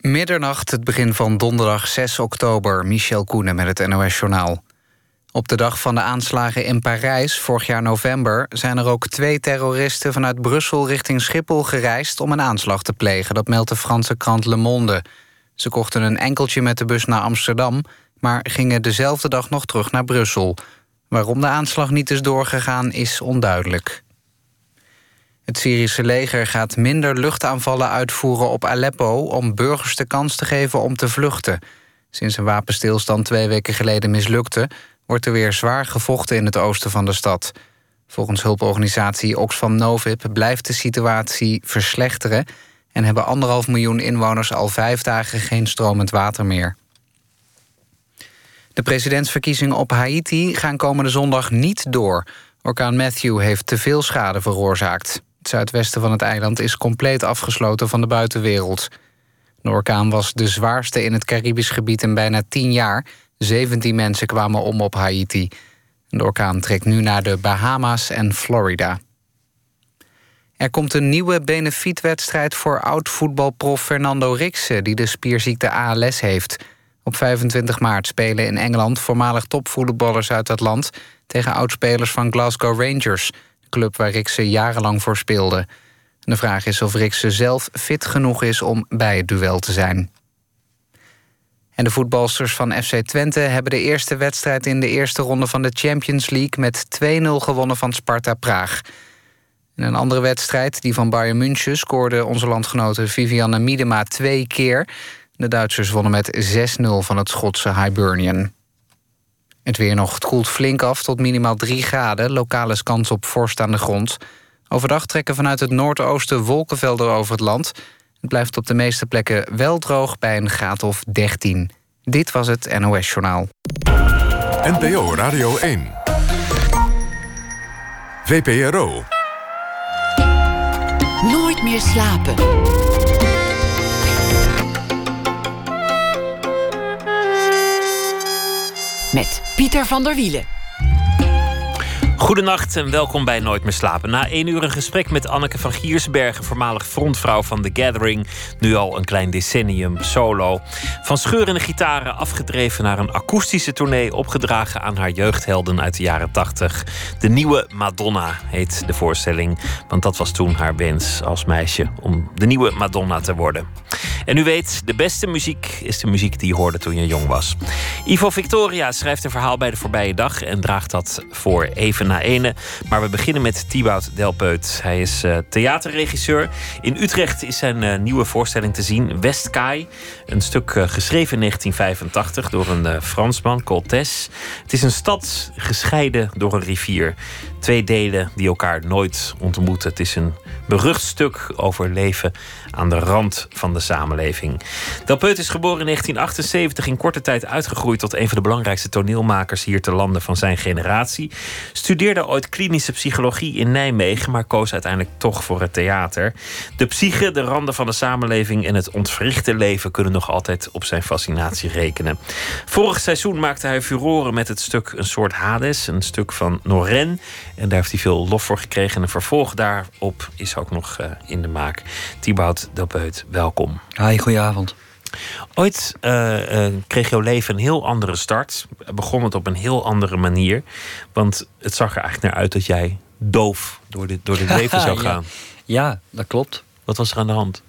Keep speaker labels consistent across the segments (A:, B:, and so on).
A: Middernacht, het begin van donderdag 6 oktober. Michel Koenen met het NOS-journaal. Op de dag van de aanslagen in Parijs, vorig jaar november... zijn er ook 2 terroristen vanuit Brussel richting Schiphol gereisd... om een aanslag te plegen, dat meldt de Franse krant Le Monde. Ze kochten een enkeltje met de bus naar Amsterdam... maar gingen dezelfde dag nog terug naar Brussel. Waarom de aanslag niet is doorgegaan, is onduidelijk. Het Syrische leger gaat minder luchtaanvallen uitvoeren op Aleppo... om burgers de kans te geven om te vluchten. Sinds een wapenstilstand 2 weken geleden mislukte... wordt er weer zwaar gevochten in het oosten van de stad. Volgens hulporganisatie Oxfam Novib blijft de situatie verslechteren... en hebben 1,5 miljoen inwoners al 5 dagen geen stromend water meer. De presidentsverkiezingen op Haiti gaan komende zondag niet door. Orkaan Matthew heeft te veel schade veroorzaakt. Het zuidwesten van het eiland is compleet afgesloten van de buitenwereld. De orkaan was de zwaarste in het Caribisch gebied in bijna 10 jaar. 17 mensen kwamen om op Haiti. De orkaan trekt nu naar de Bahama's en Florida. Er komt een nieuwe benefietwedstrijd voor oud-voetbalprof Fernando Riksen... die de spierziekte ALS heeft. Op 25 maart spelen in Engeland voormalig topvoetballers uit dat land... tegen oudspelers van Glasgow Rangers, de club waar Riksen jarenlang voor speelde. De vraag is of Riksen zelf fit genoeg is om bij het duel te zijn. En de voetbalsters van FC Twente hebben de eerste wedstrijd... in de eerste ronde van de Champions League met 2-0 gewonnen van Sparta Praag. In een andere wedstrijd, die van Bayern München... scoorde onze landgenote Vivianne Miedema 2 keer. De Duitsers wonnen met 6-0 van het Schotse Hibernian. Het weer nog, het koelt flink af tot minimaal 3 graden. Lokaal is kans op vorst aan de grond. Overdag trekken vanuit het noordoosten wolkenvelden over het land. Het blijft op de meeste plekken wel droog bij een graad of 13. Dit was het NOS-journaal.
B: NPO Radio 1. VPRO.
C: Nooit meer slapen. Met Pieter van der Wielen.
D: Goedenacht en welkom bij Nooit meer slapen. Na 1 uur een gesprek met Anneke van Giersbergen... voormalig frontvrouw van The Gathering... nu al een klein decennium solo. Van scheurende gitaren afgedreven naar een akoestische tournee... opgedragen aan haar jeugdhelden uit de jaren 80. De nieuwe Madonna heet de voorstelling. Want dat was toen haar wens als meisje... om de nieuwe Madonna te worden. En u weet, de beste muziek is de muziek die je hoorde toen je jong was. Ivo Victoria schrijft een verhaal bij De Voorbije Dag... en draagt dat voor even na ene. Maar we beginnen met Thibaut Delpeut. Hij is theaterregisseur. In Utrecht is zijn nieuwe voorstelling te zien, Westkaai. Een stuk geschreven in 1985 door een Fransman, Coltès. Het is een stad gescheiden door een rivier. 2 delen die elkaar nooit ontmoeten. Het is een berucht stuk over leven aan de rand van de samenleving. Delpeut is geboren in 1978, in korte tijd uitgegroeid tot een van de belangrijkste toneelmakers hier te lande van zijn generatie. Studeerde ooit klinische psychologie in Nijmegen, maar koos uiteindelijk toch voor het theater. De psyche, de randen van de samenleving en het ontwrichte leven kunnen nog altijd op zijn fascinatie rekenen. Vorig seizoen maakte hij furoren met het stuk Een soort Hades, een stuk van Noren. En daar heeft hij veel lof voor gekregen. En een vervolg daarop is ook nog in de maak. Thibaut Delpeut, welkom.
E: Hi, goedenavond.
D: Ooit kreeg jouw leven een heel andere start. Begon het op een heel andere manier. Want het zag er eigenlijk naar uit dat jij doof door dit leven zou gaan.
E: Ja, dat klopt.
D: Wat was er aan de hand?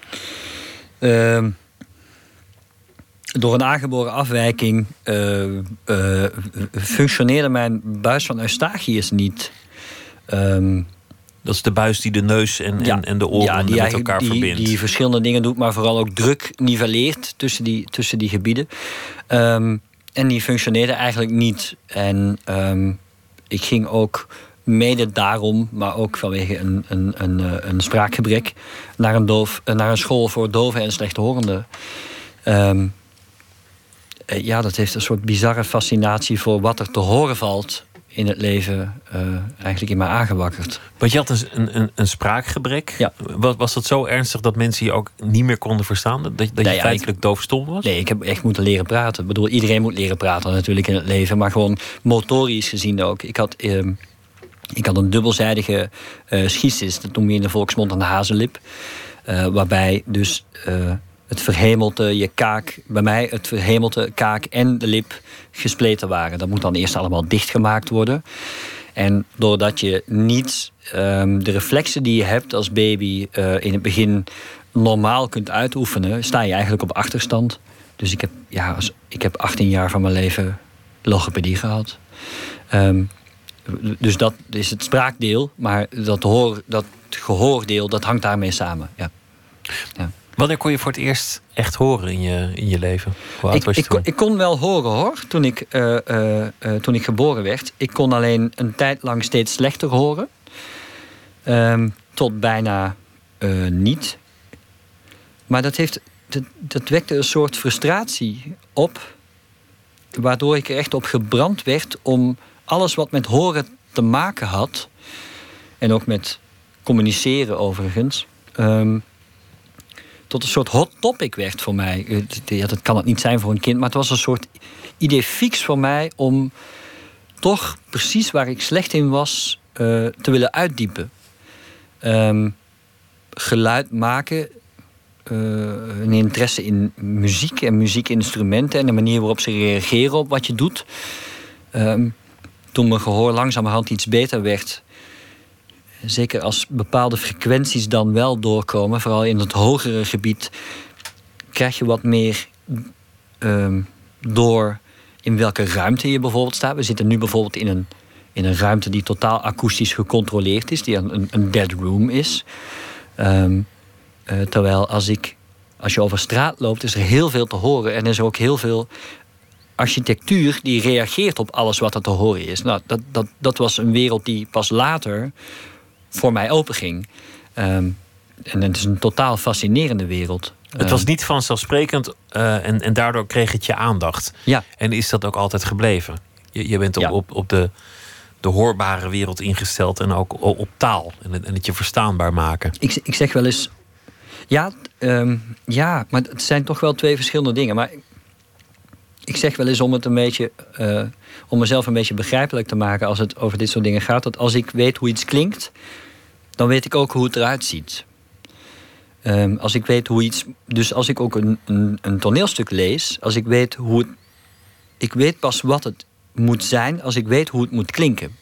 E: Door een aangeboren afwijking functioneerde mijn buis van Eustachius niet.
D: Dat is de buis die de neus en de oren met elkaar verbindt. Die
E: verschillende dingen doet, maar vooral ook druk nivelleert tussen die gebieden. En die functioneerde eigenlijk niet. En ik ging ook mede daarom, maar ook vanwege een spraakgebrek, naar een school voor doven en slechthorenden. Dat heeft een soort bizarre fascinatie voor wat er te horen valt in het leven eigenlijk in mij aangewakkerd.
D: Want je had een spraakgebrek.
E: Ja.
D: Was dat zo ernstig dat mensen je ook niet meer konden verstaan? Dat je feitelijk doofstom was?
E: Nee, ik heb echt moeten leren praten. Ik bedoel, iedereen moet leren praten natuurlijk in het leven. Maar gewoon motorisch gezien ook. Ik had een dubbelzijdige schistis. Dat noemen we in de volksmond een hazenlip. Waarbij dus het verhemelte, je kaak, bij mij het verhemelte, kaak en de lip gespleten waren. Dat moet dan eerst allemaal dichtgemaakt worden. En doordat je niet de reflexen die je hebt als baby in het begin normaal kunt uitoefenen, sta je eigenlijk op achterstand. Dus ik heb 18 jaar van mijn leven logopedie gehad. Dus dat is het spraakdeel, maar dat gehoordeel, dat hangt daarmee samen. Ja. Ja.
D: Wanneer kon je voor het eerst echt horen in je leven? Hoe oud was je toen?
E: Ik kon wel horen, hoor, toen ik geboren werd. Ik kon alleen een tijd lang steeds slechter horen. Tot bijna niet. Maar dat wekte een soort frustratie op, waardoor ik er echt op gebrand werd om alles wat met horen te maken had, en ook met communiceren overigens, tot een soort hot topic werd voor mij. Dat kan het niet zijn voor een kind, maar het was een soort idee fix voor mij om toch precies waar ik slecht in was te willen uitdiepen. Geluid maken, een interesse in muziek en muziekinstrumenten en de manier waarop ze reageren op wat je doet. Toen mijn gehoor langzamerhand iets beter werd, zeker als bepaalde frequenties dan wel doorkomen, vooral in het hogere gebied, krijg je wat meer door in welke ruimte je bijvoorbeeld staat. We zitten nu bijvoorbeeld in een ruimte die totaal akoestisch gecontroleerd is, die een dead room is. Terwijl als je over straat loopt, is er heel veel te horen en er is ook heel veel architectuur die reageert op alles wat er te horen is. Nou, dat was een wereld die pas later voor mij openging. En het is een totaal fascinerende wereld.
D: Het was niet vanzelfsprekend en daardoor kreeg het je aandacht.
E: Ja.
D: En is dat ook altijd gebleven? Je bent op de hoorbare wereld ingesteld en ook op taal. En het je verstaanbaar maken. Ik
E: zeg wel eens, maar het zijn toch wel twee verschillende dingen. Maar ik zeg wel eens om het een beetje, om mezelf een beetje begrijpelijk te maken als het over dit soort dingen gaat, dat als ik weet hoe iets klinkt, dan weet ik ook hoe het eruit ziet. Als ik weet hoe iets, dus als ik ook een toneelstuk lees, als ik weet hoe het, ik weet pas wat het moet zijn als ik weet hoe het moet klinken.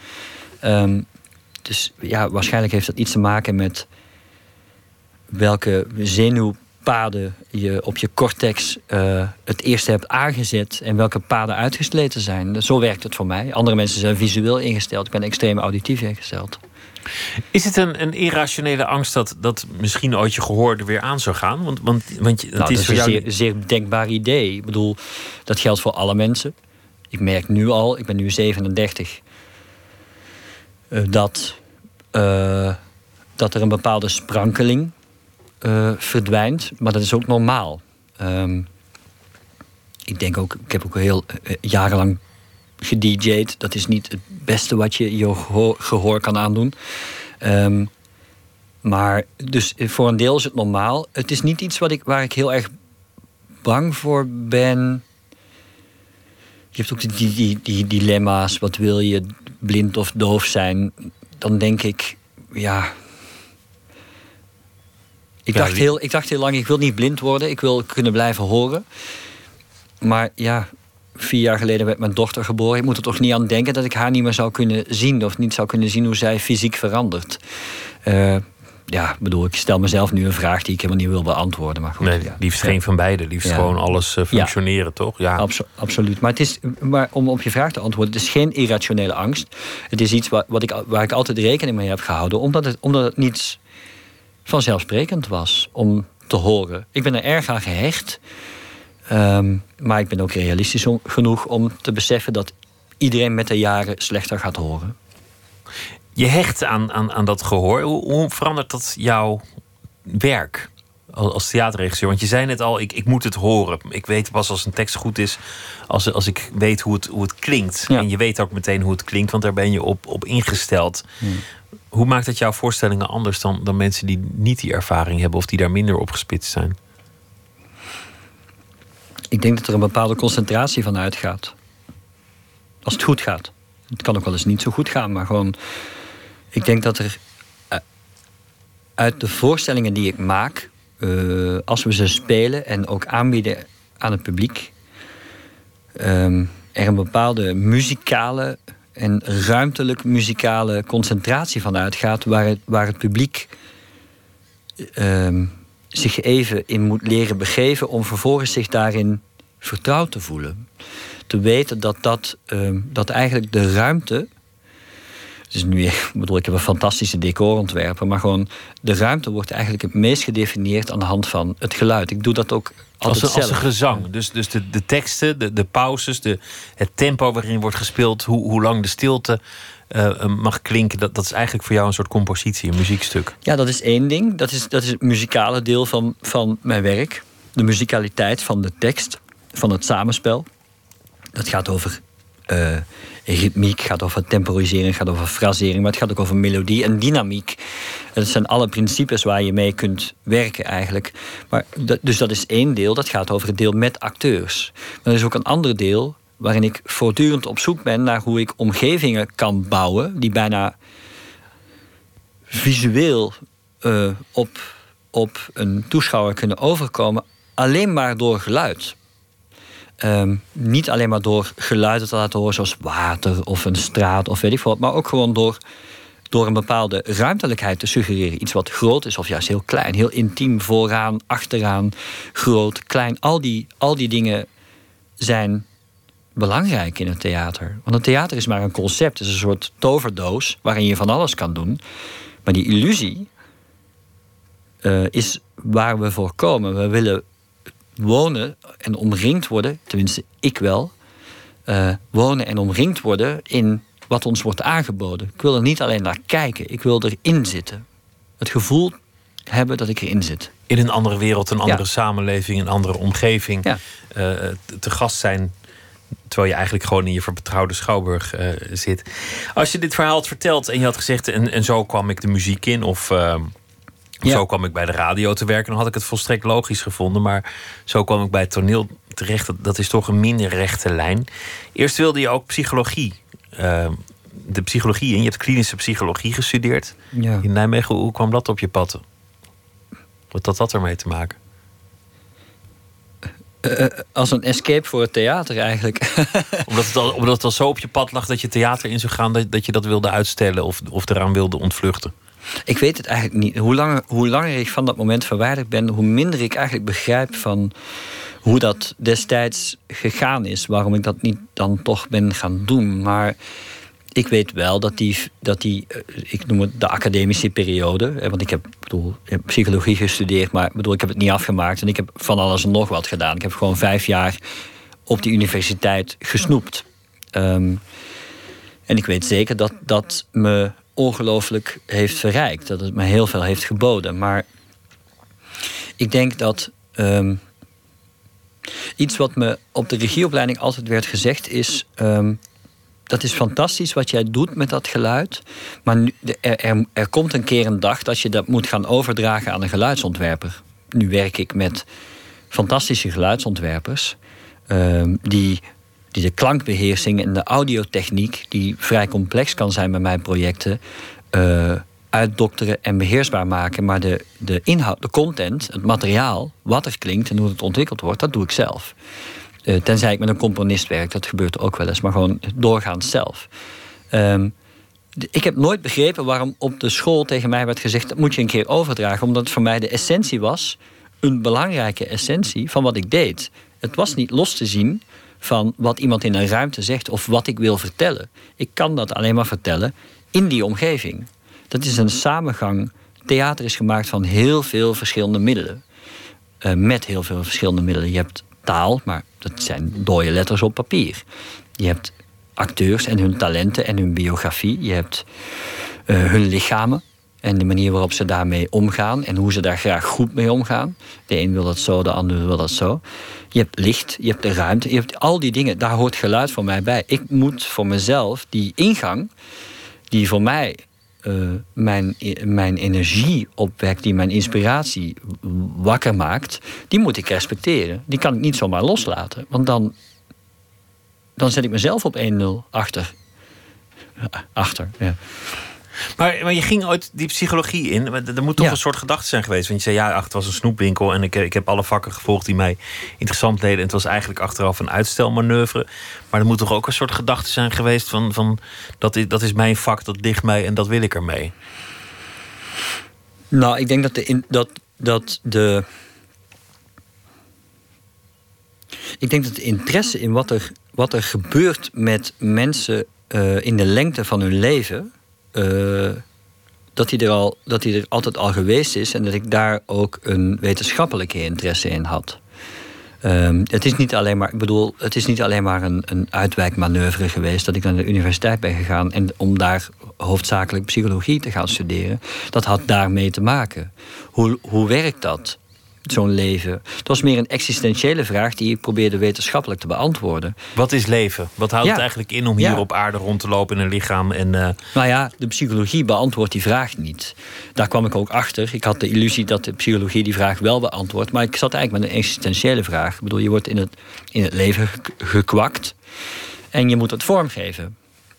E: Dus ja, waarschijnlijk heeft dat iets te maken met welke zenuwpaden je op je cortex het eerste hebt aangezet en welke paden uitgesleten zijn. Zo werkt het voor mij. Andere mensen zijn visueel ingesteld. Ik ben extreem auditief ingesteld.
D: Is het een irrationele angst dat misschien ooit je gehoor er weer aan zou gaan? Want
E: dat is voor jou een zeer denkbaar idee. Ik bedoel, dat geldt voor alle mensen. Ik merk nu al, ik ben nu 37, dat er een bepaalde sprankeling verdwijnt. Maar dat is ook normaal. Ik heb ook heel jarenlang gedj'd. Dat is niet het beste wat je gehoor kan aandoen. Maar dus voor een deel is het normaal. Het is niet iets waar ik heel erg bang voor ben. Je hebt ook die dilemma's. Wat wil je, blind of doof zijn? Dan denk ik, ja. Ik dacht heel lang, ik wil niet blind worden. Ik wil kunnen blijven horen. Maar ja, 4 jaar geleden werd mijn dochter geboren. Ik moet er toch niet aan denken dat ik haar niet meer zou kunnen zien. Of niet zou kunnen zien hoe zij fysiek verandert. Ik stel mezelf nu een vraag die ik helemaal niet wil beantwoorden. Maar goed,
D: nee, liefst geen van beide. Liefst gewoon alles functioneren, toch? Ja.
E: Absoluut. Maar om op je vraag te antwoorden, het is geen irrationele angst. Het is iets waar ik altijd rekening mee heb gehouden. Omdat het niet vanzelfsprekend was om te horen. Ik ben er erg aan gehecht. Maar ik ben ook realistisch genoeg om te beseffen dat iedereen met de jaren slechter gaat horen.
D: Je hecht aan dat gehoor. Hoe verandert dat jouw werk als theaterregisseur? Want je zei net al, ik moet het horen. Ik weet pas als een tekst goed is als ik weet hoe het klinkt. Ja. En je weet ook meteen hoe het klinkt, want daar ben je op ingesteld. Hoe maakt dat jouw voorstellingen anders dan mensen die niet die ervaring hebben of die daar minder op gespitst zijn?
E: Ik denk dat er een bepaalde concentratie van uitgaat. Als het goed gaat. Het kan ook wel eens niet zo goed gaan, maar gewoon. Ik denk dat er uit de voorstellingen die ik maak als we ze spelen en ook aanbieden aan het publiek, er een bepaalde muzikale en ruimtelijk muzikale concentratie van uitgaat, waar het publiek zich even in moet leren begeven om vervolgens zich daarin vertrouwd te voelen. Te weten dat eigenlijk de ruimte. Dus nu, ik heb een fantastische decorontwerper, maar gewoon de ruimte wordt eigenlijk het meest gedefinieerd aan de hand van het geluid. Ik doe dat ook altijd zelf.
D: Als een gezang. Dus de teksten, de pauzes, het tempo waarin wordt gespeeld, hoe lang de stilte mag klinken, dat is eigenlijk voor jou een soort compositie, een muziekstuk.
E: Ja, dat is één ding. Dat is het muzikale deel van mijn werk. De muzikaliteit van de tekst, van het samenspel. Dat gaat over ritmiek, gaat over temporisering, gaat over frasering, maar het gaat ook over melodie en dynamiek. Dat zijn alle principes waar je mee kunt werken eigenlijk. Maar dus dat is één deel, dat gaat over het deel met acteurs. Maar er is ook een ander deel waarin ik voortdurend op zoek ben naar hoe ik omgevingen kan bouwen die bijna visueel op een toeschouwer kunnen overkomen, alleen maar door geluid. Niet alleen maar door geluiden te laten horen zoals water of een straat of weet ik veel wat, maar ook gewoon door een bepaalde ruimtelijkheid te suggereren. Iets wat groot is of juist heel klein, heel intiem, vooraan, achteraan, groot, klein. Al die dingen zijn belangrijk in het theater. Want het theater is maar een concept, het is een soort toverdoos waarin je van alles kan doen. Maar die illusie is waar we voor komen. We willen wonen en omringd worden, tenminste ik wel, wonen en omringd worden in wat ons wordt aangeboden. Ik wil er niet alleen naar kijken, ik wil erin zitten. Het gevoel hebben dat ik erin zit.
D: In een andere wereld, een andere samenleving, een andere omgeving.
E: Ja.
D: Te gast zijn, terwijl je eigenlijk gewoon in je vertrouwde schouwburg zit. Als je dit verhaal had verteld en je had gezegd, en zo kwam ik de muziek in, of zo kwam ik bij de radio te werken, dan had ik het volstrekt logisch gevonden. Maar zo kwam ik bij het toneel terecht. Dat is toch een minder rechte lijn. Eerst wilde je ook psychologie. De psychologie in. Je hebt klinische psychologie gestudeerd in Nijmegen. Hoe kwam dat op je pad? Wat had dat ermee te maken?
E: Als een escape voor het theater eigenlijk.
D: Omdat het al zo op je pad lag dat je theater in zou gaan, dat je dat wilde uitstellen of eraan wilde ontvluchten?
E: Ik weet het eigenlijk niet. Hoe langer ik van dat moment verwijderd ben, hoe minder ik eigenlijk begrijp van hoe dat destijds gegaan is. Waarom ik dat niet dan toch ben gaan doen. Maar ik weet wel dat die ik noem het de academische periode. Want ik heb psychologie gestudeerd, maar ik heb het niet afgemaakt. En ik heb van alles en nog wat gedaan. Ik heb gewoon 5 jaar op de universiteit gesnoept. En ik weet zeker dat me ongelooflijk heeft verrijkt. Dat het me heel veel heeft geboden. Maar ik denk dat iets wat me op de regieopleiding altijd werd gezegd is, dat is fantastisch wat jij doet met dat geluid. Maar er komt een keer een dag dat je dat moet gaan overdragen aan een geluidsontwerper. Nu werk ik met fantastische geluidsontwerpers die de klankbeheersing en de audiotechniek, die vrij complex kan zijn bij mijn projecten, uitdokteren en beheersbaar maken. Maar de inhoud, de content, het materiaal, wat er klinkt en hoe het ontwikkeld wordt, dat doe ik zelf. Tenzij ik met een componist werk, dat gebeurt ook wel eens, maar gewoon doorgaans zelf. Ik heb nooit begrepen waarom op de school tegen mij werd gezegd, dat moet je een keer overdragen, omdat het voor mij de essentie was, een belangrijke essentie van wat ik deed. Het was niet los te zien van wat iemand in een ruimte zegt of wat ik wil vertellen. Ik kan dat alleen maar vertellen in die omgeving. Dat is een samengang. Theater is gemaakt van heel veel verschillende middelen. Met heel veel verschillende middelen. Je hebt taal, maar dat zijn dode letters op papier. Je hebt acteurs en hun talenten en hun biografie. Je hebt hun lichamen en de manier waarop ze daarmee omgaan en hoe ze daar graag goed mee omgaan. De een wil dat zo, de ander wil dat zo. Je hebt licht, je hebt de ruimte, je hebt al die dingen. Daar hoort geluid voor mij bij. Ik moet voor mezelf die ingang, die voor mij mijn energie opwekt, die mijn inspiratie wakker maakt, die moet ik respecteren. Die kan ik niet zomaar loslaten. Want dan zet ik mezelf op 1-0 achter. Ja.
D: Maar je ging ooit die psychologie in. Er moet toch een soort gedachte zijn geweest. Want je zei, het was een snoepwinkel. En ik heb alle vakken gevolgd die mij interessant deden. En het was eigenlijk achteraf een uitstelmanoeuvre. Maar er moet toch ook een soort gedachte zijn geweest van dat is mijn vak, dat ligt mij en dat wil ik ermee.
E: Nou, ik denk ik denk dat de interesse in wat er gebeurt met mensen in de lengte van hun leven, dat die er altijd al geweest is en dat ik daar ook een wetenschappelijke interesse in had. Het is niet alleen maar een uitwijkmanoeuvre geweest dat ik naar de universiteit ben gegaan en om daar hoofdzakelijk psychologie te gaan studeren. Dat had daarmee te maken. Hoe werkt dat? Zo'n leven. Het was meer een existentiële vraag die ik probeerde wetenschappelijk te beantwoorden.
D: Wat is leven? Wat houdt het eigenlijk in om hier op aarde rond te lopen in een lichaam? En,
E: Nou ja, de psychologie beantwoordt die vraag niet. Daar kwam ik ook achter. Ik had de illusie dat de psychologie die vraag wel beantwoordt. Maar ik zat eigenlijk met een existentiële vraag. Ik bedoel, je wordt in het leven gekwakt. En je moet het vormgeven.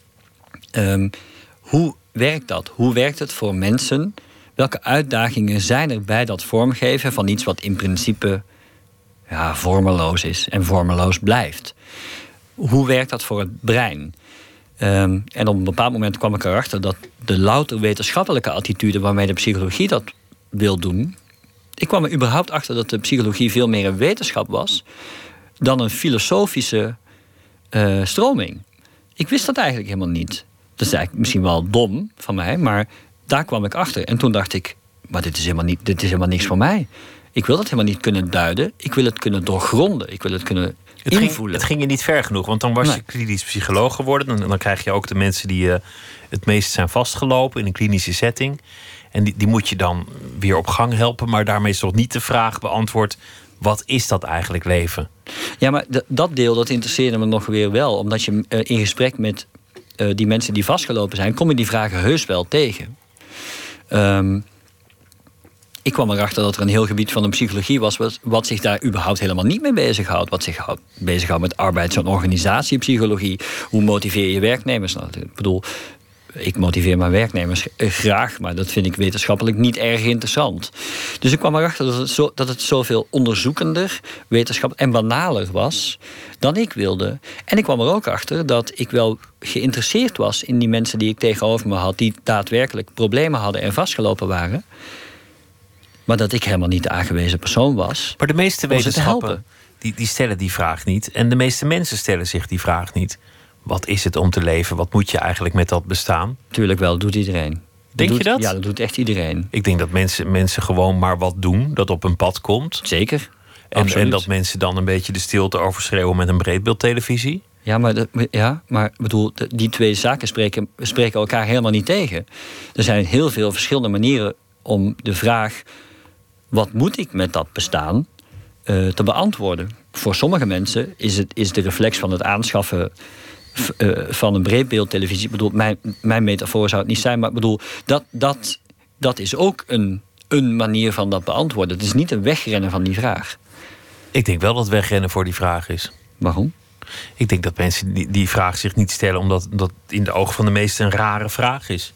E: Hoe werkt dat? Hoe werkt het voor mensen? Welke uitdagingen zijn er bij dat vormgeven van iets wat in principe vormeloos is en vormeloos blijft? Hoe werkt dat voor het brein? En op een bepaald moment kwam ik erachter dat de louter wetenschappelijke attitude waarmee de psychologie dat wil doen. Ik kwam er überhaupt achter dat de psychologie veel meer een wetenschap was dan een filosofische stroming. Ik wist dat eigenlijk helemaal niet. Dat is eigenlijk misschien wel dom van mij, maar daar kwam ik achter. En toen dacht ik, maar dit is helemaal niks voor mij. Ik wil dat helemaal niet kunnen duiden. Ik wil het kunnen doorgronden. Ik wil het kunnen invoelen.
D: Het ging je niet ver genoeg, want dan was je klinisch psycholoog geworden. Dan krijg je ook de mensen die het meest zijn vastgelopen in een klinische setting. En die moet je dan weer op gang helpen. Maar daarmee is toch niet de vraag beantwoord, wat is dat eigenlijk leven?
E: Ja, maar dat deel dat interesseerde me nog weer wel. Omdat je in gesprek met die mensen die vastgelopen zijn, kom je die vragen heus wel tegen. Ik kwam erachter dat er een heel gebied van de psychologie was wat zich daar überhaupt helemaal niet mee bezighoudt. Wat zich bezighoudt met arbeids- en organisatiepsychologie. Hoe motiveer je werknemers? Nou, ik bedoel, ik motiveer mijn werknemers graag, maar dat vind ik wetenschappelijk niet erg interessant. Dus ik kwam erachter dat het zoveel onderzoekender, wetenschap en banaler was dan ik wilde. En ik kwam er ook achter dat ik wel geïnteresseerd was in die mensen die ik tegenover me had, die daadwerkelijk problemen hadden en vastgelopen waren. Maar dat ik helemaal niet de aangewezen persoon was.
D: Maar de meeste wetenschappen die stellen die vraag niet. En de meeste mensen stellen zich die vraag niet. Wat is het om te leven? Wat moet je eigenlijk met dat bestaan?
E: Tuurlijk wel, dat doet iedereen.
D: Denk je dat?
E: Ja, dat doet echt iedereen.
D: Ik denk dat mensen gewoon maar wat doen, dat op een pad komt.
E: Zeker.
D: En dat mensen dan een beetje de stilte overschreeuwen met een breedbeeldtelevisie.
E: Ja, maar bedoel, die twee zaken spreken elkaar helemaal niet tegen. Er zijn heel veel verschillende manieren om de vraag, wat moet ik met dat bestaan, te beantwoorden. Voor sommige mensen is de reflex van het aanschaffen van een breedbeeldtelevisie, ik bedoel, mijn metafoor zou het niet zijn, maar ik bedoel, dat is ook een manier van dat beantwoorden. Het is niet een wegrennen van die vraag.
D: Ik denk wel dat wegrennen voor die vraag is.
E: Waarom?
D: Ik denk dat mensen die vraag zich niet stellen omdat dat in de ogen van de meesten een rare vraag is.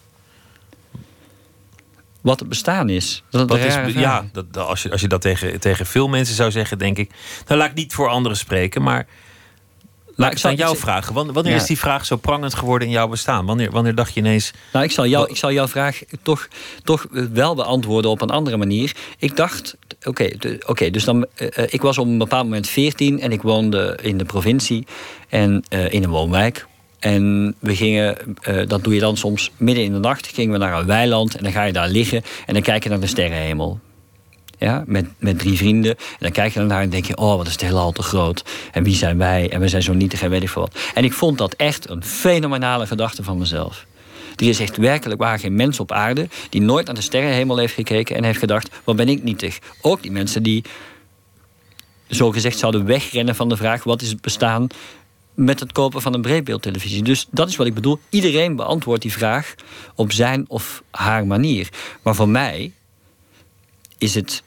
E: Wat het bestaan is.
D: Als je dat tegen veel mensen zou zeggen, denk ik, nou, laat ik niet voor anderen spreken, maar laat ik aan jou vragen. Wanneer is die vraag zo prangend geworden in jouw bestaan? Wanneer dacht je ineens,
E: nou, ik zal jouw vraag toch wel beantwoorden op een andere manier. Ik dacht, oké, dus dan, ik was op een bepaald moment 14 en ik woonde in de provincie en in een woonwijk. En we gingen, dat doe je dan soms midden in de nacht, gingen we naar een weiland en dan ga je daar liggen en dan kijk je naar de sterrenhemel. Ja, met 3 vrienden. En dan kijk je naar en denk je, oh, wat is het heelal te groot. En wie zijn wij? En we zijn zo nietig en weet ik veel wat. En ik vond dat echt een fenomenale gedachte van mezelf. Er is echt werkelijk waar geen mens op aarde die nooit naar de sterrenhemel heeft gekeken en heeft gedacht, wat ben ik nietig. Ook die mensen die zogezegd zouden wegrennen van de vraag, wat is het bestaan met het kopen van een breedbeeldtelevisie. Dus dat is wat ik bedoel. Iedereen beantwoordt die vraag op zijn of haar manier. Maar voor mij is het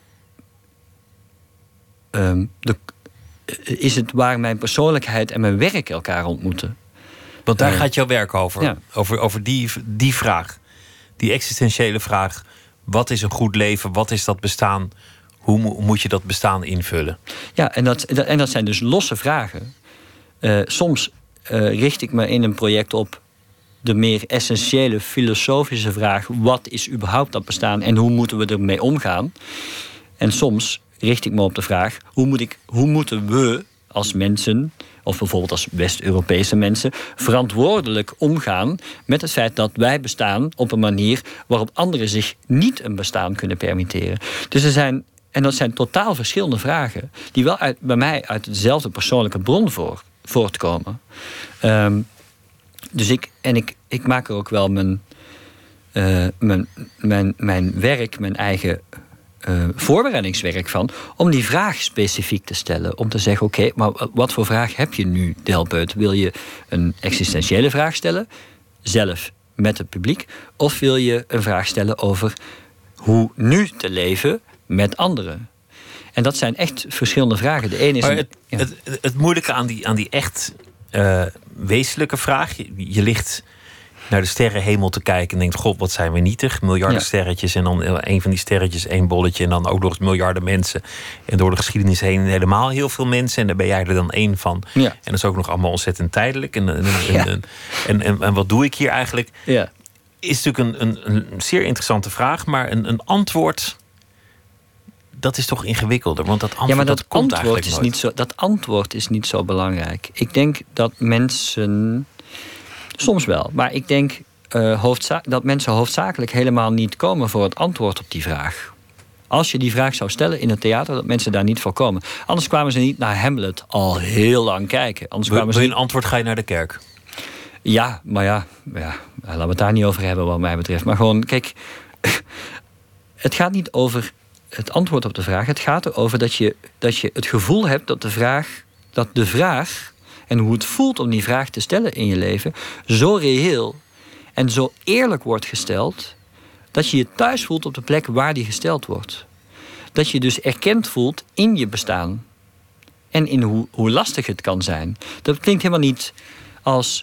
E: waar mijn persoonlijkheid en mijn werk elkaar ontmoeten.
D: Want daar gaat jouw werk over.
E: Ja.
D: Over die vraag. Die existentiële vraag: wat is een goed leven? Wat is dat bestaan? Hoe moet je dat bestaan invullen?
E: Ja, en dat zijn dus losse vragen. Soms richt ik me in een project op de meer essentiële filosofische vraag: wat is überhaupt dat bestaan en hoe moeten we ermee omgaan? En soms richt ik me op de vraag: hoe moeten we als mensen, of bijvoorbeeld als West-Europese mensen, verantwoordelijk omgaan met het feit dat wij bestaan op een manier waarop anderen zich niet een bestaan kunnen permitteren. Dus dat zijn totaal verschillende vragen die wel bij mij uit dezelfde persoonlijke bron voortkomen. Dus ik maak er ook wel mijn werk, mijn eigen voorbereidingswerk van, om die vraag specifiek te stellen. Om te zeggen, oké, maar wat voor vraag heb je nu, Delpeut? Wil je een existentiële vraag stellen, zelf met het publiek? Of wil je een vraag stellen over hoe nu te leven met anderen? En dat zijn echt verschillende vragen. De ene is
D: het moeilijke aan die echt wezenlijke vraag. Je ligt naar de sterrenhemel te kijken en denkt: god, wat zijn we nietig. Miljarden sterretjes en dan een van die sterretjes, één bolletje en dan ook nog eens miljarden mensen. En door de geschiedenis heen helemaal heel veel mensen. En daar ben jij er dan één van. Ja. En dat is ook nog allemaal ontzettend tijdelijk. En wat doe ik hier eigenlijk?
E: Ja.
D: Is natuurlijk een zeer interessante vraag, maar een antwoord, dat is toch ingewikkelder? Want dat antwoord, dat komt eigenlijk nooit.
E: Niet zo, dat antwoord is niet zo belangrijk. Ik denk dat mensen, soms wel, maar ik denk dat mensen hoofdzakelijk helemaal niet komen voor het antwoord op die vraag. Als je die vraag zou stellen in het theater, dat mensen daar niet voor komen. Anders kwamen ze niet naar Hamlet al heel lang kijken.
D: Wil je een antwoord, ga je naar de kerk?
E: Ja, maar ja, laten we het daar niet over hebben wat mij betreft. Maar gewoon, kijk, het gaat niet over het antwoord op de vraag. Het gaat erover dat je het gevoel hebt dat de vraag en hoe het voelt om die vraag te stellen in je leven zo reëel en zo eerlijk wordt gesteld, dat je je thuis voelt op de plek waar die gesteld wordt. Dat je dus erkend voelt in je bestaan en in hoe lastig het kan zijn. Dat klinkt helemaal niet als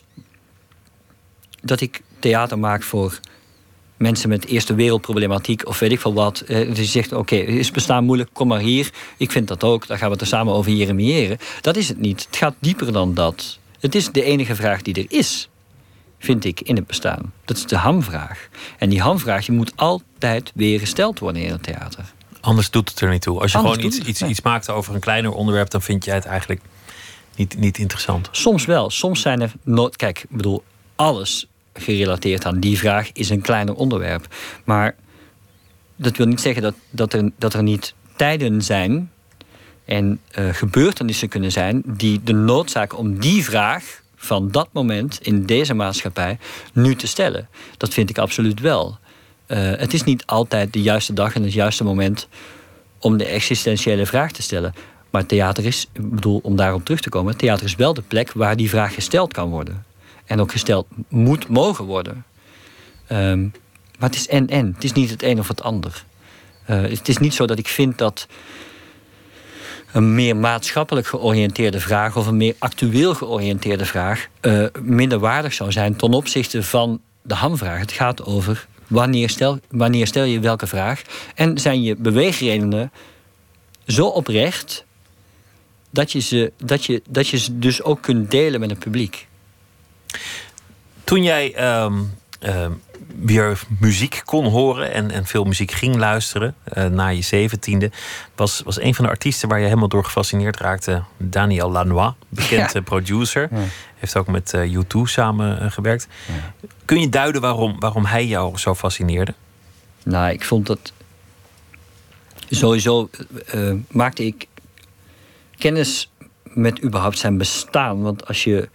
E: dat ik theater maak voor mensen met eerste wereldproblematiek of weet ik veel wat. Dus je zegt, oké, is bestaan moeilijk, kom maar hier. Ik vind dat ook, daar gaan we het er samen over jeremiëren. Dat is het niet. Het gaat dieper dan dat. Het is de enige vraag die er is, vind ik, in het bestaan. Dat is de hamvraag. En die hamvraag moet altijd weer gesteld worden in het theater.
D: Anders doet het er niet toe. Als je gewoon iets maakt over een kleiner onderwerp, dan vind jij het eigenlijk niet interessant.
E: Soms wel. Soms zijn er kijk, ik bedoel, alles gerelateerd aan die vraag is een kleiner onderwerp. Maar dat wil niet zeggen dat er niet tijden zijn en gebeurtenissen kunnen zijn die de noodzaak om die vraag van dat moment in deze maatschappij nu te stellen. Dat vind ik absoluut wel. Het is niet altijd de juiste dag en het juiste moment om de existentiële vraag te stellen. Maar theater is, ik bedoel, om daarop terug te komen, theater is wel de plek waar die vraag gesteld kan worden. En ook gesteld moet mogen worden. Maar het is en. Het is niet het een of het ander. Het is niet zo dat ik vind dat een meer maatschappelijk georiënteerde vraag of een meer actueel georiënteerde vraag minder waardig zou zijn ten opzichte van de hamvraag. Het gaat over wanneer stel je welke vraag en zijn je beweegredenen zo oprecht dat je ze dus ook kunt delen met het publiek.
D: Toen jij weer muziek kon horen en veel muziek ging luisteren na je 17e, was een van de artiesten waar je helemaal door gefascineerd raakte Daniel Lanois, bekend producer. Ja. Heeft ook met U2 samengewerkt. Ja. Kun je duiden waarom hij jou zo fascineerde?
E: Nou, ik vond dat sowieso maakte ik kennis met überhaupt zijn bestaan. Want als je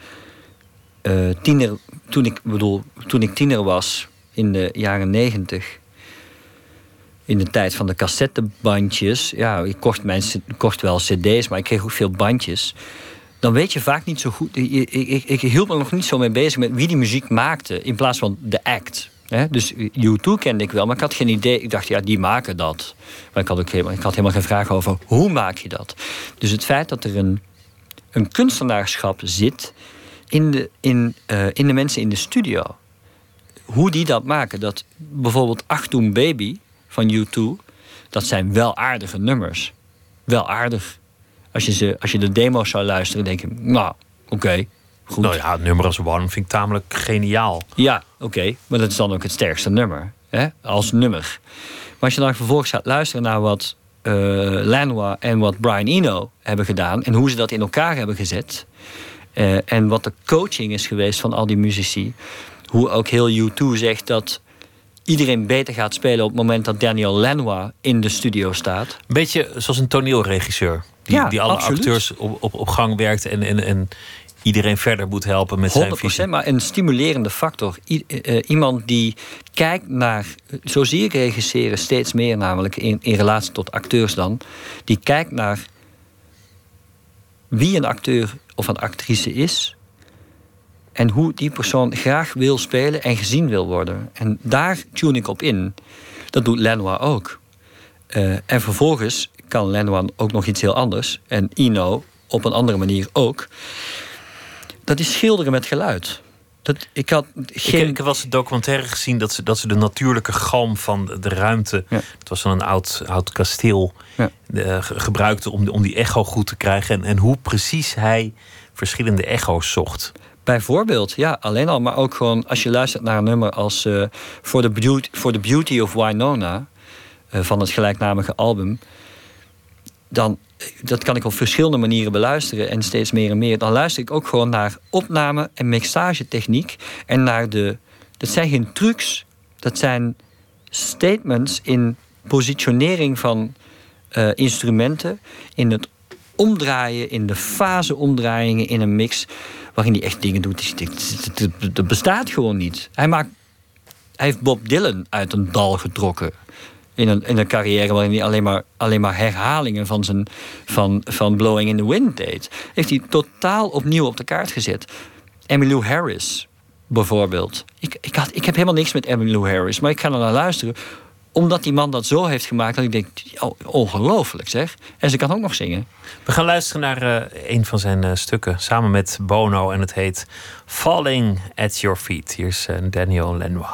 E: toen ik tiener was in de jaren 90, in de tijd van de cassettebandjes, ja, ik kocht wel cd's, maar ik kreeg ook veel bandjes. Dan weet je vaak niet zo goed. Ik hield me nog niet zo mee bezig met wie die muziek maakte in plaats van de act. Dus U2 kende ik wel, maar ik had geen idee. Ik dacht, ja, die maken dat. Maar ik had helemaal geen vraag over hoe maak je dat. Dus het feit dat er een kunstenaarschap zit in de mensen in de studio. hoe die dat maken. Dat bijvoorbeeld Achtung Baby van U2... dat zijn wel aardige nummers. Wel aardig. Als je de demo's zou luisteren, denk je... nou, oké, goed.
D: Nou ja, het nummer als One vind ik tamelijk geniaal.
E: Ja, oké, maar dat is dan ook het sterkste nummer. Hè? Als nummer. Maar als je dan vervolgens gaat luisteren naar wat Lanois en wat Brian Eno hebben gedaan... en hoe ze dat in elkaar hebben gezet... en wat de coaching is geweest van al die muzici... hoe ook heel U2 zegt dat iedereen beter gaat spelen... op het moment dat Daniel Lanois in de studio staat.
D: Een beetje zoals een toneelregisseur. Die alle
E: absoluut.
D: acteurs op gang werkt en iedereen verder moet helpen met zijn visie.
E: 100%, maar een stimulerende factor. Iemand die kijkt naar... Zo zie ik regisseren steeds meer namelijk in relatie tot acteurs dan. Die kijkt naar wie een acteur of een actrice is... en hoe die persoon graag wil spelen en gezien wil worden. En daar tune ik op in. Dat doet Lanois ook. En vervolgens kan Lanois ook nog iets heel anders. En Eno op een andere manier ook. Dat is schilderen met geluid. Ik heb wel eens een documentaire gezien dat ze de natuurlijke galm van de ruimte... Ja.
D: Het was dan een oud kasteel... Ja. Gebruikte om die echo goed te krijgen. En hoe precies hij verschillende echo's zocht.
E: Bijvoorbeeld, ja, alleen al. Maar ook gewoon als je luistert naar een nummer als... For the Beauty of Winona... van het gelijknamige album... dan... Dat kan ik op verschillende manieren beluisteren en steeds meer en meer. Dan luister ik ook gewoon naar opname- en mixagetechniek. En naar dat zijn geen trucs. Dat zijn statements in positionering van instrumenten. In het omdraaien, in de faseomdraaiingen in een mix. Waarin hij echt dingen doet. Dat bestaat gewoon niet. Hij heeft Bob Dylan uit een dal getrokken. In een carrière waarin hij alleen maar herhalingen van Blowing in the Wind deed. Heeft hij totaal opnieuw op de kaart gezet. Emmylou Harris, bijvoorbeeld. Ik heb helemaal niks met Emmylou Harris, maar ik ga er naar luisteren. Omdat die man dat zo heeft gemaakt dat ik denk, ongelooflijk zeg. En ze kan ook nog zingen.
D: We gaan luisteren naar een van zijn stukken. Samen met Bono en het heet Falling at Your Feet. Hier is Daniel Lanois.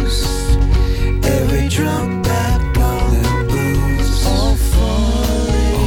F: Every drum back on the blues, all falling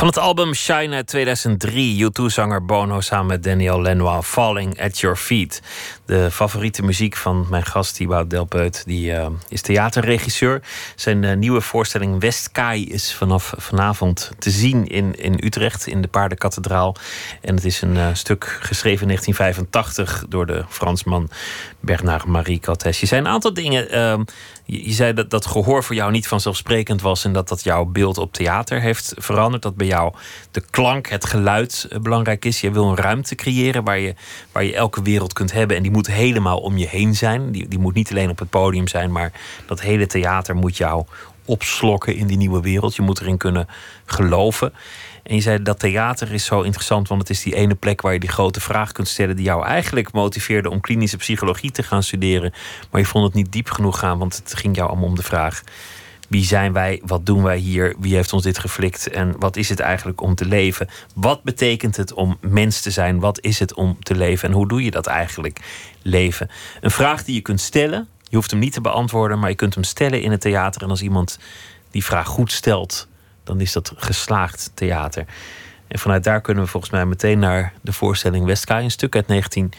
D: Van het album Shine uit 2003, U2-zanger Bono samen met Daniel Lanois, Falling at Your Feet. De favoriete muziek van mijn gast, Thibaut Delpeut, die is theaterregisseur. Zijn nieuwe voorstelling Westkaai is vanaf vanavond te zien in Utrecht, in de Paardenkathedraal. En het is een stuk geschreven in 1985 door de Fransman Bernard-Marie Caltès. Je zei een aantal dingen. Je zei dat gehoor voor jou niet vanzelfsprekend was en dat jouw beeld op theater heeft veranderd. Dat bij jou de klank, het geluid belangrijk is. Je wil een ruimte creëren waar je elke wereld kunt hebben. En die moet helemaal om je heen zijn. Die moet niet alleen op het podium zijn, maar dat hele theater moet jou opslokken in die nieuwe wereld. Je moet erin kunnen geloven. En je zei dat theater is zo interessant, want het is die ene plek waar je die grote vraag kunt stellen die jou eigenlijk motiveerde om klinische psychologie te gaan studeren. Maar je vond het niet diep genoeg gaan, want het ging jou allemaal om de vraag: wie zijn wij? Wat doen wij hier? Wie heeft ons dit geflikt? En wat is het eigenlijk om te leven? Wat betekent het om mens te zijn? Wat is het om te leven? En hoe doe je dat eigenlijk, leven? Een vraag die je kunt stellen. Je hoeft hem niet te beantwoorden, maar je kunt hem stellen in het theater. En als iemand die vraag goed stelt, dan is dat geslaagd theater. En vanuit daar kunnen we volgens mij meteen naar de voorstelling Westkaai, een stuk uit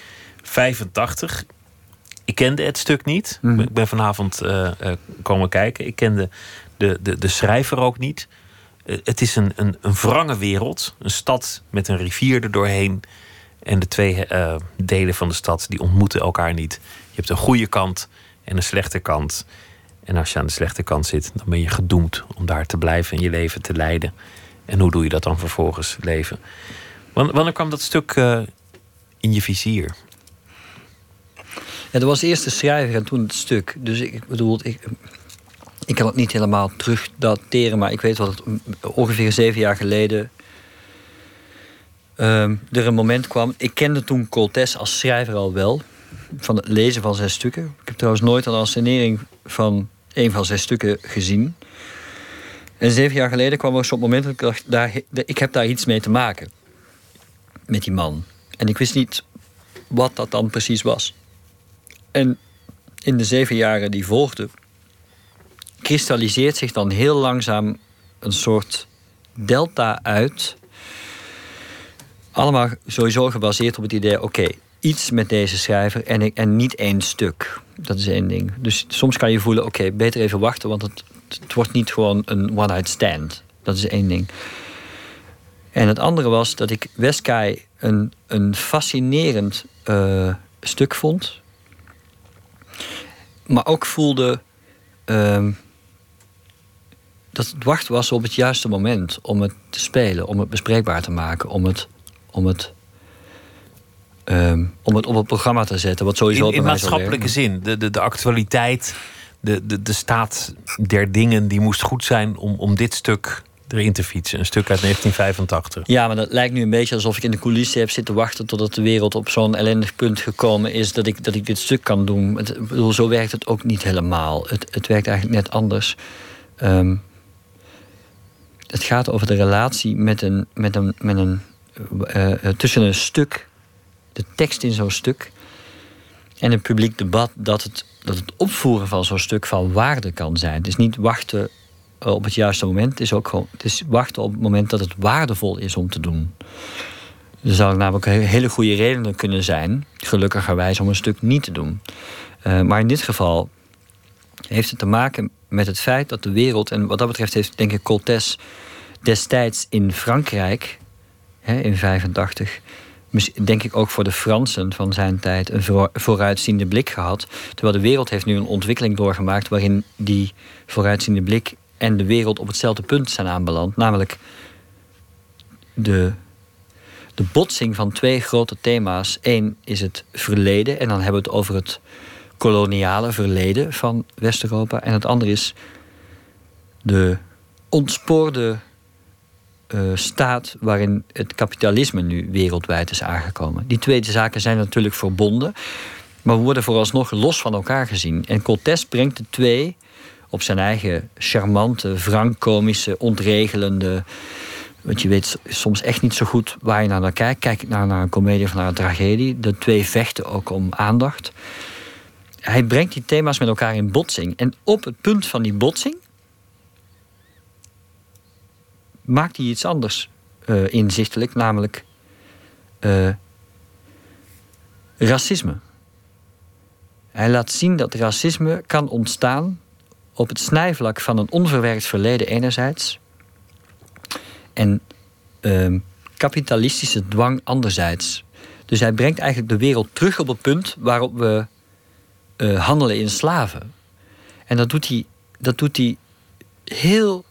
D: 1985. Ik kende het stuk niet. Ik ben vanavond komen kijken. Ik kende de schrijver ook niet. Het is een wrange wereld. Een stad met een rivier erdoorheen. En de twee delen van de stad die ontmoeten elkaar niet. Je hebt een goede kant en een slechte kant. En als je aan de slechte kant zit, dan ben je gedoemd om daar te blijven en je leven te leiden. En hoe doe je dat dan vervolgens, leven? Wanneer kwam dat stuk in je vizier?
E: Ja, dat was eerst de schrijver en toen het stuk. Dus ik bedoel, ik kan het niet helemaal terugdateren, maar ik weet wel dat ongeveer 7 jaar geleden er een moment kwam. Ik kende toen Caltès als schrijver al wel, van het lezen van zijn stukken. Ik heb trouwens nooit een ansenering van een van zijn stukken gezien. En 7 jaar geleden kwam er zo'n moment dat ik dacht, ik heb daar iets mee te maken. Met die man. En ik wist niet wat dat dan precies was. En in de 7 jaren die volgden, kristalliseert zich dan heel langzaam een soort delta uit. Allemaal sowieso gebaseerd op het idee, oké, iets met deze schrijver en niet één stuk. Dat is één ding. Dus soms kan je voelen, oké, beter even wachten, want het wordt niet gewoon een one-night stand. Dat is één ding. En het andere was dat ik Westkaai een fascinerend stuk vond. Maar ook voelde dat het wachten was op het juiste moment om het te spelen, om het bespreekbaar te maken, om het op het programma te zetten. Wat sowieso
D: in maatschappelijke zin, de actualiteit, de staat der dingen, die moest goed zijn om dit stuk erin te fietsen. Een stuk uit 1985.
E: Ja, maar dat lijkt nu een beetje alsof ik in de coulissen heb zitten wachten totdat de wereld op zo'n ellendig punt gekomen is dat ik dit stuk kan doen. Zo werkt het ook niet helemaal. Het werkt eigenlijk net anders. Het gaat over de relatie tussen een stuk, de tekst in zo'n stuk, en een publiek debat dat het opvoeren van zo'n stuk van waarde kan zijn. Het is niet wachten op het juiste moment. Het is wachten op het moment dat het waardevol is om te doen. Er zouden namelijk hele goede redenen kunnen zijn, gelukkigerwijs, om een stuk niet te doen. Maar in dit geval heeft het te maken met het feit dat de wereld, en wat dat betreft heeft denk ik Caltès destijds in Frankrijk, in 85, denk ik ook voor de Fransen van zijn tijd, een vooruitziende blik gehad. Terwijl de wereld heeft nu een ontwikkeling doorgemaakt waarin die vooruitziende blik en de wereld op hetzelfde punt zijn aanbeland. Namelijk de botsing van 2 grote thema's. Eén is het verleden, en dan hebben we het over het koloniale verleden van West-Europa. En het andere is de ontspoorde staat waarin het kapitalisme nu wereldwijd is aangekomen. Die 2 zaken zijn natuurlijk verbonden, maar worden vooralsnog los van elkaar gezien. En Caltès brengt de 2 op zijn eigen charmante, wrang-komische, ontregelende. Want je weet soms echt niet zo goed waar je naar kijkt. Kijk ik naar een komedie of naar een tragedie. De 2 vechten ook om aandacht. Hij brengt die thema's met elkaar in botsing. En op het punt van die botsing maakt hij iets anders. inzichtelijk, namelijk racisme. Hij laat zien dat racisme kan ontstaan op het snijvlak van een onverwerkt verleden enerzijds en kapitalistische dwang anderzijds. Dus hij brengt eigenlijk de wereld terug op het punt waarop we handelen in slaven. En dat doet hij heel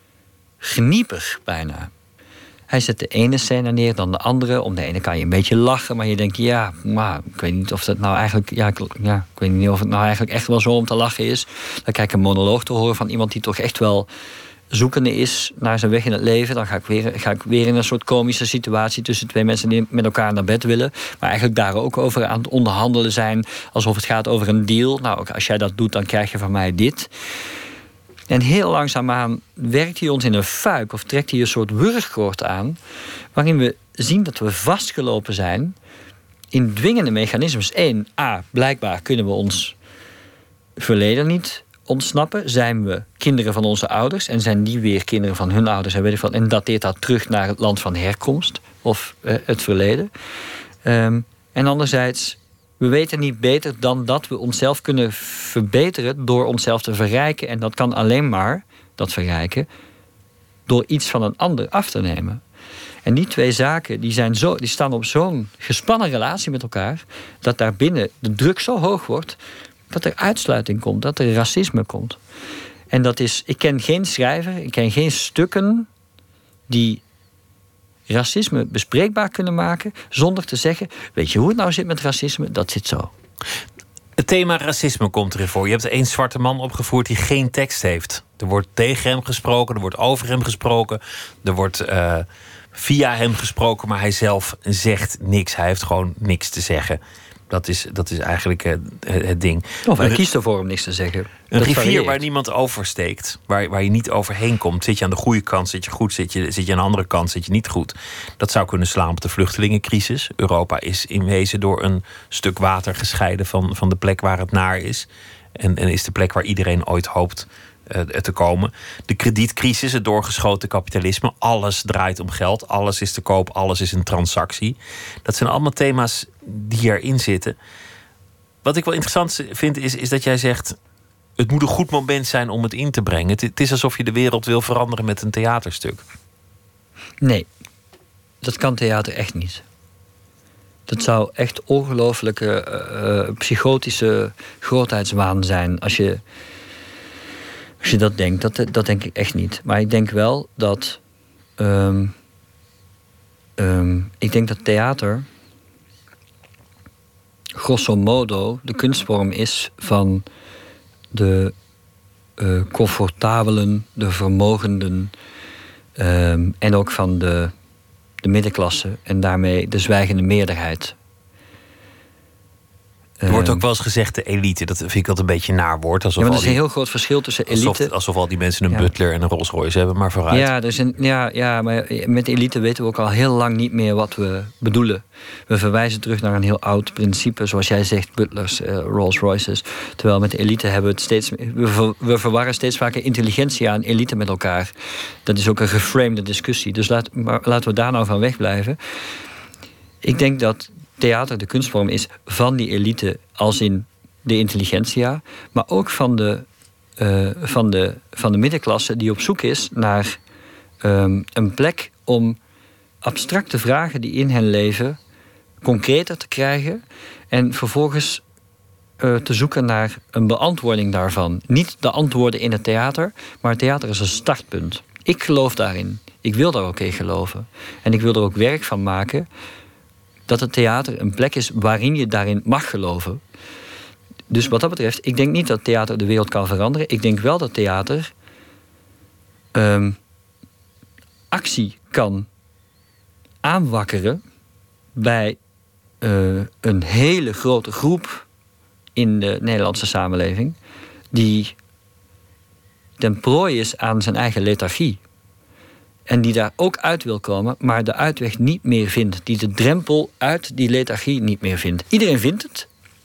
E: geniepig bijna. Hij zet de ene scène neer dan de andere. Om de ene kan je een beetje lachen, maar je denkt, ja, maar ik weet niet of dat nou eigenlijk, ik weet niet of het nou eigenlijk echt wel zo om te lachen is. Dan krijg ik een monoloog te horen van iemand die toch echt wel zoekende is naar zijn weg in het leven. Dan ga ik weer in een soort komische situatie tussen twee mensen die met elkaar naar bed willen. Maar eigenlijk daar ook over aan het onderhandelen zijn, alsof het gaat over een deal. Nou, als jij dat doet, dan krijg je van mij dit. En heel langzaamaan werkt hij ons in een fuik of trekt hij een soort wurgkoord aan, waarin we zien dat we vastgelopen zijn in dwingende mechanismes. 1, blijkbaar kunnen we ons verleden niet ontsnappen. Zijn we kinderen van onze ouders en zijn die weer kinderen van hun ouders en weet ik wat. En dateert dat terug naar het land van herkomst of het verleden. En anderzijds, we weten niet beter dan dat we onszelf kunnen verbeteren door onszelf te verrijken. En dat kan alleen maar, dat verrijken, door iets van een ander af te nemen. En die twee zaken die staan op zo'n gespannen relatie met elkaar, dat daarbinnen de druk zo hoog wordt dat er uitsluiting komt, dat er racisme komt. En dat is, ik ken geen schrijver, ik ken geen stukken die racisme bespreekbaar kunnen maken zonder te zeggen, weet je hoe het nou zit met racisme? Dat zit zo.
D: Het thema racisme komt erin voor. Je hebt 1 zwarte man opgevoerd die geen tekst heeft. Er wordt tegen hem gesproken, er wordt over hem gesproken, er wordt via hem gesproken, maar hij zelf zegt niks. Hij heeft gewoon niks te zeggen. Dat is eigenlijk het ding.
E: Of hij kiest ervoor om niks te zeggen.
D: Een rivier waar niemand oversteekt, waar je niet overheen komt. Zit je aan de goede kant, zit je goed, zit je aan de andere kant, zit je niet goed. Dat zou kunnen slaan op de vluchtelingencrisis. Europa is in wezen door een stuk water gescheiden van de plek waar het naar is. En is de plek waar iedereen ooit hoopt te komen. De kredietcrisis, het doorgeschoten kapitalisme. Alles draait om geld, alles is te koop, alles is een transactie. Dat zijn allemaal thema's die erin zitten. Wat ik wel interessant vind is dat jij zegt, het moet een goed moment zijn om het in te brengen. Het is alsof je de wereld wil veranderen met een theaterstuk.
E: Nee, dat kan theater echt niet. Dat zou echt ongelooflijke psychotische grootheidswaan zijn als je dat denkt. Dat denk ik echt niet. Maar ik denk wel dat ik denk dat theater grosso modo de kunstvorm is van de comfortabelen, de vermogenden en ook van de middenklasse en daarmee de zwijgende meerderheid.
D: Er wordt ook wel eens gezegd de elite. Dat vind ik altijd een beetje een naar woord.
E: Ja, maar er is een heel groot verschil tussen elite.
D: Alsof al die mensen een butler en een Rolls Royce hebben, maar vooruit.
E: Maar met elite weten we ook al heel lang niet meer wat we bedoelen. We verwijzen terug naar een heel oud principe, zoals jij zegt, butlers, Rolls Royces. Terwijl met de elite hebben we het steeds. We verwarren steeds vaker intelligentie aan elite met elkaar. Dat is ook een geframede discussie. Dus laten we daar nou van wegblijven. Ik denk dat theater de kunstvorm is van die elite als in de intelligentsia, maar ook van de middenklasse die op zoek is naar een plek om abstracte vragen die in hen leven concreter te krijgen en vervolgens te zoeken naar een beantwoording daarvan. Niet de antwoorden in het theater, maar het theater is een startpunt. Ik geloof daarin. Ik wil daar ook in geloven. En ik wil er ook werk van maken dat het theater een plek is waarin je daarin mag geloven. Dus wat dat betreft, ik denk niet dat theater de wereld kan veranderen. Ik denk wel dat theater actie kan aanwakkeren bij een hele grote groep in de Nederlandse samenleving die ten prooi is aan zijn eigen lethargie. En die daar ook uit wil komen, maar de uitweg niet meer vindt. Die de drempel uit die lethargie niet meer vindt. Iedereen vindt het.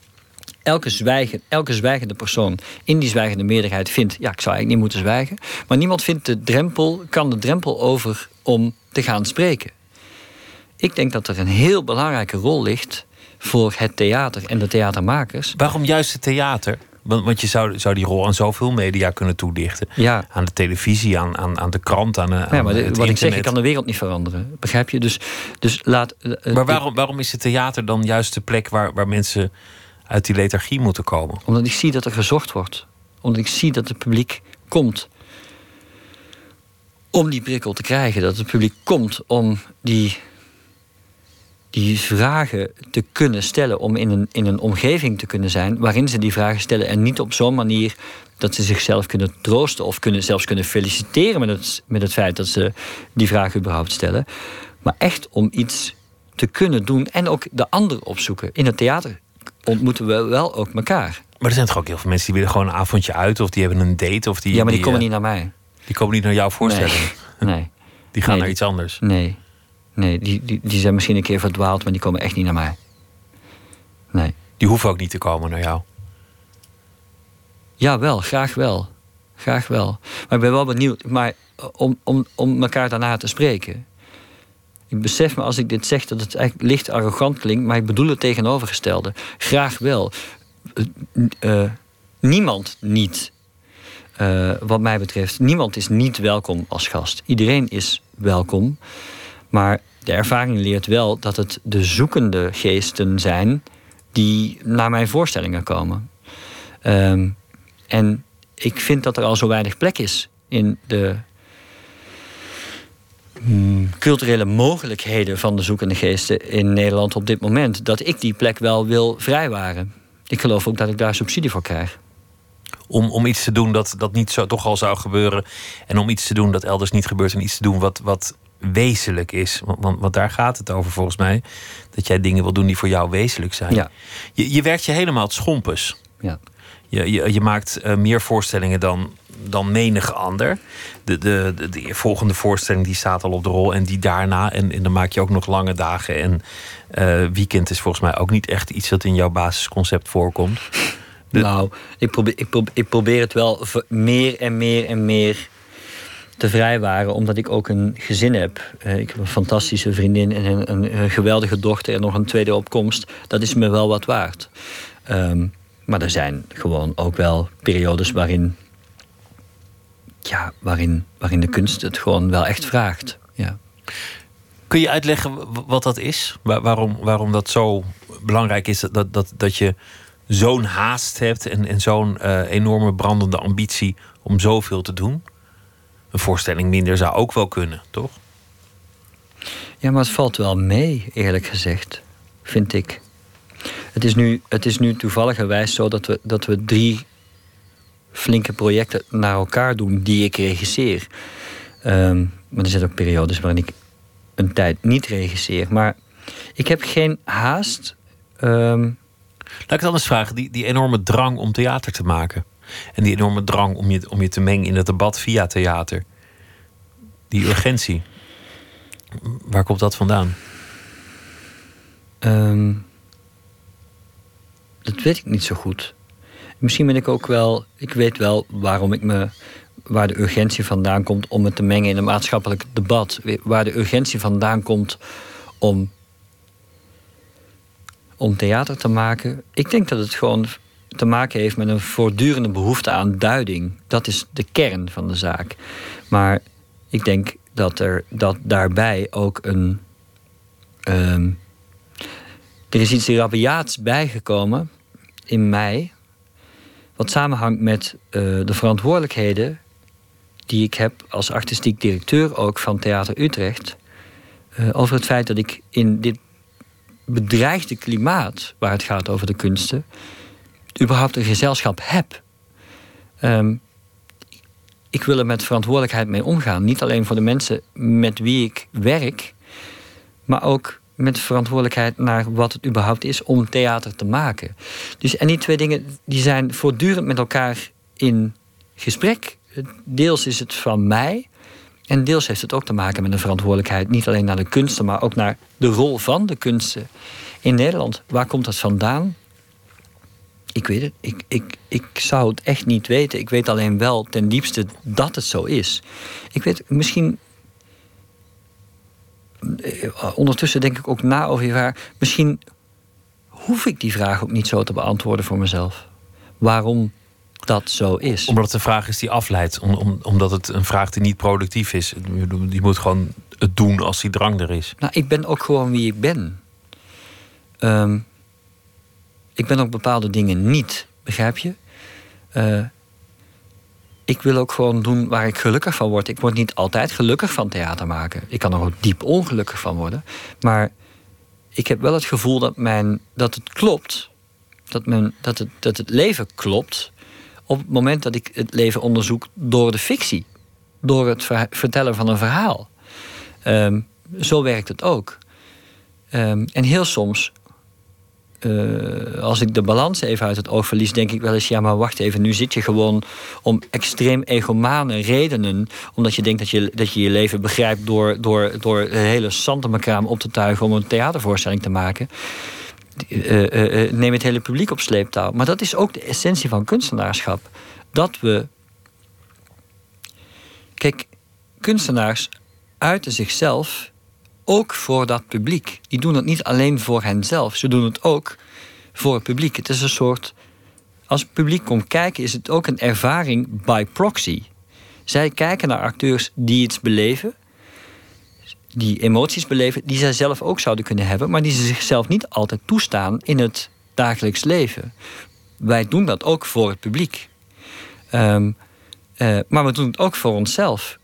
E: Elke zwijgende persoon in die zwijgende meerderheid vindt, ja, ik zou eigenlijk niet moeten zwijgen. Maar niemand vindt kan de drempel over om te gaan spreken. Ik denk dat er een heel belangrijke rol ligt voor het theater en de theatermakers.
D: Waarom juist het theater? Want je zou die rol aan zoveel media kunnen toedichten.
E: Ja.
D: Aan de televisie, aan de krant, aan
E: maar
D: het
E: wat
D: internet.
E: ik zeg, ik kan de wereld niet veranderen. Begrijp je? Dus laat...
D: Maar waarom is het theater dan juist de plek waar mensen uit die lethargie moeten komen?
E: Omdat ik zie dat er gezocht wordt. Omdat ik zie dat het publiek komt om die prikkel te krijgen. Dat het publiek komt om die vragen te kunnen stellen. Om in een omgeving te kunnen zijn waarin ze die vragen stellen. En niet op zo'n manier dat ze zichzelf kunnen troosten. Of zelfs kunnen feliciteren met het feit dat ze die vragen überhaupt stellen. Maar echt om iets te kunnen doen en ook de ander opzoeken. In het theater ontmoeten we wel ook elkaar.
D: Maar er zijn toch ook heel veel mensen die willen gewoon een avondje uit. Of die hebben een date. Of die
E: komen niet naar mij.
D: Die komen niet naar jouw voorstelling.
E: Nee.
D: Die gaan naar iets anders.
E: Nee, die zijn misschien een keer verdwaald, maar die komen echt niet naar mij. Nee.
D: Die hoeven ook niet te komen naar jou.
E: Ja, wel. Graag wel. Graag wel. Maar ik ben wel benieuwd. Maar om elkaar daarna te spreken. Ik besef me als ik dit zeg dat het eigenlijk licht arrogant klinkt, maar ik bedoel het tegenovergestelde. Graag wel. Niemand niet. Wat mij betreft, niemand is niet welkom als gast. Iedereen is welkom. Maar de ervaring leert wel dat het de zoekende geesten zijn die naar mijn voorstellingen komen. En ik vind dat er al zo weinig plek is in de culturele mogelijkheden van de zoekende geesten in Nederland op dit moment, dat ik die plek wel wil vrijwaren. Ik geloof ook dat ik daar subsidie voor krijg.
D: Om iets te doen dat niet zo toch al zou gebeuren. En om iets te doen dat elders niet gebeurt. En iets te doen wat wezenlijk is. Want daar gaat het over volgens mij. Dat jij dingen wil doen die voor jou wezenlijk zijn.
E: Ja.
D: Je werkt je helemaal het schompers.
E: Ja.
D: Je maakt meer voorstellingen dan menig ander. De volgende voorstelling die staat al op de rol. En die daarna. En dan maak je ook nog lange dagen. En weekend is volgens mij ook niet echt iets dat in jouw basisconcept voorkomt.
E: Nou, ik probeer het wel meer en meer en meer te vrijwaren, omdat ik ook een gezin heb. Ik heb een fantastische vriendin en een geweldige dochter en nog een tweede opkomst. Dat is me wel wat waard. Maar er zijn gewoon ook wel periodes waarin de kunst het gewoon wel echt vraagt. Ja.
D: Kun je uitleggen wat dat is? Waarom dat zo belangrijk is dat je zo'n haast hebt en zo'n enorme brandende ambitie om zoveel te doen? Een voorstelling minder zou ook wel kunnen, toch?
E: Ja, maar het valt wel mee, eerlijk gezegd, vind ik. Het is nu toevalligerwijs zo dat we 3 flinke projecten naar elkaar doen die ik regisseer. Maar er zijn ook periodes waarin ik een tijd niet regisseer. Maar ik heb geen haast.
D: Laat ik het anders vragen. Die enorme drang om theater te maken. En die enorme drang om je te mengen in het debat via theater. Die urgentie. Waar komt dat vandaan?
E: Dat weet ik niet zo goed. Misschien ben ik ook wel... Ik weet wel waar de urgentie vandaan komt om het te mengen in een maatschappelijk debat. Waar de urgentie vandaan komt om theater te maken. Ik denk dat het gewoon te maken heeft met een voortdurende behoefte aan duiding. Dat is de kern van de zaak. Maar ik denk dat daarbij ook er is iets rabiaats bijgekomen in mij, wat samenhangt met de verantwoordelijkheden die ik heb als artistiek directeur ook van Theater Utrecht, over het feit dat ik in dit bedreigde klimaat, waar het gaat over de kunsten, überhaupt een gezelschap heb. Ik wil er met verantwoordelijkheid mee omgaan. Niet alleen voor de mensen met wie ik werk, maar ook met verantwoordelijkheid naar wat het überhaupt is om theater te maken. En die 2 dingen die zijn voortdurend met elkaar in gesprek. Deels is het van mij en deels heeft het ook te maken met een verantwoordelijkheid niet alleen naar de kunsten, maar ook naar de rol van de kunsten in Nederland. Waar komt dat vandaan? Ik weet het. Ik zou het echt niet weten. Ik weet alleen wel ten diepste dat het zo is. Ik weet, misschien ondertussen denk ik ook na over je vraag. Misschien hoef ik die vraag ook niet zo te beantwoorden voor mezelf. Waarom dat zo is.
D: Omdat het een vraag is die afleidt. Omdat het een vraag die niet productief is. Je moet gewoon het doen als die drang er is.
E: Nou, ik ben ook gewoon wie ik ben. Ik ben ook bepaalde dingen niet. Begrijp je? Ik wil ook gewoon doen waar ik gelukkig van word. Ik word niet altijd gelukkig van theater maken. Ik kan er ook diep ongelukkig van worden. Maar ik heb wel het gevoel dat het klopt. Dat het leven klopt. Op het moment dat ik het leven onderzoek door de fictie. Door het vertellen van een verhaal. Zo werkt het ook. En heel soms, als ik de balans even uit het oog verlies, denk ik wel eens, ja, maar wacht even, nu zit je gewoon om extreem egomane redenen, omdat je denkt dat je je leven begrijpt door een hele santenmakraam op te tuigen om een theatervoorstelling te maken. Neem het hele publiek op sleeptouw. Maar dat is ook de essentie van kunstenaarschap. Dat we... Kijk, kunstenaars uiten zichzelf ook voor dat publiek. Die doen het niet alleen voor henzelf. Ze doen het ook voor het publiek. Het is een soort... Als het publiek komt kijken, is het ook een ervaring by proxy. Zij kijken naar acteurs die iets beleven, die emoties beleven, die zij zelf ook zouden kunnen hebben, maar die ze zichzelf niet altijd toestaan in het dagelijks leven. Wij doen dat ook voor het publiek. Maar we doen het ook voor onszelf.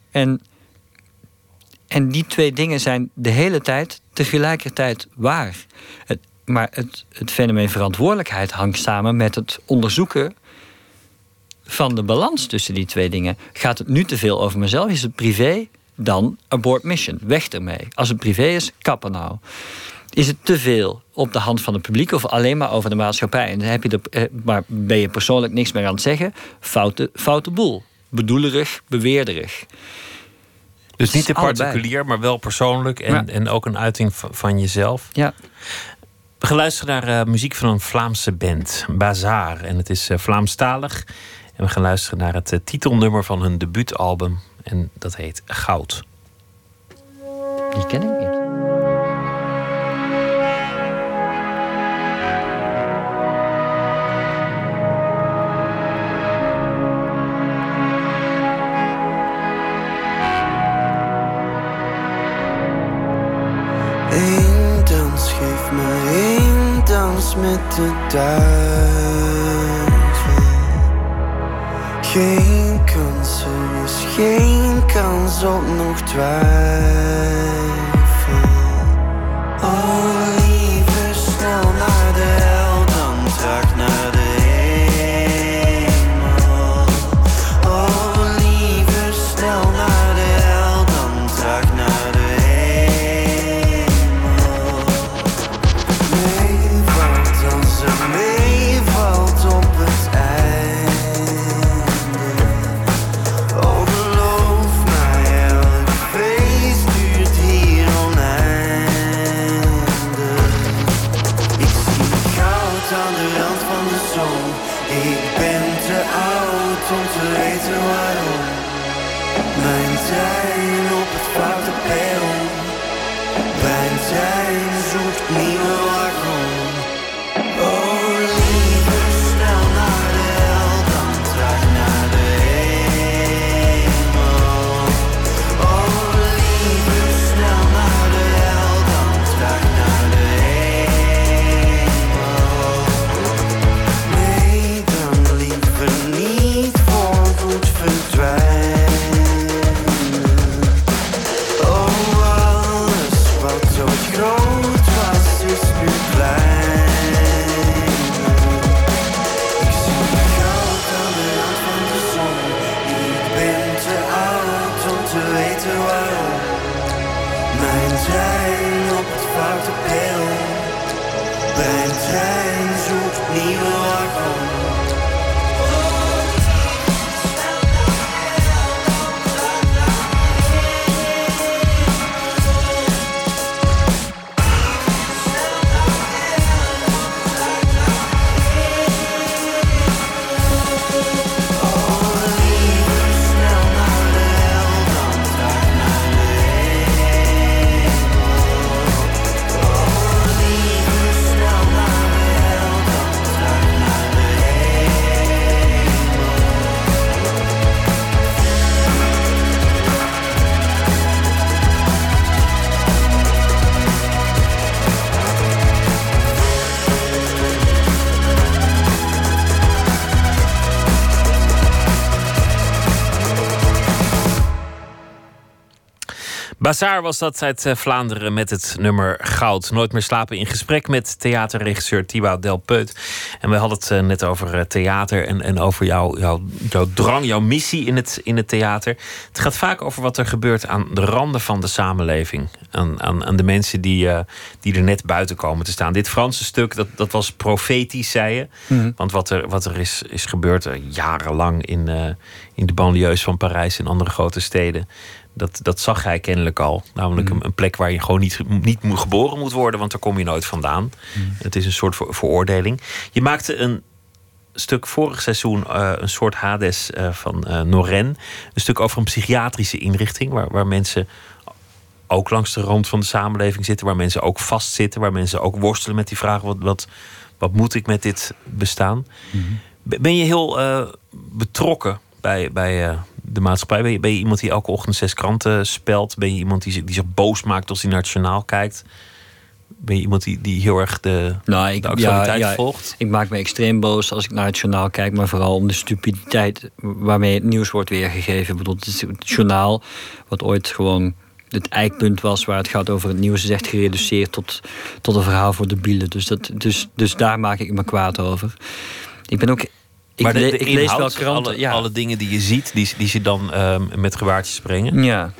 E: En die twee dingen zijn de hele tijd tegelijkertijd waar. Maar het fenomeen verantwoordelijkheid hangt samen met het onderzoeken van de balans tussen die twee dingen. Gaat het nu te veel over mezelf? Is het privé? Dan abort mission. Weg ermee. Als het privé is, kappen nou. Is het te veel op de hand van het publiek of alleen maar over de maatschappij? En dan heb je maar ben je persoonlijk niks meer aan het zeggen? Foute boel. Bedoelerig, beweerderig.
D: Dus niet te particulier, maar wel persoonlijk en ook een uiting van jezelf.
E: Ja.
D: We gaan luisteren naar muziek van een Vlaamse band, Bazaar. En het is Vlaamstalig. En we gaan luisteren naar het titelnummer van hun debuutalbum. En dat heet Goud.
E: Die ken ik niet.
F: Eén dans, geef me één dans met de duivel. Geen kans, er is geen kans op nog twijfel. Oh, liever snel naar de hel dan traag naar de hemel. Oh, liever snel naar de hel dan traag naar de hemel. Meevalt als er meevalt op het einde. Oh, geloof mij, elk feest duurt hier oneindig. Ik zie goud aan de rand van de zon. Ik ben te oud om te weten waarom. Mijn trein op het foute perron. Mijn trein zoekt nieuwe wagon. Oh, liever snel naar de hel dan traag naar de hemel. Oh, liever snel naar de hel dan traag naar de hemel. Nee, dan liever niet voorgoed verdwijnen. Oh, alles wat ooit groot was is nu klein. Ik zie goud aan de rand van de zon. Ik ben te oud om te weten waarom. Mijn trein op het foute perron. Mijn trein zoekt nieuwe wagon. Oh,
D: Bazaar was dat uit Vlaanderen met het nummer Goud. Nooit meer slapen in gesprek met theaterregisseur Thibaut Delpeut. En we hadden het net over theater en over jouw drang, jouw missie in het theater. Het gaat vaak over wat er gebeurt aan de randen van de samenleving. Aan de mensen die er net buiten komen te staan. Dit Franse stuk, dat was profetisch, zei je. Mm-hmm. Want wat er is gebeurd jarenlang in de banlieues van Parijs en andere grote steden. Dat zag hij kennelijk al. Namelijk een plek waar je gewoon niet geboren moet worden, want daar kom je nooit vandaan. Het is een soort veroordeling. Je maakte een stuk vorig seizoen, een soort Hades van Noren. Een stuk over een psychiatrische inrichting, waar mensen ook langs de rand van de samenleving zitten, waar mensen ook vastzitten, waar mensen ook worstelen met die vraag: wat moet ik met dit bestaan? Ben je heel betrokken bij de maatschappij? Ben je iemand die elke ochtend 6 kranten spelt? Ben je iemand die zich boos maakt als hij naar het journaal kijkt? Ben je iemand die heel erg de actualiteit volgt?
E: Ik maak me extreem boos als ik naar het journaal kijk, maar vooral om de stupiditeit waarmee het nieuws wordt weergegeven. Ik bedoel, het journaal, wat ooit gewoon het eikpunt was waar het gaat over het nieuws, is echt gereduceerd tot een verhaal voor debielen. Dus daar maak ik me kwaad over. Ik ben ook...
D: Maar
E: ik lees wel kranten.
D: Alle dingen die je ziet, die ze dan met gewaartjes brengen?
E: Ja.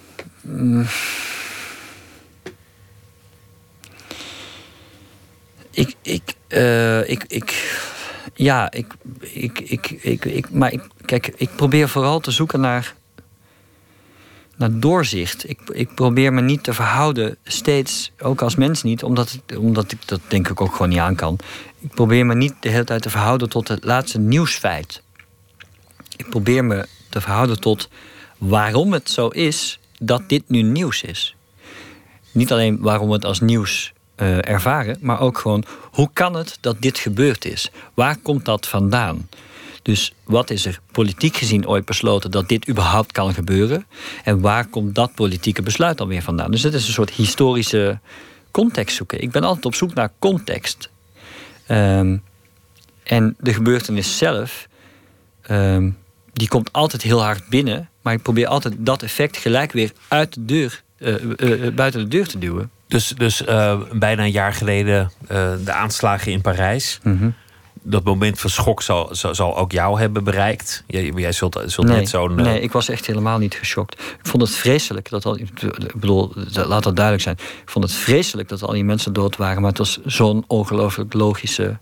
E: Ik probeer vooral te zoeken naar doorzicht. Ik probeer me niet te verhouden, steeds, ook als mens niet, omdat ik dat denk ik ook gewoon niet aan kan. Ik probeer me niet de hele tijd te verhouden tot het laatste nieuwsfeit. Ik probeer me te verhouden tot waarom het zo is dat dit nu nieuws is. Niet alleen waarom we het als nieuws ervaren, maar ook gewoon hoe kan het dat dit gebeurd is? Waar komt dat vandaan? Dus wat is er politiek gezien ooit besloten dat dit überhaupt kan gebeuren? En waar komt dat politieke besluit dan weer vandaan? Dus het is een soort historische context zoeken. Ik ben altijd op zoek naar context. En de gebeurtenis zelf, die komt altijd heel hard binnen, maar ik probeer altijd dat effect gelijk weer uit de deur, buiten de deur te duwen.
D: Dus bijna een jaar geleden de aanslagen in Parijs. Mm-hmm. Dat moment van schok zal ook jou hebben bereikt. Jij zult net zo'n...
E: Nee, ik was echt helemaal niet geschokt. Ik vond het vreselijk ik bedoel, laat dat duidelijk zijn. Ik vond het vreselijk dat al die mensen dood waren, maar het was zo'n ongelooflijk logische...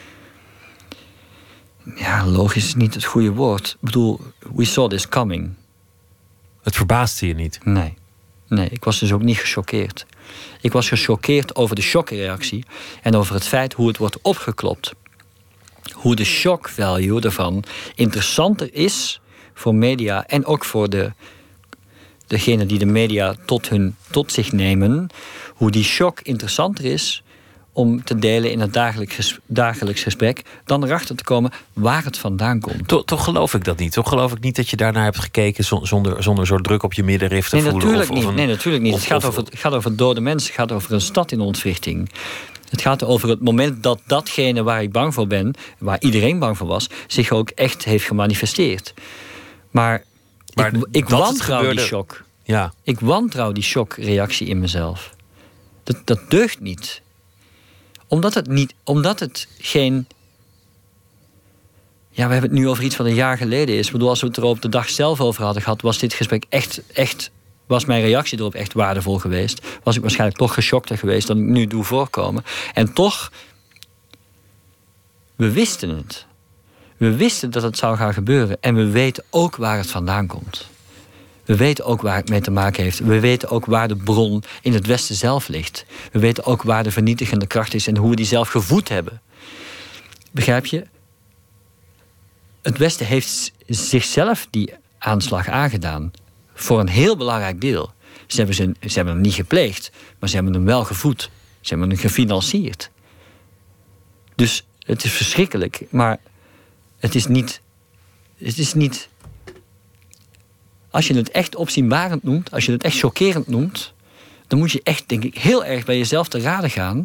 E: Ja, logisch is niet het goede woord. Ik bedoel, we saw this coming.
D: Het verbaasde je niet?
E: Nee, ik was dus ook niet gechoqueerd. Ik was gechoqueerd over de shockreactie en over het feit hoe het wordt opgeklopt. Hoe de shock value ervan interessanter is voor media en ook voor degene die de media tot zich nemen. Hoe die shock interessanter is om te delen in het dagelijks gesprek dan erachter te komen waar het vandaan komt.
D: Toch geloof ik dat niet. Toch geloof ik niet dat je daarnaar hebt gekeken zonder soort druk op je middenrif te voelen.
E: Nee, natuurlijk niet. Het gaat over dode mensen. Het gaat over een stad in ontwrichting. Het gaat over het moment dat datgene waar ik bang voor ben, waar iedereen bang voor was, zich ook echt heeft gemanifesteerd. Maar ik wantrouw die shock.
D: Ja.
E: Ik wantrouw die shockreactie in mezelf. Dat deugt niet. Omdat het geen... Ja, we hebben het nu over iets wat een jaar geleden is. Ik bedoel, als we het er op de dag zelf over hadden gehad, was dit gesprek echt was mijn reactie erop echt waardevol geweest. Was ik waarschijnlijk toch geschockter geweest dan ik nu doe voorkomen. En toch, we wisten het. We wisten dat het zou gaan gebeuren. En we weten ook waar het vandaan komt. We weten ook waar het mee te maken heeft. We weten ook waar de bron in het Westen zelf ligt. We weten ook waar de vernietigende kracht is en hoe we die zelf gevoed hebben. Begrijp je? Het Westen heeft zichzelf die aanslag aangedaan. Voor een heel belangrijk deel. Ze hebben hem niet gepleegd, maar ze hebben hem wel gevoed. Ze hebben hem gefinancierd. Dus het is verschrikkelijk, maar het is niet... Als je het echt opzienbarend noemt, als je het echt chockerend noemt, dan moet je echt, denk ik, heel erg bij jezelf te raden gaan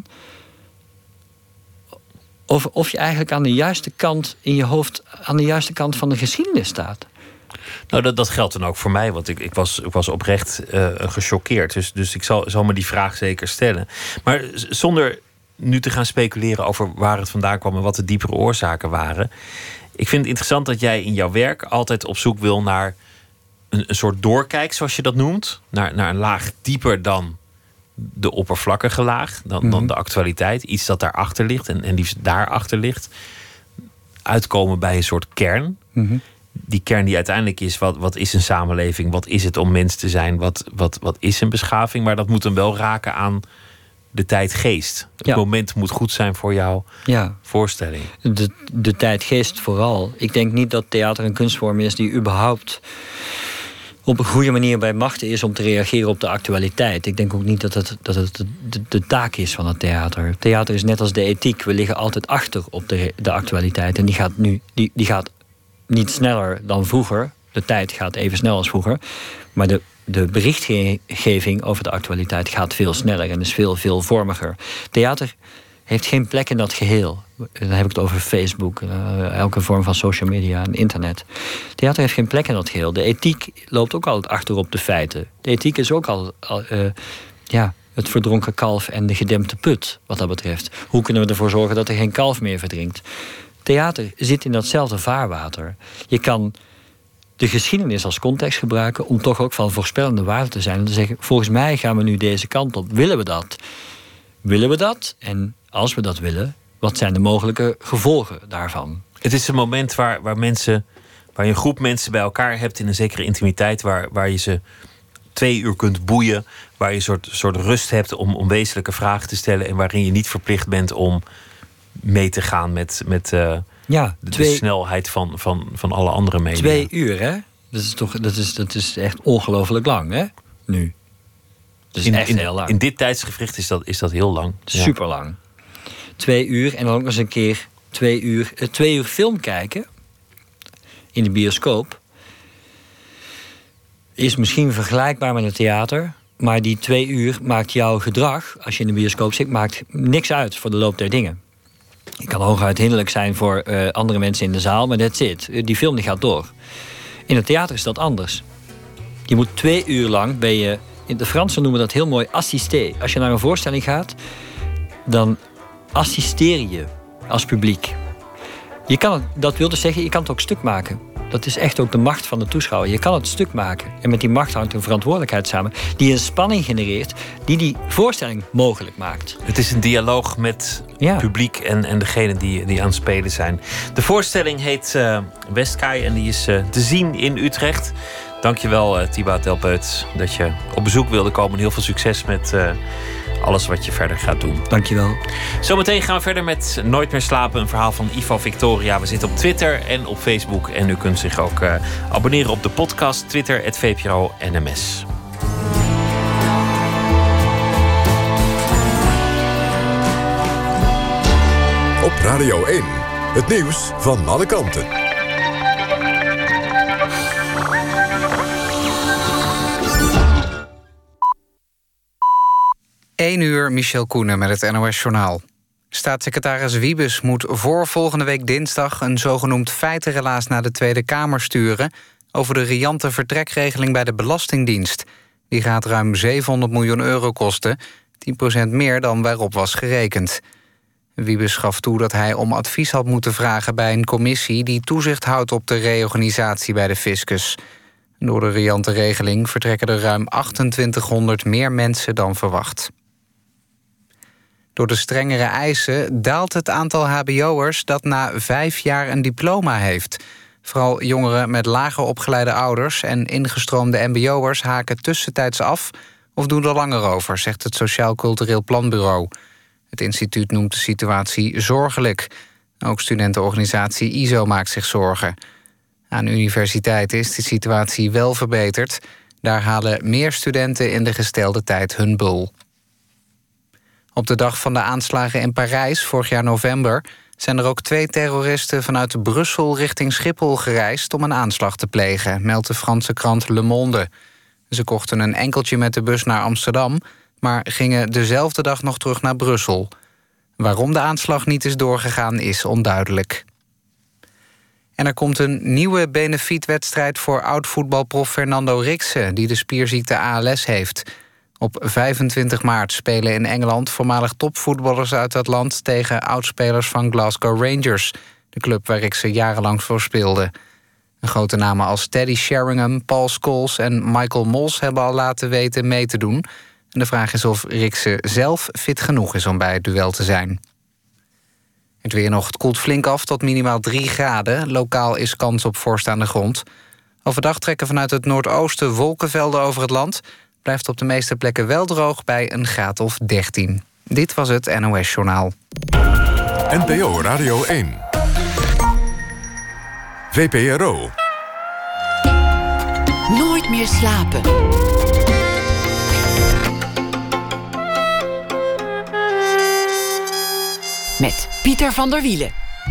E: over of je eigenlijk aan de juiste kant in je hoofd, aan de juiste kant van de geschiedenis staat.
D: Nou, dat geldt dan ook voor mij, want ik was oprecht gechoqueerd. Dus ik zal me die vraag zeker stellen. Maar zonder nu te gaan speculeren over waar het vandaan kwam en wat de diepere oorzaken waren. Ik vind het interessant dat jij in jouw werk altijd op zoek wil naar een soort doorkijk, zoals je dat noemt. Naar een laag dieper dan de oppervlakkige laag, dan de actualiteit. Iets dat daarachter ligt en liefst daarachter ligt. Uitkomen bij een soort kern.
E: Mm-hmm. Die
D: kern die uiteindelijk is, wat is een samenleving? Wat is het om mens te zijn? Wat is een beschaving? Maar dat moet dan wel raken aan de tijdgeest. Het moment moet goed zijn voor jouw voorstelling.
E: De tijdgeest vooral. Ik denk niet dat theater een kunstvorm is die überhaupt op een goede manier bij machten is om te reageren op de actualiteit. Ik denk ook niet dat het de taak is van het theater. Theater is net als de ethiek. We liggen altijd achter op de actualiteit. En die gaat niet sneller dan vroeger. De tijd gaat even snel als vroeger. Maar de berichtgeving over de actualiteit gaat veel sneller en is veel veelvormiger. Theater heeft geen plek in dat geheel. Dan heb ik het over Facebook, elke vorm van social media en internet. Theater heeft geen plek in dat geheel. De ethiek loopt ook altijd achter op de feiten. De ethiek is ook al het verdronken kalf en de gedempte put, wat dat betreft. Hoe kunnen we ervoor zorgen dat er geen kalf meer verdrinkt? Theater zit in datzelfde vaarwater. Je kan de geschiedenis als context gebruiken om toch ook van voorspellende waarde te zijn. En te zeggen, volgens mij gaan we nu deze kant op. Willen we dat? Willen we dat? En als we dat willen, wat zijn de mogelijke gevolgen daarvan?
D: Het is een moment waar je een groep mensen bij elkaar hebt in een zekere intimiteit, waar je ze 2 uur kunt boeien, waar je een soort rust hebt om wezenlijke vragen te stellen en waarin je niet verplicht bent om mee te gaan met de snelheid van alle andere media.
E: 2 uur, hè? Dat is echt ongelooflijk lang, hè? Nu. Dat is echt heel lang.
D: In dit tijdsgevricht is dat heel lang.
E: Super lang. 2 uur en dan ook nog eens een keer 2 uur film kijken in de bioscoop is misschien vergelijkbaar met het theater, maar die 2 uur maakt jouw gedrag, als je in de bioscoop zit, maakt niks uit voor de loop der dingen. Je kan hooguit hinderlijk zijn voor andere mensen in de zaal, maar that's it. Die film die gaat door. In het theater is dat anders. Je moet 2 uur lang ben je, in de Fransen noemen dat heel mooi assisté. Als je naar een voorstelling gaat, dan assisteer je als publiek. Dat wil dus zeggen, je kan het ook stuk maken. Dat is echt ook de macht van de toeschouwer. Je kan het stuk maken. En met die macht hangt een verantwoordelijkheid samen die een spanning genereert die voorstelling mogelijk maakt.
D: Het is een dialoog met publiek en degene die aan het spelen zijn. De voorstelling heet Westkaai en die is te zien in Utrecht. Dankjewel, Thibaut Delpeut, dat je op bezoek wilde komen. Heel veel succes met alles wat je verder gaat doen.
E: Dankjewel.
D: Zometeen gaan we verder met Nooit meer slapen. Een verhaal van Ivo Victoria. We zitten op Twitter en op Facebook. En u kunt zich ook abonneren op de podcast. Twitter, @VPRO-NMS.
B: Op Radio 1. Het nieuws van alle kanten.
A: 1 uur, Michel Koenen met het NOS-journaal. Staatssecretaris Wiebes moet voor volgende week dinsdag een zogenoemd feitenrelaas naar de Tweede Kamer sturen over de riante vertrekregeling bij de Belastingdienst. Die gaat ruim 700 miljoen euro kosten, 10% meer dan waarop was gerekend. Wiebes gaf toe dat hij om advies had moeten vragen bij een commissie die toezicht houdt op de reorganisatie bij de fiscus. Door de riante regeling vertrekken er ruim 2800 meer mensen dan verwacht. Door de strengere eisen daalt het aantal hbo'ers dat na 5 jaar een diploma heeft. Vooral jongeren met lager opgeleide ouders en ingestroomde mbo'ers haken tussentijds af of doen er langer over, zegt het Sociaal Cultureel Planbureau. Het instituut noemt de situatie zorgelijk. Ook studentenorganisatie ISO maakt zich zorgen. Aan universiteiten is de situatie wel verbeterd. Daar halen meer studenten in de gestelde tijd hun bul. Op de dag van de aanslagen in Parijs, vorig jaar november, zijn er ook 2 terroristen vanuit Brussel richting Schiphol gereisd om een aanslag te plegen, meldt de Franse krant Le Monde. Ze kochten een enkeltje met de bus naar Amsterdam, maar gingen dezelfde dag nog terug naar Brussel. Waarom de aanslag niet is doorgegaan is onduidelijk. En er komt een nieuwe benefietwedstrijd voor oud-voetbalprof Fernando Riksen, die de spierziekte ALS heeft. Op 25 maart spelen in Engeland voormalig topvoetballers uit dat land tegen oudspelers van Glasgow Rangers, de club waar Riksen jarenlang voor speelde. Grote namen als Teddy Sheringham, Paul Scholes en Michael Mols hebben al laten weten mee te doen. En de vraag is of Riksen zelf fit genoeg is om bij het duel te zijn. Het weer nog. Het koelt flink af tot minimaal 3 graden. Lokaal is kans op vorst aan de grond. Overdag trekken vanuit het noordoosten wolkenvelden over het land. Blijft op de meeste plekken wel droog bij een graad of 13. Dit was het NOS Journaal.
B: NPO Radio 1. VPRO.
C: Nooit meer slapen. Met Pieter van der Wielen.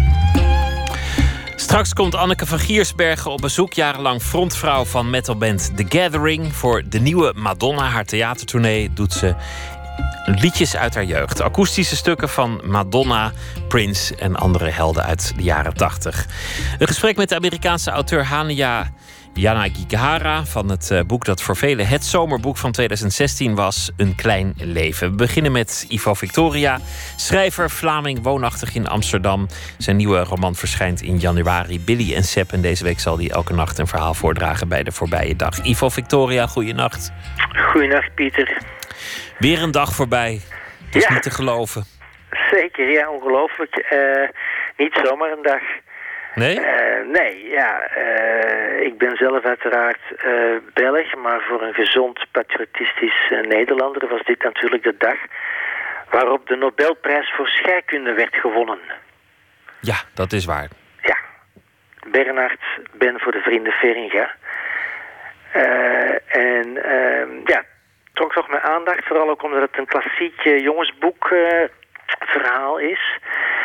D: Straks komt Anneke van Giersbergen op bezoek, jarenlang frontvrouw van metalband The Gathering. Voor de nieuwe Madonna, haar theatertournee, doet ze liedjes uit haar jeugd. Akoestische stukken van Madonna, Prince en andere helden uit de jaren 80. Een gesprek met de Amerikaanse auteur Hania Yanagihara van het boek dat voor velen het zomerboek van 2016 was, Een klein leven. We beginnen met Ivo Victoria, schrijver, Vlaming, woonachtig in Amsterdam. Zijn nieuwe roman verschijnt in januari, Billy en Sepp. En deze week zal hij elke nacht een verhaal voordragen bij de voorbije dag. Ivo Victoria, goeienacht.
G: Goeienacht, Pieter.
D: Weer een dag voorbij. Het is niet te geloven.
G: Zeker, ja, ongelooflijk. Niet zomaar een dag.
D: Nee?
G: Nee, ja. Ik ben zelf uiteraard Belg, maar voor een gezond patriotistisch Nederlander was dit natuurlijk de dag waarop de Nobelprijs voor scheikunde werd gewonnen.
D: Ja, dat is waar.
G: Ja. Bernard Ben voor de vrienden Feringa. Ja, trok toch mijn aandacht, vooral ook omdat het een klassiek jongensboek verhaal is.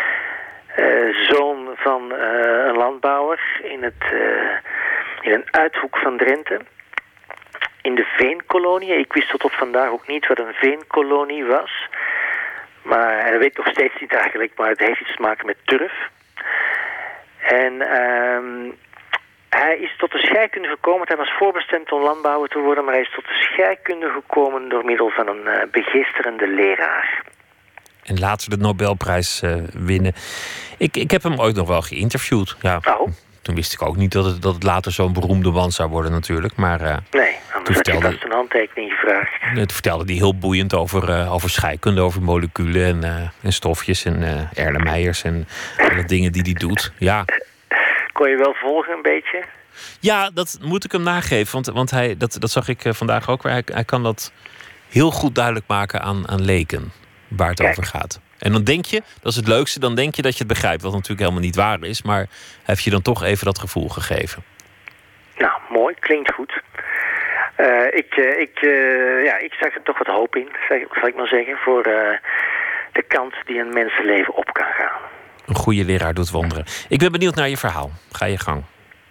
G: Zoon van een landbouwer in een uithoek van Drenthe. In de veenkolonie. Ik wist tot op vandaag ook niet wat een veenkolonie was. Maar dat weet ik nog steeds niet eigenlijk. Maar het heeft iets te maken met turf. En hij is tot de scheikunde gekomen. Want hij was voorbestemd om landbouwer te worden. Maar hij is tot de scheikunde gekomen door middel van een begeesterende leraar.
D: En later de Nobelprijs winnen. Ik heb hem ooit nog wel geïnterviewd. Ja, toen wist ik ook niet dat het later zo'n beroemde man zou worden natuurlijk. Maar,
G: nee, anders had je vast een handtekening gevraagd.
D: Toen vertelde hij heel boeiend over scheikunde, over moleculen en stofjes en Erlenmeyers en alle dingen die hij doet. Ja.
G: Kon je wel volgen een beetje?
D: Ja, dat moet ik hem nageven. Want hij, dat zag ik vandaag ook weer. Hij kan dat heel goed duidelijk maken aan leken. Waar het over gaat. En dan denk je, dat is het leukste, dan denk je dat je het begrijpt. Wat natuurlijk helemaal niet waar is. Maar hij heeft je dan toch even dat gevoel gegeven.
G: Nou, mooi. Klinkt goed. Ik zag er toch wat hoop in, zal ik maar zeggen. Voor de kant die een mensenleven op kan gaan.
D: Een goede leraar doet wonderen. Ik ben benieuwd naar je verhaal. Ga je gang.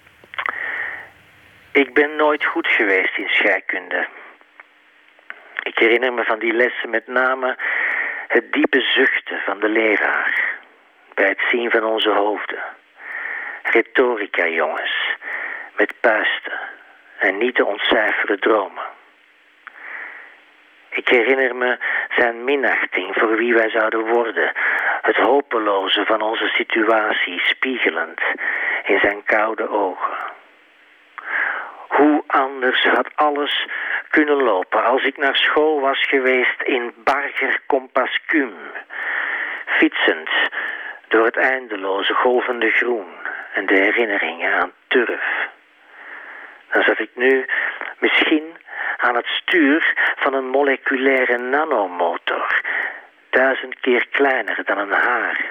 G: Ik ben nooit goed geweest in scheikunde. Ik herinner me van die lessen met name het diepe zuchten van de leraar bij het zien van onze hoofden. Retorica, jongens, met puisten en niet te ontcijferen dromen. Ik herinner me zijn minachting voor wie wij zouden worden, het hopeloze van onze situatie spiegelend in zijn koude ogen. Hoe anders had alles kunnen lopen als ik naar school was geweest in Barger Compascum, fietsend door het eindeloze golvende groen en de herinneringen aan turf. Dan zat ik nu misschien aan het stuur van een moleculaire nanomotor, 1000 keer kleiner dan een haar.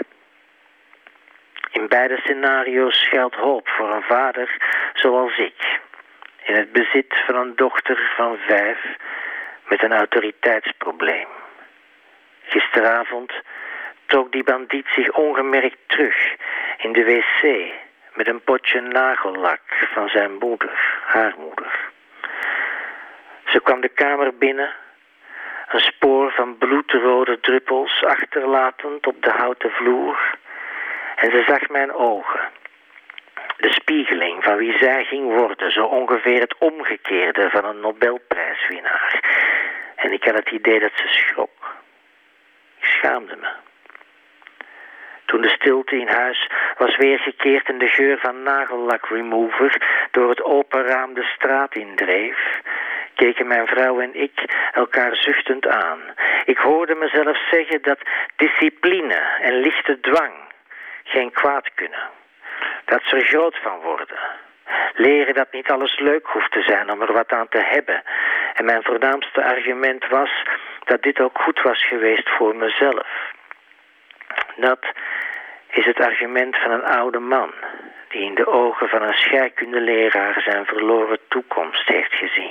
G: In beide scenario's schuilt hoop voor een vader zoals ik, in het bezit van een dochter van 5 met een autoriteitsprobleem. Gisteravond trok die bandiet zich ongemerkt terug in de wc met een potje nagellak van zijn moeder, haar moeder. Ze kwam de kamer binnen, een spoor van bloedrode druppels achterlatend op de houten vloer. En ze zag mijn ogen. De spiegeling van wie zij ging worden, zo ongeveer het omgekeerde van een Nobelprijswinnaar. En ik had het idee dat ze schrok. Ik schaamde me. Toen de stilte in huis was weergekeerd en de geur van nagellak-remover door het open raam de straat indreef, keken mijn vrouw en ik elkaar zuchtend aan. Ik hoorde mezelf zeggen dat discipline en lichte dwang geen kwaad kunnen. Dat ze er groot van worden. Leren dat niet alles leuk hoeft te zijn om er wat aan te hebben. En mijn voornaamste argument was dat dit ook goed was geweest voor mezelf. Dat is het argument van een oude man die in de ogen van een scheikundeleraar zijn verloren toekomst heeft gezien.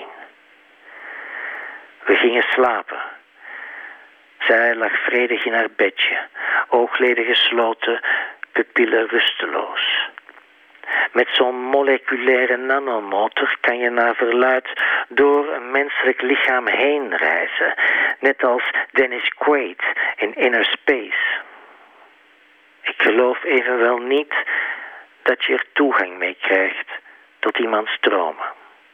G: We gingen slapen. Zij lag vredig in haar bedje, oogleden gesloten, pupillen rusteloos. Met zo'n moleculaire nanomotor kan je naar verluidt door een menselijk lichaam heen reizen. Net als Dennis Quaid in Inner Space. Ik geloof evenwel niet dat je er toegang mee krijgt tot iemands dromen.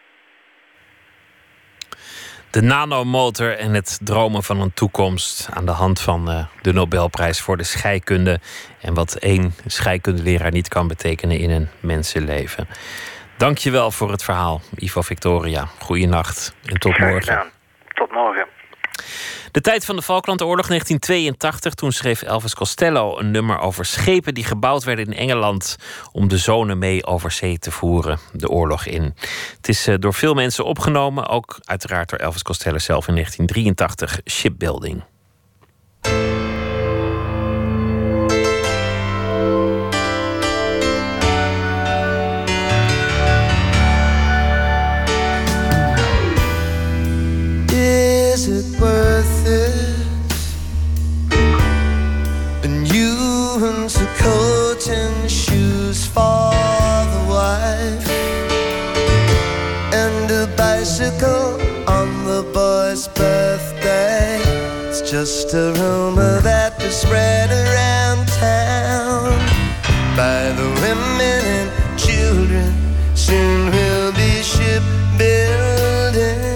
D: De nanomotor en het dromen van een toekomst aan de hand van de Nobelprijs voor de scheikunde. En wat één scheikundeleraar niet kan betekenen in een mensenleven. Dank je wel voor het verhaal, Ivo Victoria. Goeienacht en tot morgen.
G: Tot morgen.
D: De tijd van de Falklandoorlog 1982. Toen schreef Elvis Costello een nummer over schepen die gebouwd werden in Engeland om de zonen mee over zee te voeren, de oorlog in. Het is door veel mensen opgenomen, ook uiteraard door Elvis Costello zelf in 1983, Shipbuilding.
F: Is it worth it? A new winter coat and shoes for the wife, and a bicycle on the boy's birthday. It's just a rumor that was spread around town by the women and children. Soon we'll be shipbuilding.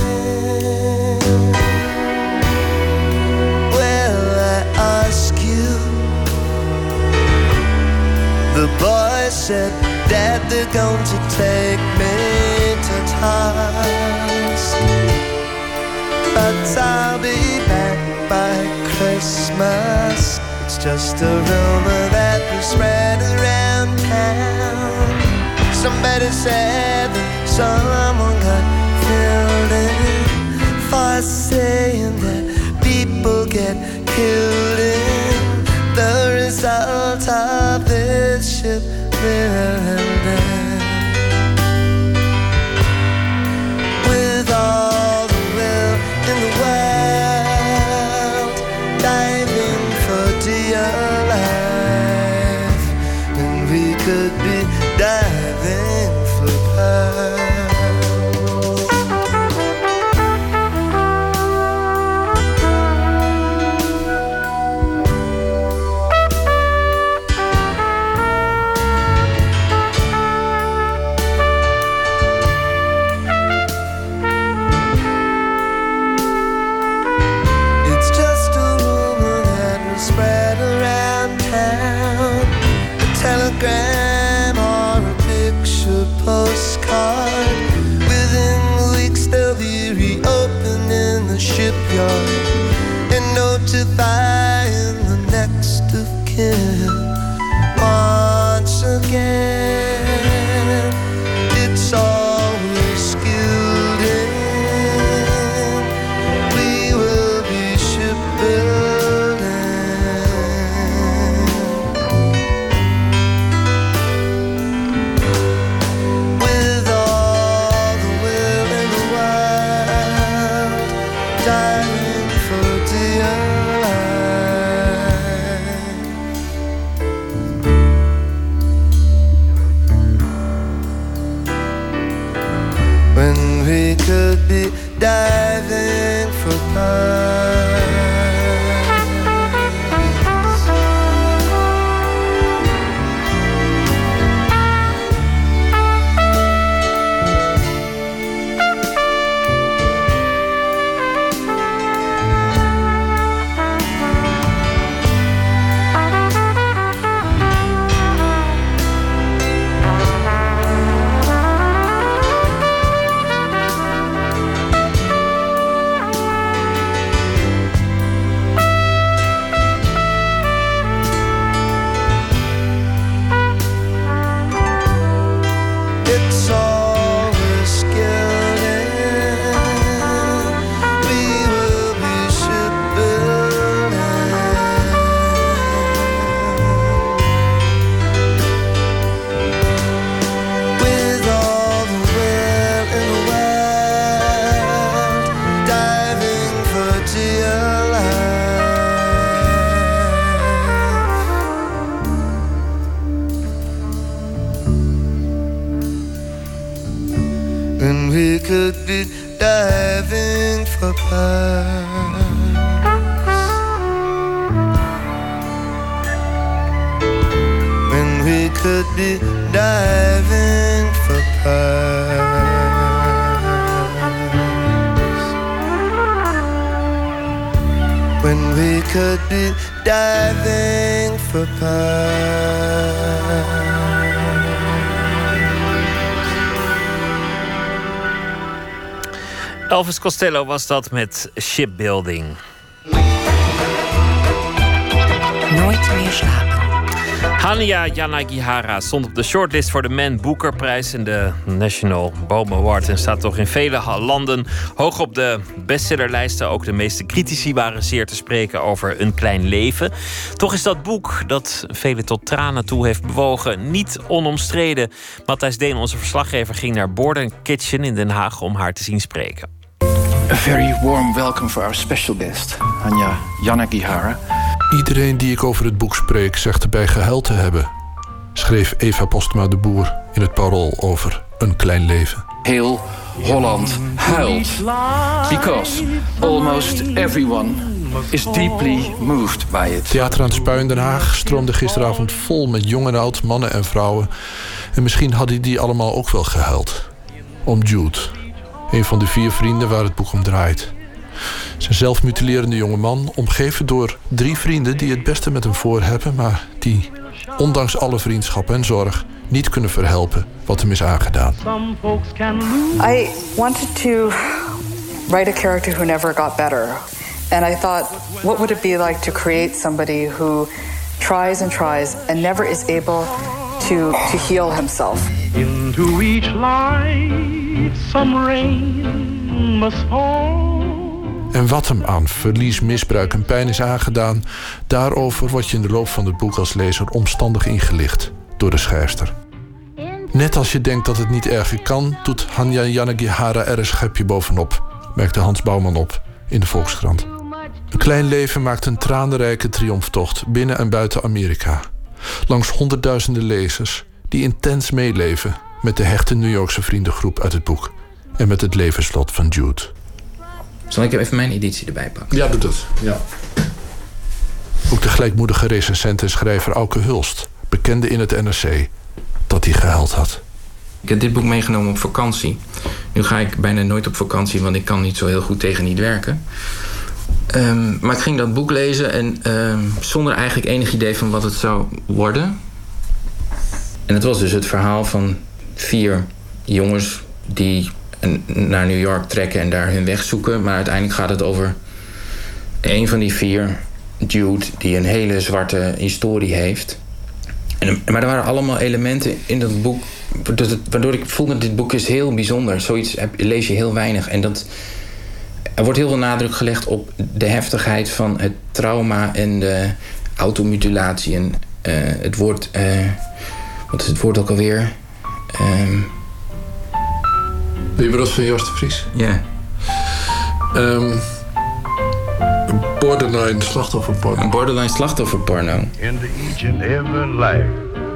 F: The boy said, Dad, they're going to take me to task, but I'll be back by Christmas. It's just a rumor that was spread around town. Somebody said that someone got killed in for saying that people get killed in the result of this ship building. With all the will in the world, diving for dear life, and we could be diving for pearls. Telegram or a picture postcard. Within weeks they'll be reopening the shipyard and notifying the next of kin. Once again, it's always skilled in. We will be shipbuilding. Could be diving for pearls. be diving for pearls. When we could be diving for pearls. When we could be diving for pearls.
D: Elvis Costello was dat met Shipbuilding.
C: Nooit meer slapen.
D: Hanya Yanagihara stond op de shortlist voor de Man Booker Prijs en de National Boom Award en staat toch in vele landen hoog op de bestsellerlijsten. Ook de meeste critici waren zeer te spreken over Een Klein Leven. Toch is dat boek, dat velen tot tranen toe heeft bewogen, niet onomstreden. Matthijs Deen, onze verslaggever, ging naar Borden Kitchen in Den Haag om haar te zien spreken.
H: A very warm welcome for our special guest, Hanya Yanagihara.
I: Iedereen die ik over het boek spreek zegt erbij gehuild te hebben, schreef Eva Postma de Boer in het Parool over Een Klein Leven.
H: Heel Holland huilt. Because almost everyone is deeply moved by it.
I: Theater aan het Spui in Den Haag stroomde gisteravond vol met jong en oud, mannen en vrouwen. En misschien hadden die allemaal ook wel gehuild. Om Jude, een van de 4 vrienden waar het boek om draait. Zijn zelfmutilerende jongeman, omgeven door 3 vrienden die het beste met hem voor hebben, maar die, ondanks alle vriendschap en zorg, niet kunnen verhelpen wat hem is aangedaan.
J: I wanted to write a character who never got better. And I thought, what would it be like to create somebody who tries and tries and never is able to heal himself?
K: Into each life some rain must fall.
I: En wat hem aan verlies, misbruik en pijn is aangedaan, daarover word je in de loop van het boek als lezer omstandig ingelicht door de schrijfster. Net als je denkt dat het niet erger kan, doet Hanya Yanagihara er een schepje bovenop, merkte Hans Bouwman op in de Volkskrant. Een Klein Leven maakt een tranenrijke triomftocht binnen en buiten Amerika. Langs honderdduizenden lezers die intens meeleven met de hechte New Yorkse vriendengroep uit het boek en met het levenslot van Jude.
L: Zal ik even mijn editie erbij pakken?
I: Ja, doe dat. Ja. Ook de gelijkmoedige recensent en schrijver Auke Hulst bekende in het NRC dat hij gehuild had.
L: Ik heb dit boek meegenomen op vakantie. Nu ga ik bijna nooit op vakantie, want ik kan niet zo heel goed tegen niet werken. Maar ik ging dat boek lezen en zonder eigenlijk enig idee van wat het zou worden. En het was dus het verhaal van 4 jongens die naar New York trekken en daar hun weg zoeken. Maar uiteindelijk gaat het over een van die 4, Jude, die een hele zwarte historie heeft. Maar er waren allemaal elementen in dat boek waardoor ik voelde, dit boek is heel bijzonder. Zoiets lees je heel weinig. En er wordt heel veel nadruk gelegd op de heftigheid van het trauma en de automutilatie. En het woord... wat is het woord ook alweer?
I: Je bedoelt van Joost de Vries?
L: Ja.
I: Borderline slachtofferporno.
L: Een borderline slachtofferporno.
K: In each and every life,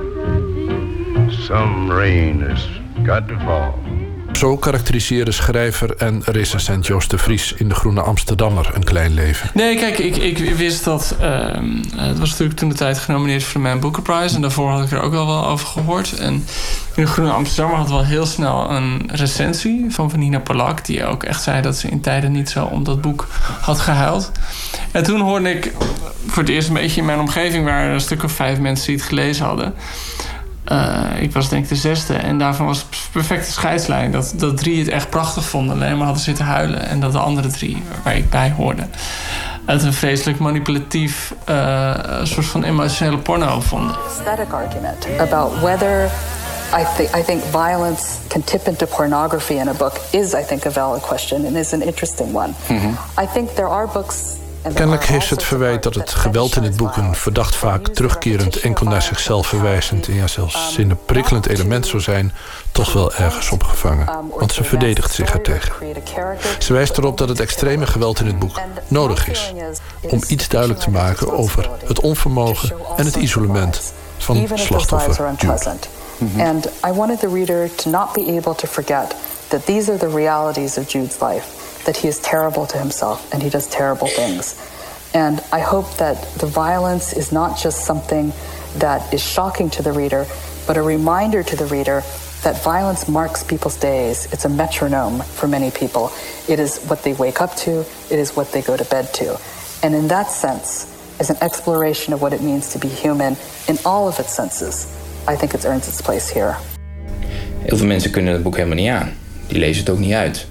K: some rain has got to fall.
I: Zo karakteriseerde schrijver en recensent Joost de Vries in De Groene Amsterdammer Een Klein Leven.
M: Nee, kijk, ik wist dat... het was natuurlijk toen de tijd genomineerd voor de Man Booker Prize. En daarvoor had ik er ook wel over gehoord. En in De Groene Amsterdammer had wel heel snel een recensie van Nina Polak, die ook echt zei dat ze in tijden niet zo om dat boek had gehuild. En toen hoorde ik voor het eerst een beetje in mijn omgeving, waren er een stuk of 5 mensen die het gelezen hadden. Ik was denk ik de 6e. En daarvan was het perfecte scheidslijn. Dat 3 het echt prachtig vonden. Alleen maar hadden zitten huilen. En dat de andere 3, waar ik bij hoorde, het een vreselijk manipulatief soort van emotionele porno vonden.
J: Aesthetic argument about whether I think violence can tip into pornography in a book is, I think, a valid question and is an interesting one. Mm-hmm. I think there are books.
I: Kennelijk heeft ze het verwijt dat het geweld in het boek een verdacht vaak terugkerend, enkel naar zichzelf verwijzend en ja, zelfs in een prikkelend element zou zijn, toch wel ergens opgevangen. Want ze verdedigt zich ertegen. Ze wijst erop dat het extreme geweld in het boek nodig is om iets duidelijk te maken over het onvermogen en het isolement van slachtoffer Jude.
J: And I wanted the reader to not be able to forget that these are the realities of Jude's life, that he is terrible to himself and he does terrible things. And I hope that the violence is not just something that is shocking to the reader, but a reminder to the reader that violence marks people's days. It's a metronome for many people. It is what they wake up to. It is what they go to bed to. And in that sense, as an exploration of what it means to be human in all of its senses, I think it earns its place here.
L: Heel veel mensen kunnen het boek helemaal niet aan. Die lezen het ook niet uit.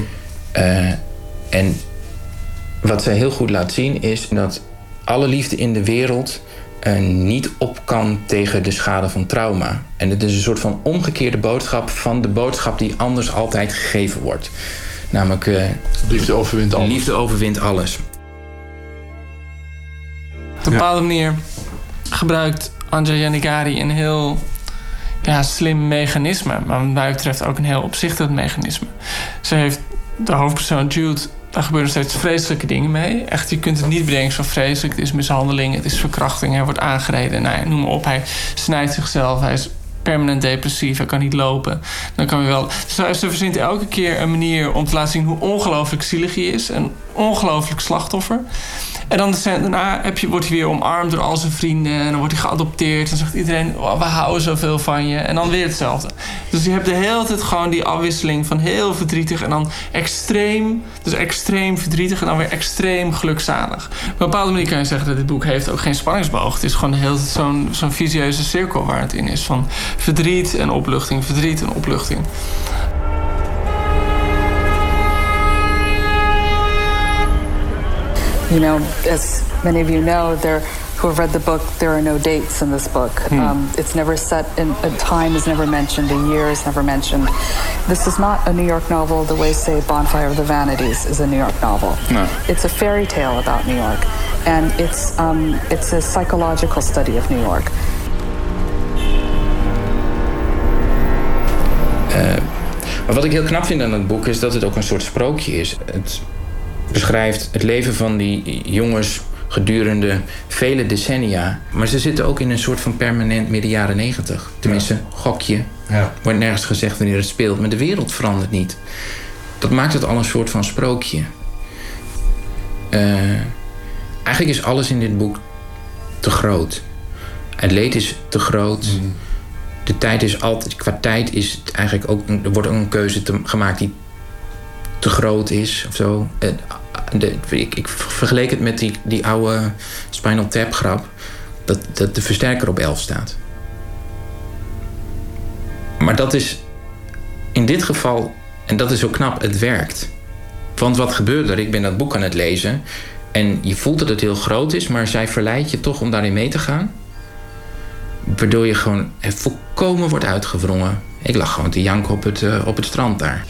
L: En wat zij heel goed laat zien is dat alle liefde in de wereld niet op kan tegen de schade van trauma. En het is een soort van omgekeerde boodschap van de boodschap die anders altijd gegeven wordt. Namelijk
I: liefde overwint alles.
L: Liefde overwint alles.
M: Op een bepaalde manier gebruikt Anja Yanigari een heel slim mechanisme. Maar wat mij betreft ook een heel opzichtig mechanisme. Ze heeft de hoofdpersoon Jude, daar gebeuren steeds vreselijke dingen mee. Echt, je kunt het niet bedenken zo vreselijk. Het is mishandeling, het is verkrachting, hij wordt aangereden. Nou ja, noem maar op, hij snijdt zichzelf, hij is permanent depressief, hij kan niet lopen. Dan kan je wel. Ze verzint elke keer een manier om te laten zien hoe ongelooflijk zielig hij is. Een ongelooflijk slachtoffer. En dan daarna wordt hij weer omarmd door al zijn vrienden. En dan wordt hij geadopteerd. En zegt iedereen, we houden zoveel van je. En dan weer hetzelfde. Dus je hebt de hele tijd gewoon die afwisseling van heel verdrietig. En dan extreem verdrietig. En dan weer extreem gelukzalig. Op een bepaalde manier kan je zeggen dat dit boek heeft ook geen spanningsboog. Het is gewoon de hele tijd zo'n visieuze cirkel waar het in is. Van verdriet en opluchting, verdriet en opluchting.
J: You know, as many of you know, who have read the book, there are no dates in this book. It's never set in, a time is never mentioned, a year is never mentioned. This is not a New York novel the way, say, Bonfire of the Vanities is a New York novel. No. It's a fairy tale about New York. And it's a psychological study of New York.
L: Maar wat ik heel knap vind aan het boek is dat het ook een soort sprookje is. Het beschrijft het leven van die jongens gedurende vele decennia. Maar ze zitten ook in een soort van permanent midden jaren 90. Tenminste, gokje. Ja. Wordt nergens gezegd wanneer het speelt. Maar de wereld verandert niet. Dat maakt het al een soort van sprookje. Eigenlijk is alles in dit boek te groot. Het leed is te groot. De tijd is altijd... Qua tijd is het eigenlijk ook... Er wordt ook een keuze gemaakt die te groot is of zo. Ik vergeleek het met die oude Spinal Tap grap. Dat de versterker op 11 staat. Maar dat is in dit geval, en dat is zo knap, het werkt. Want wat gebeurt er? Ik ben dat boek aan het lezen en je voelt dat het heel groot is, maar zij verleidt je toch om daarin mee te gaan. Waardoor je gewoon volkomen wordt uitgewrongen. Ik lag gewoon te janken op het strand daar.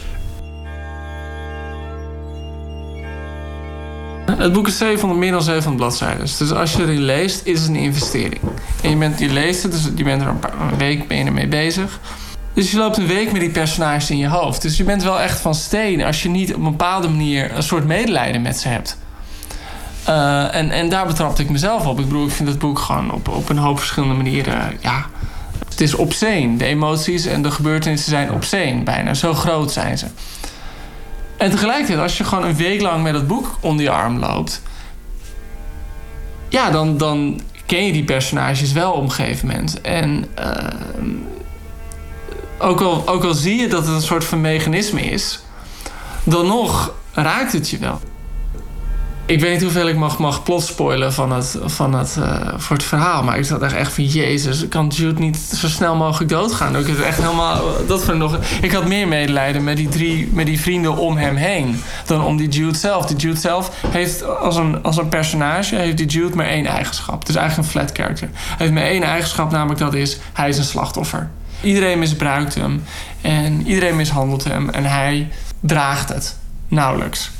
M: Het boek is meer dan 700 bladzijden. Dus als je erin leest, is het een investering. En je leest het, dus je bent er een week mee bezig. Dus je loopt een week met die personages in je hoofd. Dus je bent wel echt van steen als je niet op een bepaalde manier een soort medelijden met ze hebt. En daar betrapte ik mezelf op. Ik bedoel, ik vind het boek gewoon op een hoop verschillende manieren... het is obscene. De emoties en de gebeurtenissen zijn obscene bijna. Zo groot zijn ze. En tegelijkertijd, als je gewoon een week lang met het boek onder je arm loopt... ja, dan ken je die personages wel op een gegeven moment. En ook al zie je dat het een soort van mechanisme is... dan nog raakt het je wel. Ik weet niet hoeveel ik mag plot spoilen voor het verhaal. Maar ik zat echt van, jezus, kan Jude niet zo snel mogelijk doodgaan? Ik had echt helemaal, ik had meer medelijden met die vrienden om hem heen dan om die Jude zelf. Die Jude zelf heeft als een personage heeft die Jude maar één eigenschap. Het is eigenlijk een flat character. Hij heeft maar één eigenschap, namelijk dat is, hij is een slachtoffer. Iedereen misbruikt hem en iedereen mishandelt hem en hij draagt het nauwelijks.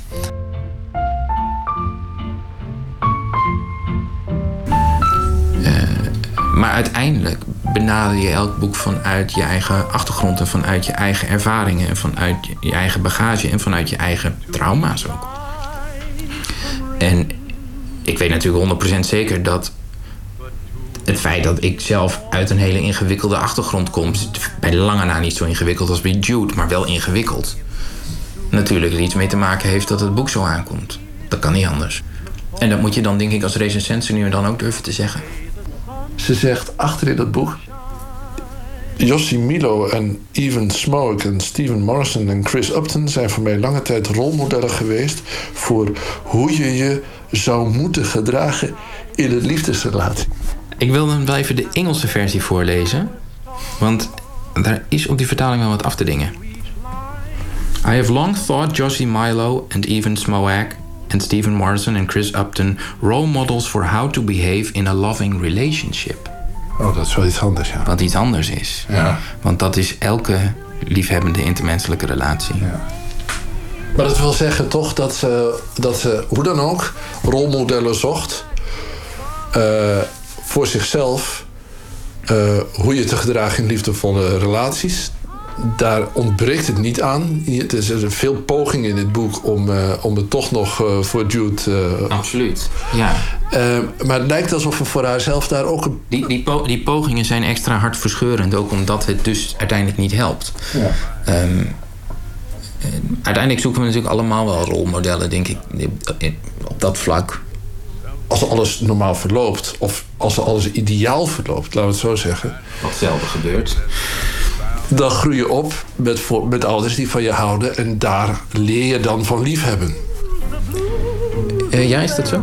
L: Maar uiteindelijk benader je elk boek vanuit je eigen achtergrond... en vanuit je eigen ervaringen en vanuit je eigen bagage... en vanuit je eigen trauma's ook. En ik weet natuurlijk 100% zeker dat Het feit dat ik zelf uit een hele ingewikkelde achtergrond kom... is bij lange na niet zo ingewikkeld als bij Jude, maar wel ingewikkeld. Natuurlijk er iets mee te maken heeft dat het boek zo aankomt. Dat kan niet anders. En dat moet je dan, denk ik, als recensent nu en dan ook durven te zeggen.
I: Ze zegt achter in dat boek... Jussi Milo en Evan Smoak en Steven Morrison en Chris Upton... zijn voor mij lange tijd rolmodellen geweest... voor hoe je je zou moeten gedragen in een liefdesrelatie.
L: Ik wil dan wel even de Engelse versie voorlezen. Want daar is op die vertaling wel wat af te dingen. I have long thought Jussi Milo and Evan Smoak... and Steven Morrison and Chris Upton... role models for how to behave in a loving relationship.
I: Oh, dat is wel iets anders, ja.
L: Wat iets anders is.
I: Ja.
L: Want dat is elke liefhebbende intermenselijke relatie.
I: Ja. Maar dat wil zeggen toch dat ze hoe dan ook rolmodellen zocht... voor zichzelf... hoe je te gedragen in liefdevolle relaties... Daar ontbreekt het niet aan. Er is veel pogingen in dit boek om het toch nog voor Jude...
L: Absoluut, ja.
I: Maar het lijkt alsof we voor haarzelf daar ook...
L: Die pogingen zijn extra hartverscheurend. Ook omdat het dus uiteindelijk niet helpt. Ja. Uiteindelijk zoeken we natuurlijk allemaal wel rolmodellen, denk ik, op dat vlak.
I: Als alles normaal verloopt, of als alles ideaal verloopt, laten we het zo zeggen.
L: Wat zelden gebeurt.
I: Dan groei je op met ouders die van je houden... en daar leer je dan van liefhebben.
L: Ja, is dat zo?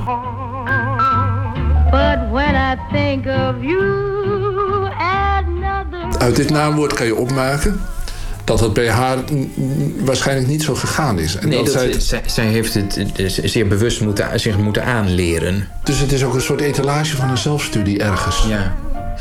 I: Uit dit naamwoord kan je opmaken... dat het bij haar waarschijnlijk niet zo gegaan is. En
L: zij heeft het zeer bewust zich moeten aanleren.
I: Dus het is ook een soort etalage van een zelfstudie ergens.
L: Ja.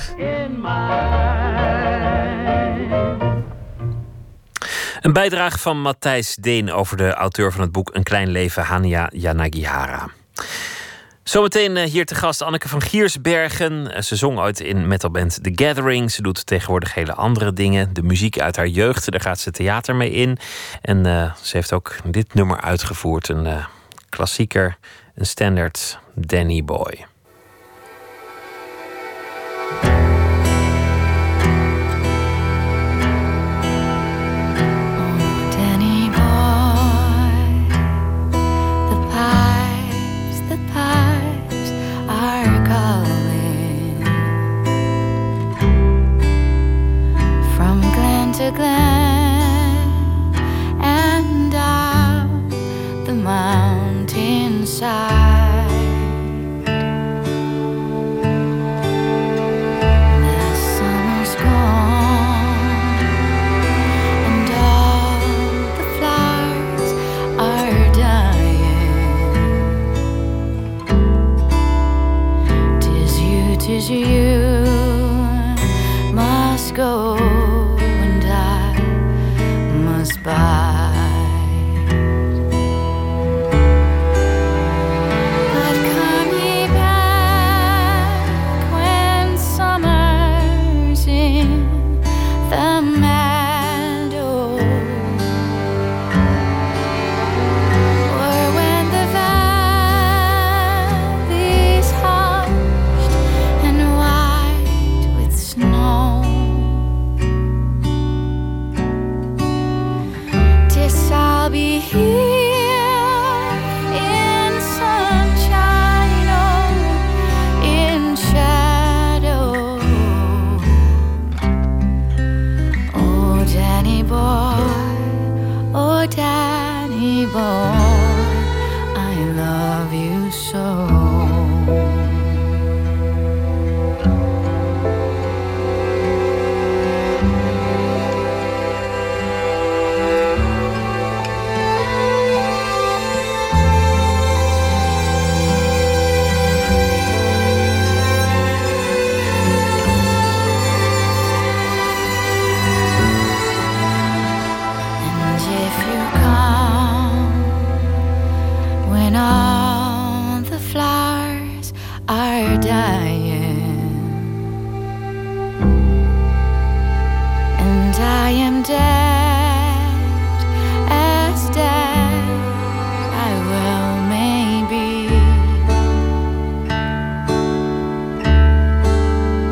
D: Een bijdrage van Matthijs Deen over de auteur van het boek Een klein leven, Hanya Yanagihara. Zometeen hier te gast Anneke van Giersbergen. Ze zong ooit in metalband The Gathering. Ze doet tegenwoordig hele andere dingen. De muziek uit haar jeugd, daar gaat ze theater mee in. En ze heeft ook dit nummer uitgevoerd. Een klassieker, een standaard, Danny Boy.
N: Glen and down the mountainside. The summer's gone and all the flowers are dying. 'Tis you must go. But come ye back when summer's in the meadow, or when the valley's hushed and white with snow. I'll be here in sunshine or in shadow. Oh, Danny boy, I love you so. All the flowers are dying, and I am dead, as dead I well may be.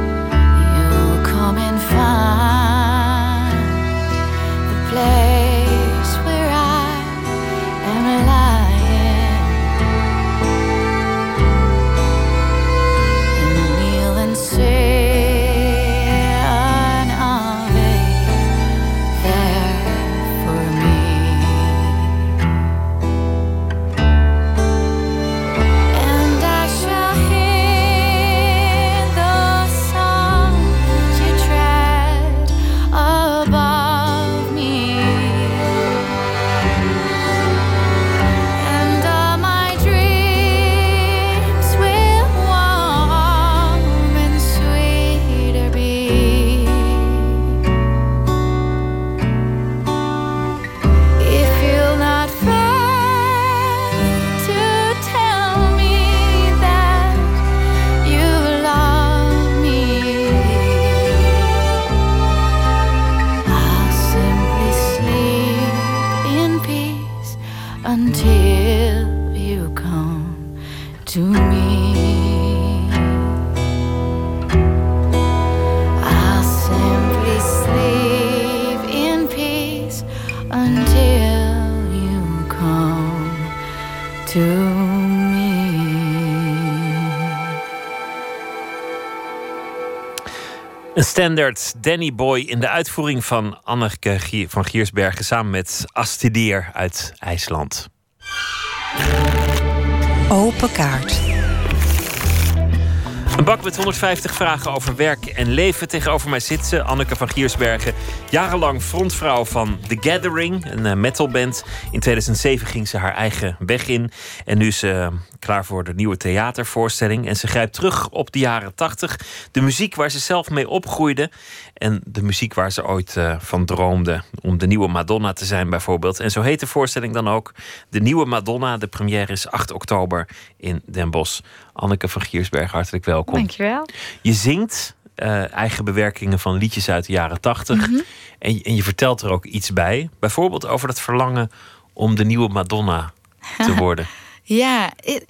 N: me. I'll simply sleep in peace until you come to me.
D: Een standaard Danny Boy in de uitvoering van Anneke van Giersbergen samen met Astidir uit IJsland.
C: Open kaart.
D: Een bak met 150 vragen over werk en leven. Tegenover mij zit ze, Anneke van Giersbergen. Jarenlang frontvrouw van The Gathering, een metalband. In 2007 ging ze haar eigen weg in. En nu is ze klaar voor de nieuwe theatervoorstelling. En ze grijpt terug op de jaren 80. De muziek waar ze zelf mee opgroeide. En de muziek waar ze ooit van droomde. Om de nieuwe Madonna te zijn bijvoorbeeld. En zo heet de voorstelling dan ook. De nieuwe Madonna. De première is 8 oktober in Den Bosch. Anneke van Giersbergen, hartelijk welkom.
O: Dankjewel.
D: Je zingt eigen bewerkingen van liedjes uit de jaren 80.
O: Mhm.
D: En je vertelt er ook iets bij. Bijvoorbeeld over dat verlangen om de nieuwe Madonna te worden.
O: Ja,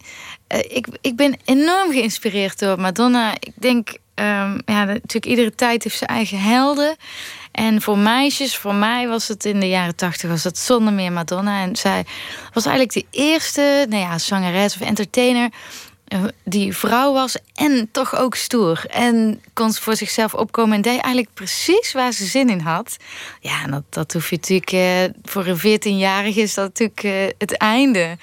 O: ik ben enorm geïnspireerd door Madonna. Ik denk, natuurlijk iedere tijd heeft zijn eigen helden. En voor meisjes, voor mij was het in de jaren 80 was het zonder meer Madonna. En zij was eigenlijk de eerste zangeres of entertainer die vrouw was en toch ook stoer. En kon voor zichzelf opkomen en deed eigenlijk precies waar ze zin in had. Ja, en dat hoef je natuurlijk... voor een 14-jarige is dat natuurlijk het einde.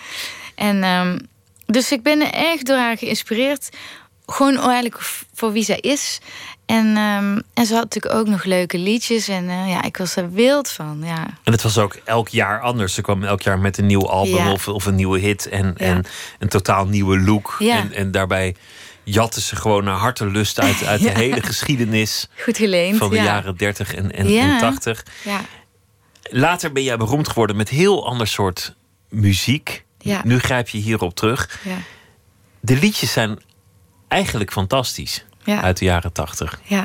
O: En dus ik ben er erg door haar geïnspireerd. Gewoon eigenlijk voor wie zij is. En ze had natuurlijk ook nog leuke liedjes. En ik was er wild van, ja.
D: En het was ook elk jaar anders. Ze kwam elk jaar met een nieuw album of een nieuwe hit. En een totaal nieuwe look.
O: Ja.
D: En daarbij jatten ze gewoon naar hartelust uit de hele geschiedenis.
O: Goed geleend,
D: van de jaren 30 en 80.
O: Ja.
D: Later ben jij beroemd geworden met heel ander soort muziek.
O: Ja.
D: Nu grijp je hierop terug.
O: Ja.
D: De liedjes zijn eigenlijk fantastisch uit de jaren 80.
O: Ja,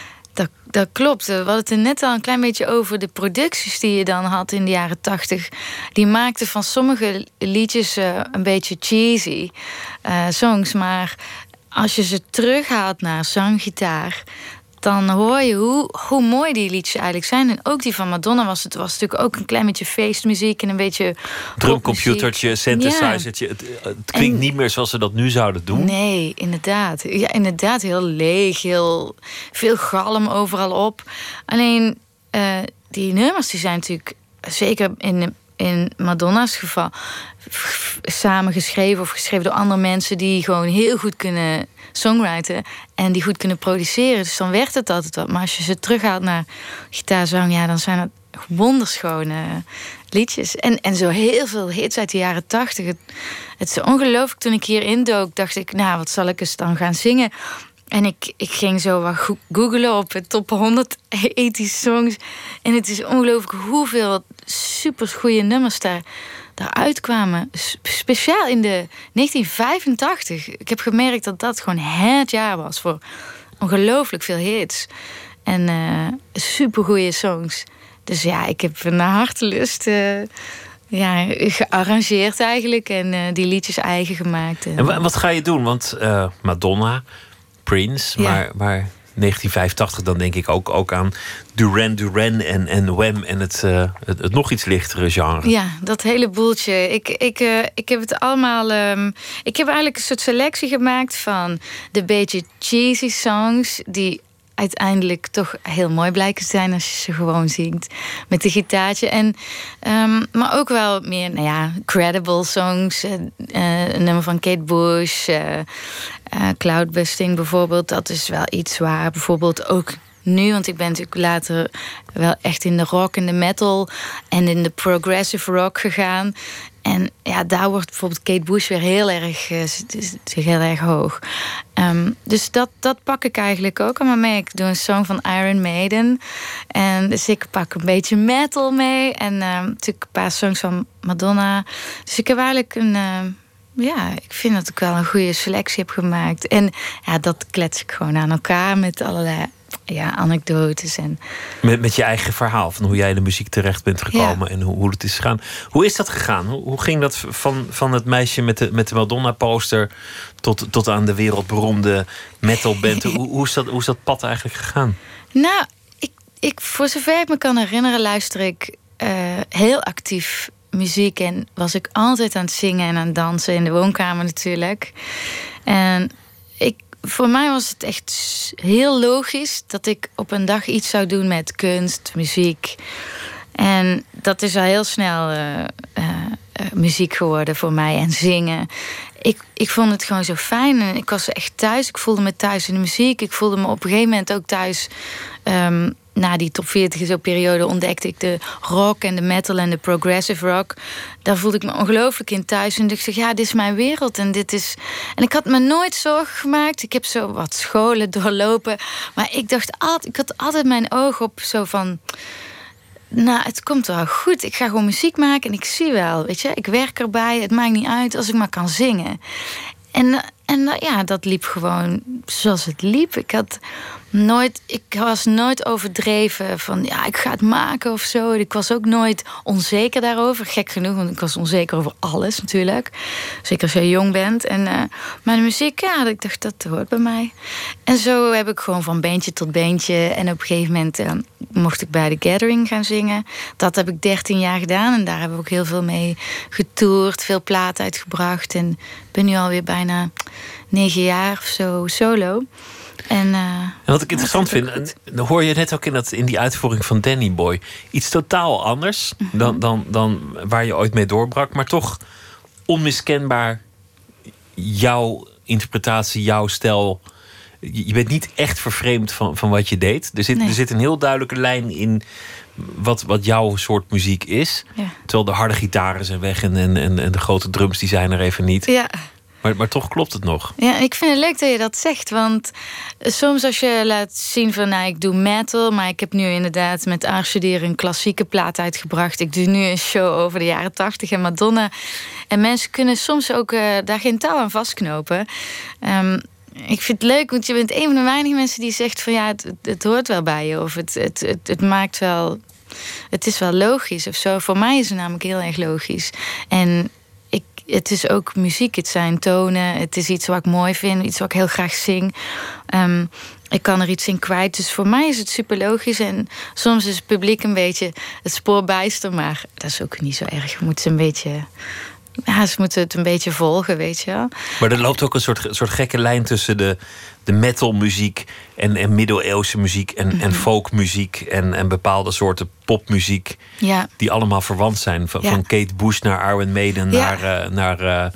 O: dat klopt. We hadden het er net al een klein beetje over de producties die je dan had in de jaren 80. Die maakten van sommige liedjes een beetje cheesy songs. Maar als je ze terughaalt naar zanggitaar, dan hoor je hoe mooi die liedjes eigenlijk zijn. En ook die van Madonna was natuurlijk ook een klein beetje feestmuziek en een beetje
D: drumcomputertje, synthesizertje. Het klinkt niet meer zoals ze dat nu zouden doen.
O: Nee, inderdaad. Ja, inderdaad, heel leeg, heel veel galm overal op. Alleen die nummers die zijn natuurlijk zeker in Madonna's geval samengeschreven of geschreven door andere mensen die gewoon heel goed kunnen songwriten en die goed kunnen produceren. Dus dan werkt het altijd wat. Maar als je ze terughaalt naar gitaarzang, dan zijn het wonderschone liedjes. En zo heel veel hits uit de jaren 80. Het is ongelooflijk. Toen ik hier indook, dacht ik, wat zal ik eens dan gaan zingen? En ik ging zo wat googlen op het top 100 80's songs. En het is ongelooflijk hoeveel super goede nummers daaruit kwamen. Speciaal in de 1985. Ik heb gemerkt dat dat gewoon het jaar was voor ongelooflijk veel hits. En super goede songs. Dus ja, ik heb naar hartelust gearrangeerd eigenlijk. En die liedjes eigen gemaakt.
D: En wat ga je doen? Want Madonna, Prince, maar 1985, dan denk ik ook aan Duran Duran en Wham en het nog iets lichtere genre.
O: Ja, dat hele boeltje. Ik heb het allemaal... ik heb eigenlijk een soort selectie gemaakt van de beetje cheesy songs die uiteindelijk toch heel mooi blijken te zijn als je ze gewoon zingt met de gitaartje. En, maar ook wel meer, credible songs. Een nummer van Kate Bush, Cloudbusting bijvoorbeeld. Dat is wel iets waar bijvoorbeeld ook nu, want ik ben natuurlijk later wel echt in de rock en de metal en in de progressive rock gegaan. En daar wordt bijvoorbeeld Kate Bush weer heel erg hoog. Dus dat pak ik eigenlijk ook allemaal mee. Ik doe een song van Iron Maiden. En dus ik pak een beetje metal mee. En natuurlijk een paar songs van Madonna. Dus ik heb eigenlijk ik vind dat ik wel een goede selectie heb gemaakt. En dat klets ik gewoon aan elkaar met allerlei anekdotes. En
D: Met je eigen verhaal van hoe jij in de muziek terecht bent gekomen en hoe het is gegaan. Hoe is dat gegaan? Hoe ging dat van het meisje met de Madonna-poster tot aan de wereldberoemde metalband? Hoe is dat pad eigenlijk gegaan?
O: Nou, ik voor zover ik me kan herinneren, luister ik heel actief muziek en was ik altijd aan het zingen en aan het dansen in de woonkamer natuurlijk. En voor mij was het echt heel logisch dat ik op een dag iets zou doen met kunst, muziek. En dat is al heel snel muziek geworden voor mij en zingen. Ik vond het gewoon zo fijn en ik was echt thuis. Ik voelde me thuis in de muziek. Ik voelde me op een gegeven moment ook thuis. Na die top 40 zo periode ontdekte ik de rock en de metal en de progressive rock. Daar voelde ik me ongelooflijk in thuis. En ik dacht, ja, dit is mijn wereld. En ik had me nooit zorgen gemaakt. Ik heb zo wat scholen doorlopen. Maar ik had altijd mijn oog op zo van, nou, het komt wel goed. Ik ga gewoon muziek maken en ik zie wel, weet je. Ik werk erbij, het maakt niet uit als ik maar kan zingen. En dat liep gewoon zoals het liep. Ik was nooit overdreven van, ja, ik ga het maken of zo. Ik was ook nooit onzeker daarover. Gek genoeg, want ik was onzeker over alles natuurlijk. Zeker als je jong bent. Maar de muziek, ja, ik dacht, dat hoort bij mij. En zo heb ik gewoon van beentje tot beentje. En op een gegeven moment mocht ik bij The Gathering gaan zingen. Dat heb ik 13 jaar gedaan. En daar hebben we ook heel veel mee getoerd. Veel platen uitgebracht. En ben nu alweer bijna 9 jaar of zo solo. En
D: wat ik interessant vind, dan hoor je net ook in die uitvoering van Danny Boy iets totaal anders dan waar je ooit mee doorbrak, maar toch onmiskenbaar jouw interpretatie, jouw stijl. Je bent niet echt vervreemd van wat je deed. Er zit een heel duidelijke lijn in wat jouw soort muziek is. Ja. Terwijl de harde gitaren zijn weg en de grote drums die zijn er even niet. Ja. Maar toch klopt het nog.
O: Ja, ik vind het leuk dat je dat zegt. Want soms als je laat zien van, nou, ik doe metal, maar ik heb nu inderdaad met Archedier een klassieke plaat uitgebracht. Ik doe nu een show over de jaren 80 en Madonna. En mensen kunnen soms ook daar geen touw aan vastknopen. Ik vind het leuk, want je bent een van de weinige mensen die zegt van, ja, het hoort wel bij je. Of het maakt wel, het is wel logisch of zo. Voor mij is het namelijk heel erg logisch. En het is ook muziek, het zijn tonen. Het is iets wat ik mooi vind, iets wat ik heel graag zing. Ik kan er iets in kwijt. Dus voor mij is het super logisch. En soms is het publiek een beetje het spoor bijster. Maar dat is ook niet zo erg. Je moet ze een beetje, ze moeten het een beetje volgen, weet je wel.
D: Maar er loopt ook een soort gekke lijn tussen de metalmuziek en middeleeuwse muziek en folkmuziek en bepaalde soorten popmuziek. Ja. Die allemaal verwant zijn. Van Kate Bush naar Iron Maiden naar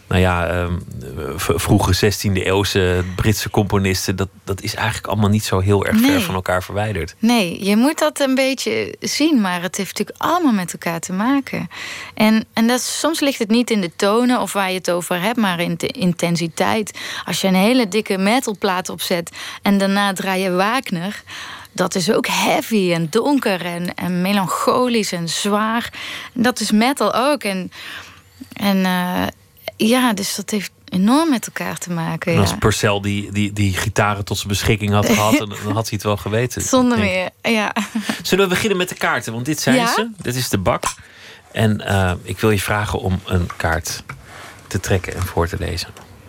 D: vroege 16e eeuwse Britse componisten. Dat is eigenlijk allemaal niet zo heel erg ver van elkaar verwijderd.
O: Nee, je moet dat een beetje zien, maar het heeft natuurlijk allemaal met elkaar te maken. En soms ligt het niet in de tonen of waar je het over hebt, maar in de intensiteit. Als je een hele dikke metalplaat opzet en daarna draai je Wagner, dat is ook heavy en donker en melancholisch en zwaar. Dat is metal ook. Dus dat heeft enorm met elkaar te maken.
D: En als Purcell die gitaren tot zijn beschikking had gehad, dan had hij het wel geweten.
O: Zonder meer, ja.
D: Zullen we beginnen met de kaarten? Want dit zijn ze. Dit is de bak. En ik wil je vragen om een kaart te trekken en voor te lezen.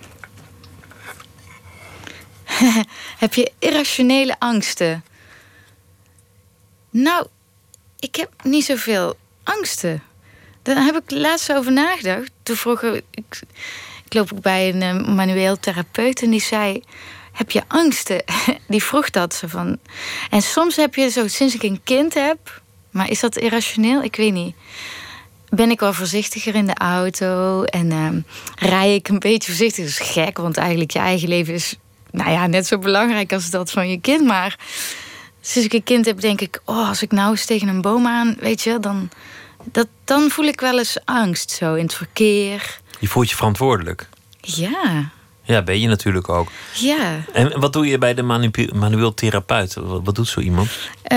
O: Heb je irrationele angsten? Nou, ik heb niet zoveel angsten. Daar heb ik laatst over nagedacht. Toen vroeg ik loop ook bij een manueel therapeut en die zei, heb je angsten? Die vroeg dat zo van. En soms heb je zo, sinds ik een kind heb, maar is dat irrationeel? Ik weet niet. Ben ik wel voorzichtiger in de auto en rij ik een beetje voorzichtig. Dat is gek, want eigenlijk je eigen leven is net zo belangrijk als dat van je kind. Maar sinds ik een kind heb, denk ik, als ik nou eens tegen een boom aan, weet je, dan voel ik wel eens angst zo in het verkeer.
D: Je voelt je verantwoordelijk.
O: Ja.
D: Ja, ben je natuurlijk ook.
O: Ja.
D: En wat doe je bij de manueel therapeut? Wat doet zo iemand?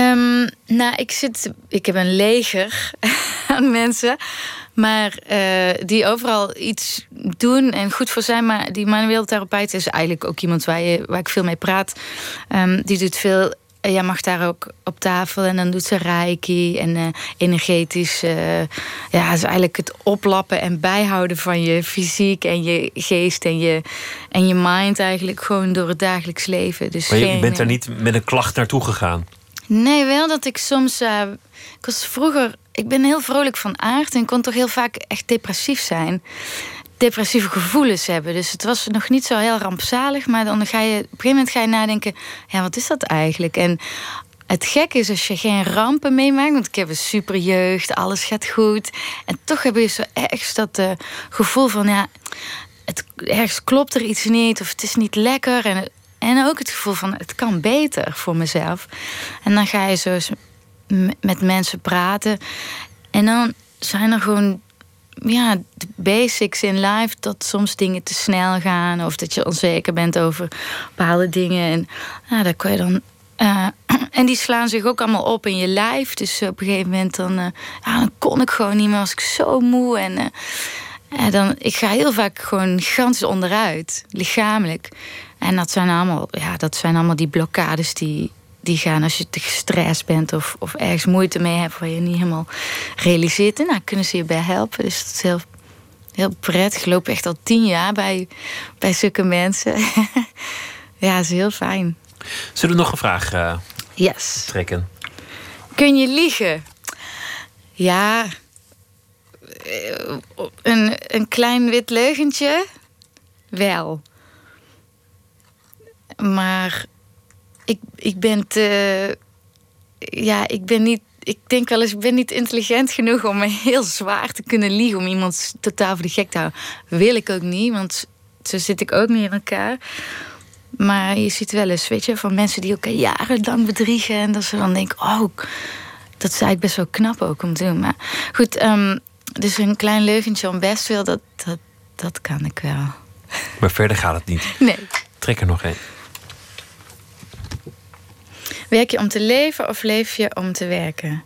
O: Ik heb een leger aan mensen, maar die overal iets doen en goed voor zijn. Maar die manueel therapeut is eigenlijk ook iemand waar ik veel mee praat. Die doet veel jij mag daar ook op tafel en dan doet ze reiki en energetisch. Het is eigenlijk het oplappen en bijhouden van je fysiek en je geest en je mind eigenlijk gewoon door het dagelijks leven. Dus
D: maar je bent er niet met een klacht naartoe gegaan?
O: Nee, wel dat ik soms... ik ben heel vrolijk van aard en kon toch heel vaak echt depressief zijn. Depressieve gevoelens hebben. Dus het was nog niet zo heel rampzalig, maar dan op een gegeven moment ga je nadenken, ja, wat is dat eigenlijk? En het gekke is als je geen rampen meemaakt, want ik heb een super jeugd, alles gaat goed. En toch heb je zo ergens dat gevoel van, ja, ergens klopt er iets niet of het is niet lekker. En ook het gevoel van, het kan beter voor mezelf. En dan ga je zo met mensen praten. En dan zijn er gewoon de basics in life. Dat soms dingen te snel gaan. Of dat je onzeker bent over bepaalde dingen. En daar kan je dan... en die slaan zich ook allemaal op in je lijf. Dus op een gegeven moment dan kon ik gewoon niet meer. Was ik zo moe. En ik ga heel vaak gewoon gigantisch onderuit. Lichamelijk. En dat zijn allemaal die blokkades die gaan als je te gestrest bent of ergens moeite mee hebt waar je niet helemaal realiseert. En kunnen ze je bij helpen. Dus dat is heel, heel prettig. Ik loop echt al 10 jaar bij zulke mensen. Ja, dat is heel fijn.
D: Zullen we nog een vraag trekken?
O: Kun je liegen? Ja. Een klein wit leugentje? Wel. Maar ik ben te... Ja, ik denk wel eens, ik ben niet intelligent genoeg om me heel zwaar te kunnen liegen, om iemand totaal voor de gek te houden. Wil ik ook niet, want zo zit ik ook niet in elkaar. Maar je ziet wel eens, weet je, van mensen die elkaar jarenlang bedriegen en dat ze dan denken, dat is eigenlijk best wel knap ook om te doen. Maar goed, dus een klein leugentje om best wil, dat kan ik wel.
D: Maar verder gaat het niet.
O: Nee.
D: Trek er nog één.
O: Werk je om te leven of leef je om te werken?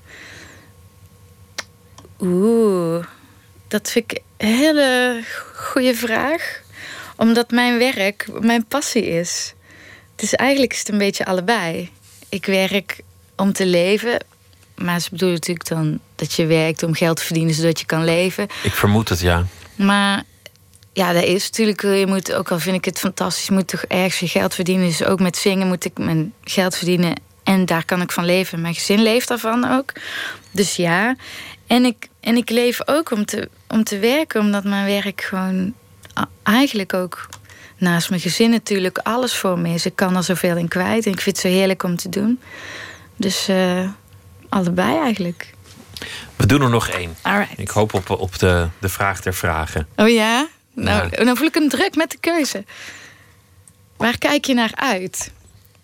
O: Dat vind ik een hele goede vraag. Omdat mijn werk mijn passie is. Dus eigenlijk is het een beetje allebei. Ik werk om te leven. Maar ze bedoelen natuurlijk dan dat je werkt om geld te verdienen zodat je kan leven.
D: Ik vermoed het, ja.
O: Maar ja, dat is natuurlijk. Je moet, ook al vind ik het fantastisch, je moet toch ergens je geld verdienen. Dus ook met zingen moet ik mijn geld verdienen. En daar kan ik van leven. Mijn gezin leeft daarvan ook. Dus ja. En ik leef ook om te werken. Omdat mijn werk gewoon eigenlijk ook naast mijn gezin natuurlijk alles voor me is. Ik kan er zoveel in kwijt. En ik vind het zo heerlijk om te doen. Dus allebei eigenlijk.
D: We doen er nog één.
O: Alright.
D: Ik hoop op de vraag der vragen.
O: Oh ja? Nou, dan voel ik een druk met de keuze. Waar kijk je naar uit?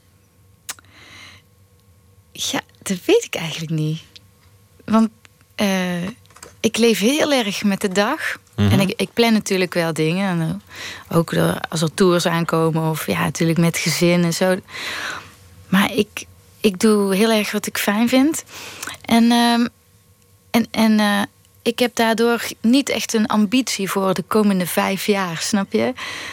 O: Ja, dat weet ik eigenlijk niet. Want ik leef heel erg met de dag. Mm-hmm. En ik plan natuurlijk wel dingen. En ook als er tours aankomen. Of ja, natuurlijk met gezin en zo. Maar ik doe heel erg wat ik fijn vind. En ik heb daardoor niet echt een ambitie voor de komende 5 jaar, snap je?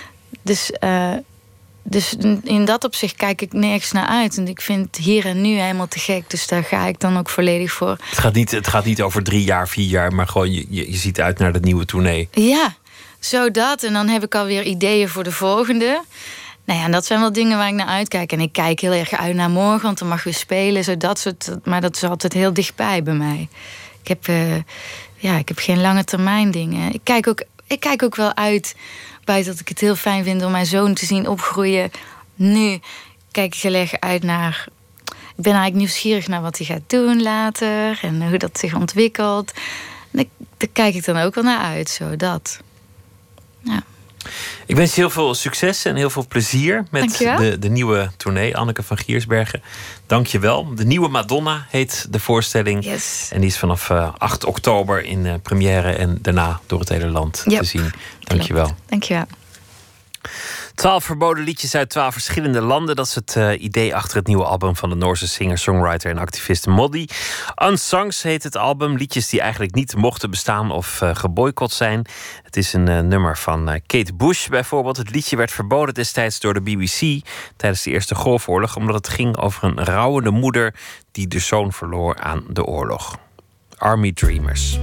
O: Dus in dat opzicht kijk ik nergens naar uit. En ik vind hier en nu helemaal te gek. Dus daar ga ik dan ook volledig voor.
D: Het gaat niet over 3 jaar, 4 jaar... maar gewoon je ziet uit naar de nieuwe tournee.
O: Ja, zo dat. En dan heb ik alweer ideeën voor de volgende. Nou ja, en dat zijn wel dingen waar ik naar uitkijk. En ik kijk heel erg uit naar morgen, want dan mag weer spelen. Zo dat soort, maar dat is altijd heel dichtbij bij mij. Ik heb geen lange termijn dingen. Ik kijk ook wel uit... buiten dat ik het heel fijn vind om mijn zoon te zien opgroeien. Nu kijk ik heel erg uit naar... Ik ben eigenlijk nieuwsgierig naar wat hij gaat doen later. En hoe dat zich ontwikkelt. En daar kijk ik dan ook wel naar uit. Zo dat. Ja.
D: Ik wens je heel veel succes en heel veel plezier met de nieuwe tournee. Anneke van Giersbergen, dank je wel. De Nieuwe Madonna heet de voorstelling.
O: Yes.
D: En die is vanaf 8 oktober in première en daarna door het hele land te zien. Dank je wel.
O: Dank je wel.
D: 12 verboden liedjes uit 12 verschillende landen. Dat is het idee achter het nieuwe album van de Noorse singer, songwriter en activist Moddi. Unsongs heet het album. Liedjes die eigenlijk niet mochten bestaan of geboycott zijn. Het is een nummer van Kate Bush bijvoorbeeld. Het liedje werd verboden destijds door de BBC tijdens de Eerste Golfoorlog, omdat het ging over een rouwende moeder die de zoon verloor aan de oorlog. Army Dreamers.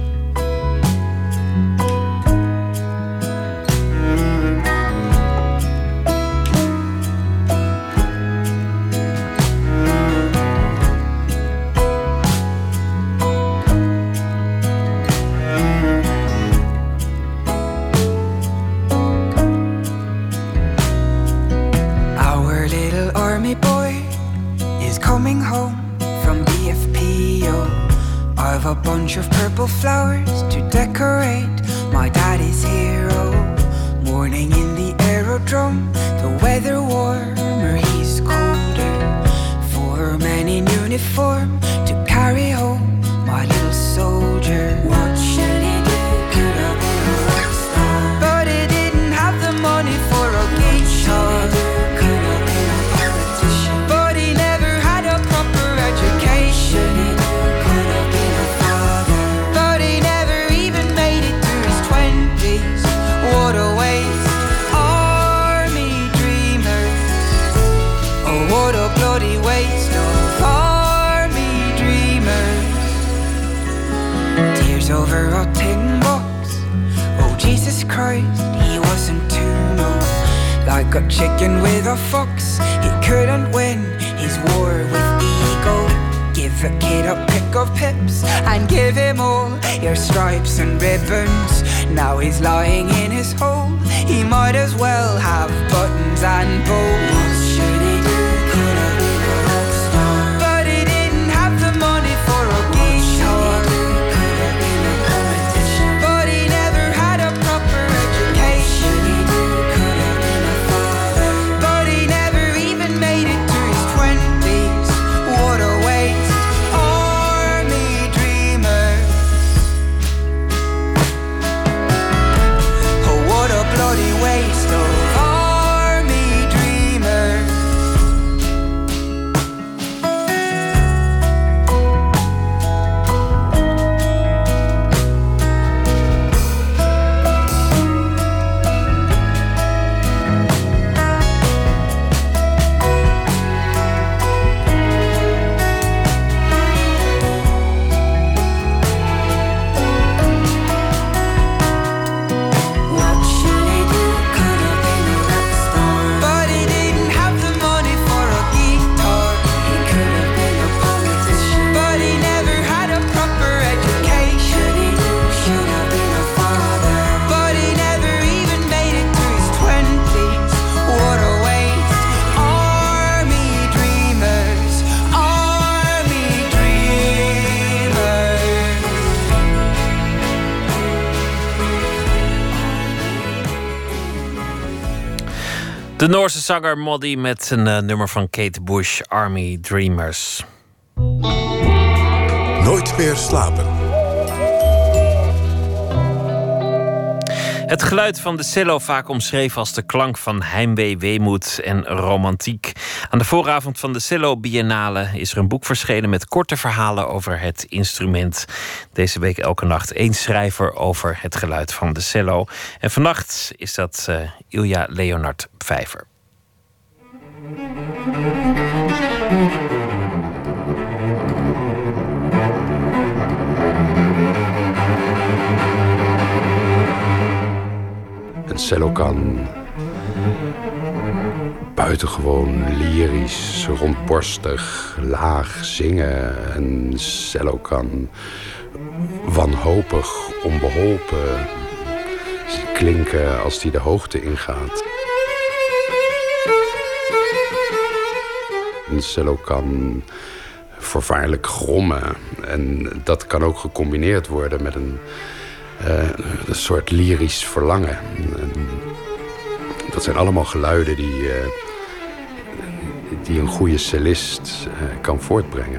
P: Coming home from BFPO, I've a bunch of purple flowers to decorate my daddy's hero. Morning in the aerodrome, the weather warmer, he's colder. 4 men in uniform to carry home my little soldier. What should he do? Could have been a rock star, but he didn't have the money for a guitar. Could have been a politician, but he never had a proper education. Could have been a father, but he never even made it to his 20s. What a waste. Army dreamers. Oh, what a bloody waste of army dreamers. Tears over a tin box. Oh, Jesus Christ, he wasn't too no. Like a chicken with a fox, he couldn't win his war with ego. Give a kid a pick of pips and give him all your stripes and ribbons. Now he's lying in his hole, he might as well have buttons and bows. What should he do? Could have been a rock star, but he didn't have the money for a guitar. Could have been a politician, but he never had a proper education. Could have been a father, but he never even made it to his 20s. What a waste. Army dreamers. Oh, what a bloody waste of army dreamers. What should he do? Could have been a rock star, but he didn't have the money for a guitar. He could have been a politician, but he never had a proper education. Should have been a father, but he never even made it to his 20s. What a waste. Army dreamers. Army dreamers.
D: De Noorse zanger Moddi met een nummer van Kate Bush, Army Dreamers.
B: Nooit meer slapen.
D: Het geluid van de cello, vaak omschreven als de klank van heimwee, weemoed en romantiek. Aan de vooravond van de Cello Biennale is er een boek verschenen met korte verhalen over het instrument. Deze week elke nacht 1 schrijver over het geluid van de cello. En vannacht is dat Ilja Leonard Vijver.
Q: Een cello kan buitengewoon lyrisch, rondborstig, laag zingen. Een cello kan wanhopig, onbeholpen klinken als die de hoogte ingaat. Een cello kan vervaarlijk grommen en dat kan ook gecombineerd worden met een soort lyrisch verlangen. Dat zijn allemaal geluiden die een goede cellist kan voortbrengen.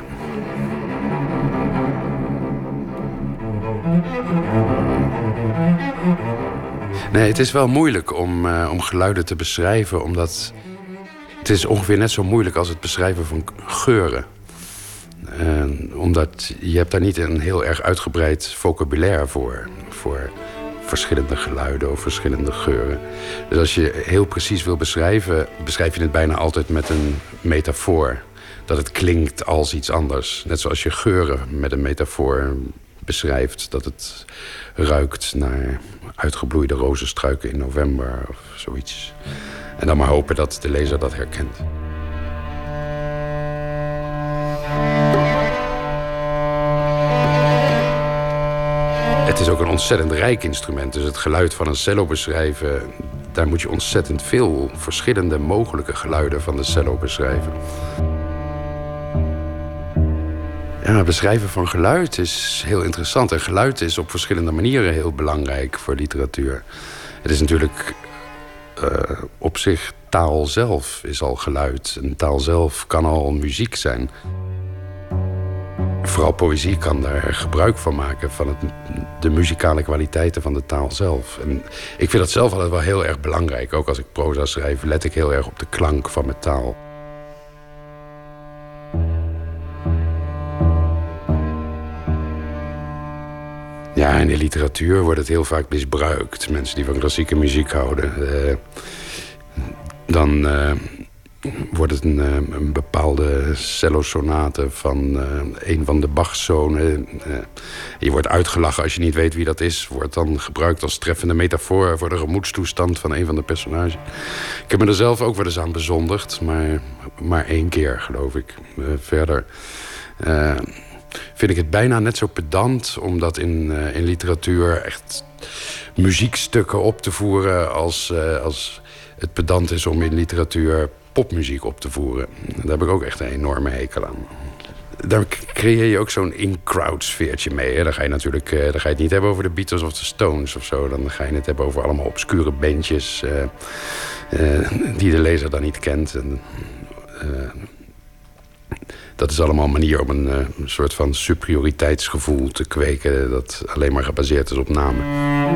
Q: Nee, het is wel moeilijk om geluiden te beschrijven, omdat het is ongeveer net zo moeilijk als het beschrijven van geuren. Omdat je hebt daar niet een heel erg uitgebreid vocabulaire voor verschillende geluiden of verschillende geuren. Dus als je heel precies wil beschrijven, beschrijf je het bijna altijd met een metafoor. Dat het klinkt als iets anders. Net zoals je geuren met een metafoor beschrijft. Dat het ruikt naar uitgebloeide rozenstruiken in november of zoiets. En dan maar hopen dat de lezer dat herkent. Het is ook een ontzettend rijk instrument. Dus het geluid van een cello beschrijven, daar moet je ontzettend veel verschillende mogelijke geluiden van de cello beschrijven. Ja, beschrijven van geluid is heel interessant. En geluid is op verschillende manieren heel belangrijk voor literatuur. Het is natuurlijk op zich taal zelf is al geluid. En taal zelf kan al muziek zijn. Vooral poëzie kan daar gebruik van maken van de muzikale kwaliteiten van de taal zelf. En ik vind dat zelf altijd wel heel erg belangrijk. Ook als ik proza schrijf, let ik heel erg op de klank van mijn taal. Ja, in de literatuur wordt het heel vaak misbruikt. Mensen die van klassieke muziek houden. Dan wordt het een bepaalde cellosonate van een van de Bach-zonen. Je wordt uitgelachen als je niet weet wie dat is. Wordt dan gebruikt als treffende metafoor voor de gemoedstoestand van een van de personages. Ik heb me er zelf ook wel eens aan bezondigd, maar 1 keer, geloof ik. Verder vind ik het bijna net zo pedant, omdat in literatuur echt muziekstukken op te voeren als het pedant is om in literatuur popmuziek op te voeren. Daar heb ik ook echt een enorme hekel aan. Daar creëer je ook zo'n in-crowd sfeertje mee. Hè. Dan ga je het niet hebben over de Beatles of de Stones of zo. Dan ga je het hebben over allemaal obscure bandjes die de lezer dan niet kent. En, dat is allemaal een manier om een soort van superioriteitsgevoel te kweken dat alleen maar gebaseerd is op namen.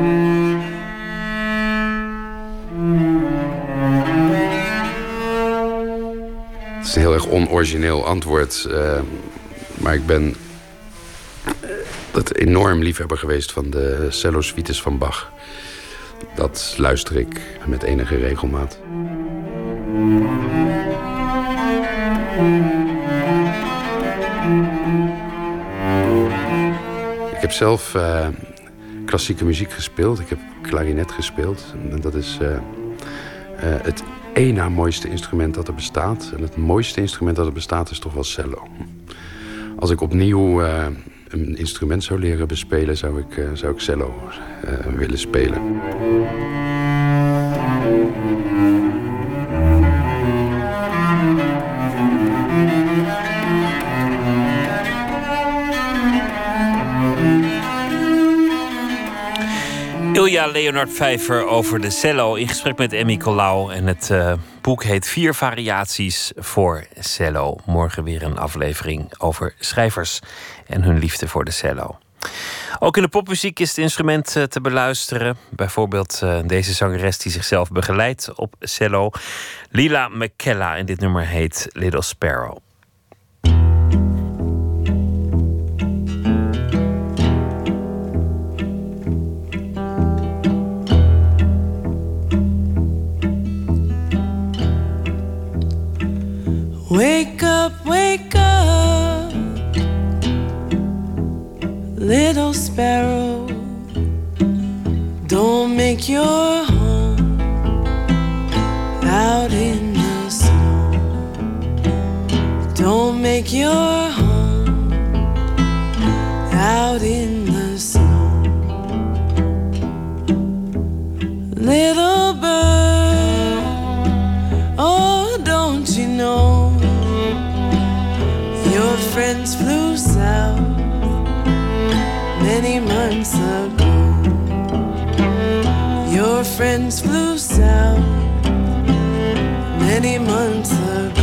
Q: Het is een heel erg onorigineel antwoord, maar ik ben enorm liefhebber geweest van de cello-suites van Bach. Dat luister ik met enige regelmaat. Ik heb zelf klassieke muziek gespeeld. Ik heb klarinet gespeeld. En dat is het één na mooiste instrument dat er bestaat. En het mooiste instrument dat er bestaat is toch wel cello. Als ik opnieuw een instrument zou leren bespelen, zou ik cello willen spelen.
D: Ilja Leonard Vijver over de cello in gesprek met Emmy Colau. En het boek heet 4 variaties voor cello. Morgen weer een aflevering over schrijvers en hun liefde voor de cello. Ook in de popmuziek is het instrument te beluisteren. Bijvoorbeeld deze zangeres die zichzelf begeleidt op cello. Lila McKella, en dit nummer heet Little Sparrow.
R: Wake up, little sparrow. Don't make your home out in the snow. Don't make your home out in the snow. Little bird, oh, don't you know? Your friends flew south many months ago. Your friends flew south many months ago.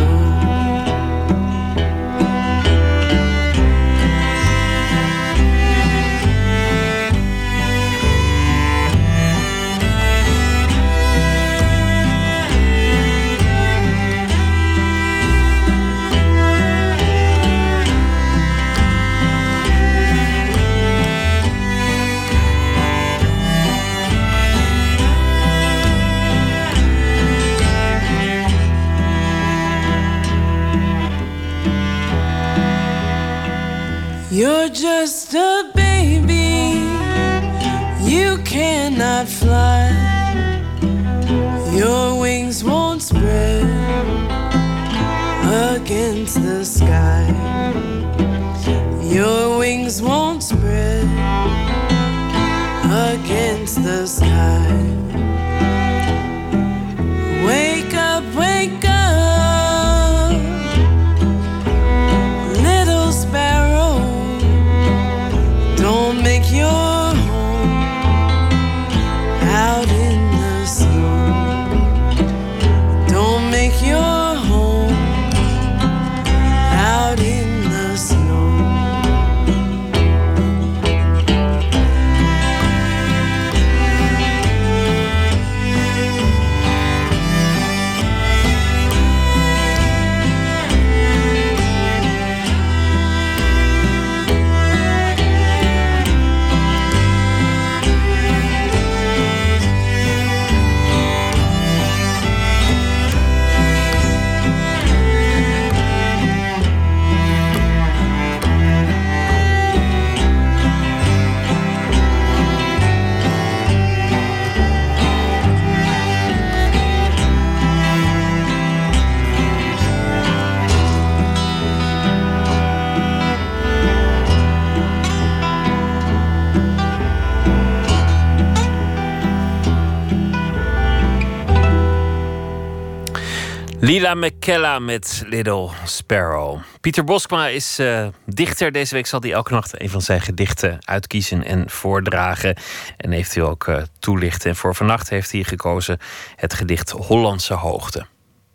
R: You're just a baby, you cannot fly. Your wings won't spread against the sky. Your wings won't spread against the sky. Wake up, little sparrow. Don't make your home out in the snow. Don't make your home out in the snow.
D: Lila McKella met Little Sparrow. Pieter Boskma is dichter. Deze week zal hij elke nacht een van zijn gedichten uitkiezen en voordragen. En eventueel ook toelichten. En voor vannacht heeft hij gekozen het gedicht Hollandse Hoogte.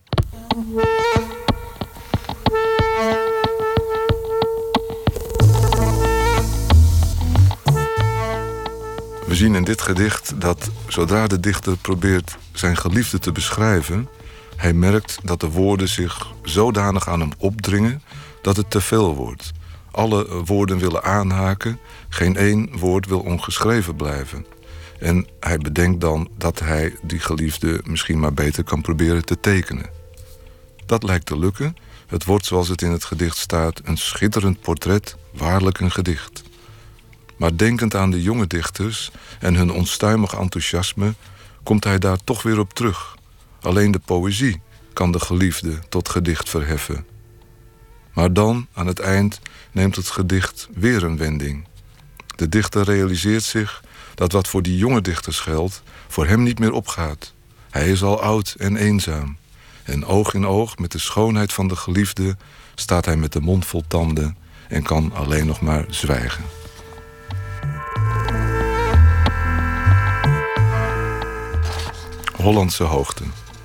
S: We zien in dit gedicht dat zodra de dichter probeert zijn geliefde te beschrijven, hij merkt dat de woorden zich zodanig aan hem opdringen dat het te veel wordt. Alle woorden willen aanhaken, geen één woord wil ongeschreven blijven. En hij bedenkt dan dat hij die geliefde misschien maar beter kan proberen te tekenen. Dat lijkt te lukken. Het wordt, zoals het in het gedicht staat, een schitterend portret, waarlijk een gedicht. Maar denkend aan de jonge dichters en hun onstuimig enthousiasme, komt hij daar toch weer op terug. Alleen de poëzie kan de geliefde tot gedicht verheffen. Maar dan, aan het eind, neemt het gedicht weer een wending. De dichter realiseert zich dat wat voor die jonge dichters geldt, voor hem niet meer opgaat. Hij is al oud en eenzaam. En oog in oog met de schoonheid van de geliefde staat hij met de mond vol tanden en kan alleen nog maar zwijgen. Hollandse Hoogte.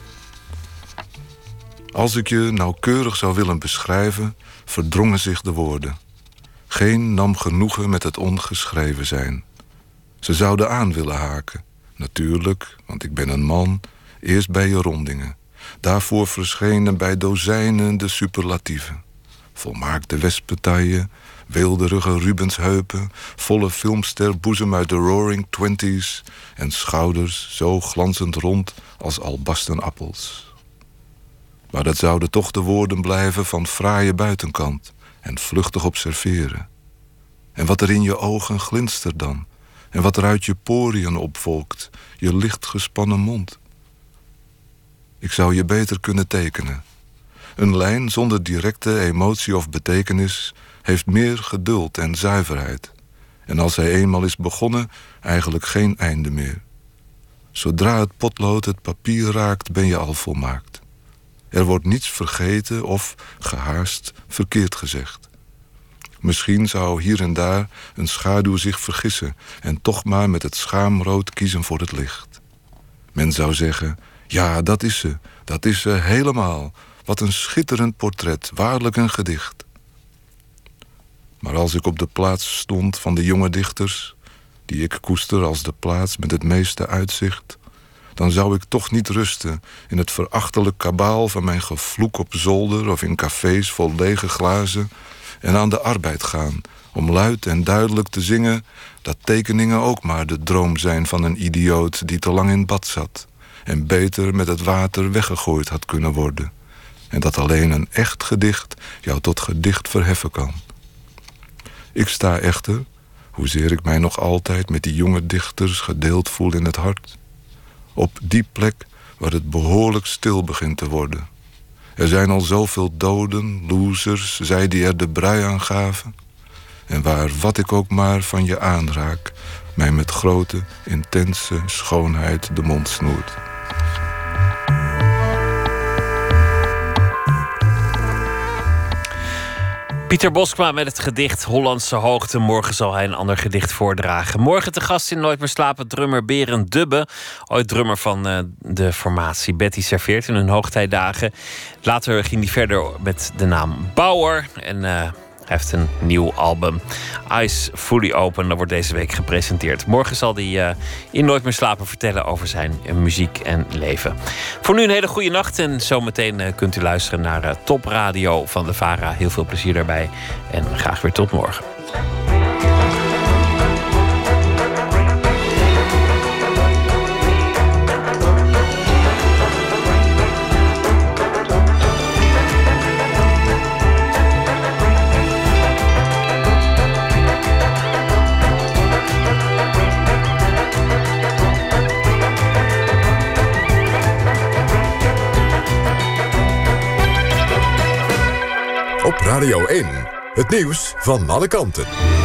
S: Als ik je nauwkeurig zou willen beschrijven, verdrongen zich de woorden. Geen nam genoegen met het ongeschreven zijn. Ze zouden aan willen haken. Natuurlijk, want ik ben een man, eerst bij je rondingen. Daarvoor verschenen bij dozijnen de superlatieven. Volmaakte wespentaille, weelderige Rubensheupen, volle filmsterboezem uit de Roaring Twenties en schouders zo glanzend rond als albasten appels. Maar dat zouden toch de woorden blijven van fraaie buitenkant en vluchtig observeren. En wat er in je ogen glinstert dan, en wat er uit je poriën opvolkt, je licht gespannen mond. Ik zou je beter kunnen tekenen. Een lijn zonder directe emotie of betekenis heeft meer geduld en zuiverheid. En als hij eenmaal is begonnen, eigenlijk geen einde meer. Zodra het potlood het papier raakt, ben je al volmaakt. Er wordt niets vergeten of, gehaast, verkeerd gezegd. Misschien zou hier en daar een schaduw zich vergissen en toch maar met het schaamrood kiezen voor het licht. Men zou zeggen, ja, dat is ze helemaal. Wat een schitterend portret, waarlijk een gedicht. Maar als ik op de plaats stond van de jonge dichters, die ik koester als de plaats met het meeste uitzicht, dan zou ik toch niet rusten in het verachtelijk kabaal van mijn gevloek op zolder of in cafés vol lege glazen en aan de arbeid gaan om luid en duidelijk te zingen dat tekeningen ook maar de droom zijn van een idioot die te lang in bad zat en beter met het water weggegooid had kunnen worden. En dat alleen een echt gedicht jou tot gedicht verheffen kan. Ik sta echter, hoezeer ik mij nog altijd met die jonge dichters gedeeld voel in het hart, op die plek waar het behoorlijk stil begint te worden. Er zijn al zoveel doden, losers, zij die er de brui aan gaven. En waar wat ik ook maar van je aanraak, mij met grote, intense schoonheid de mond snoert.
D: Pieter Boskma met het gedicht Hollandse Hoogte. Morgen zal hij een ander gedicht voordragen. Morgen te gast in Nooit meer slapen drummer Berend Dubbe. Ooit drummer van de formatie Betty Serveert in hun hoogtijdagen. Later ging hij verder met de naam Bauer. En hij heeft een nieuw album, Eyes Fully Open. Dat wordt deze week gepresenteerd. Morgen zal hij in Nooit meer slapen vertellen over zijn muziek en leven. Voor nu een hele goede nacht. En zometeen kunt u luisteren naar Top Radio van de VARA. Heel veel plezier daarbij. En graag weer tot morgen.
B: Op Radio 1, het nieuws van alle kanten.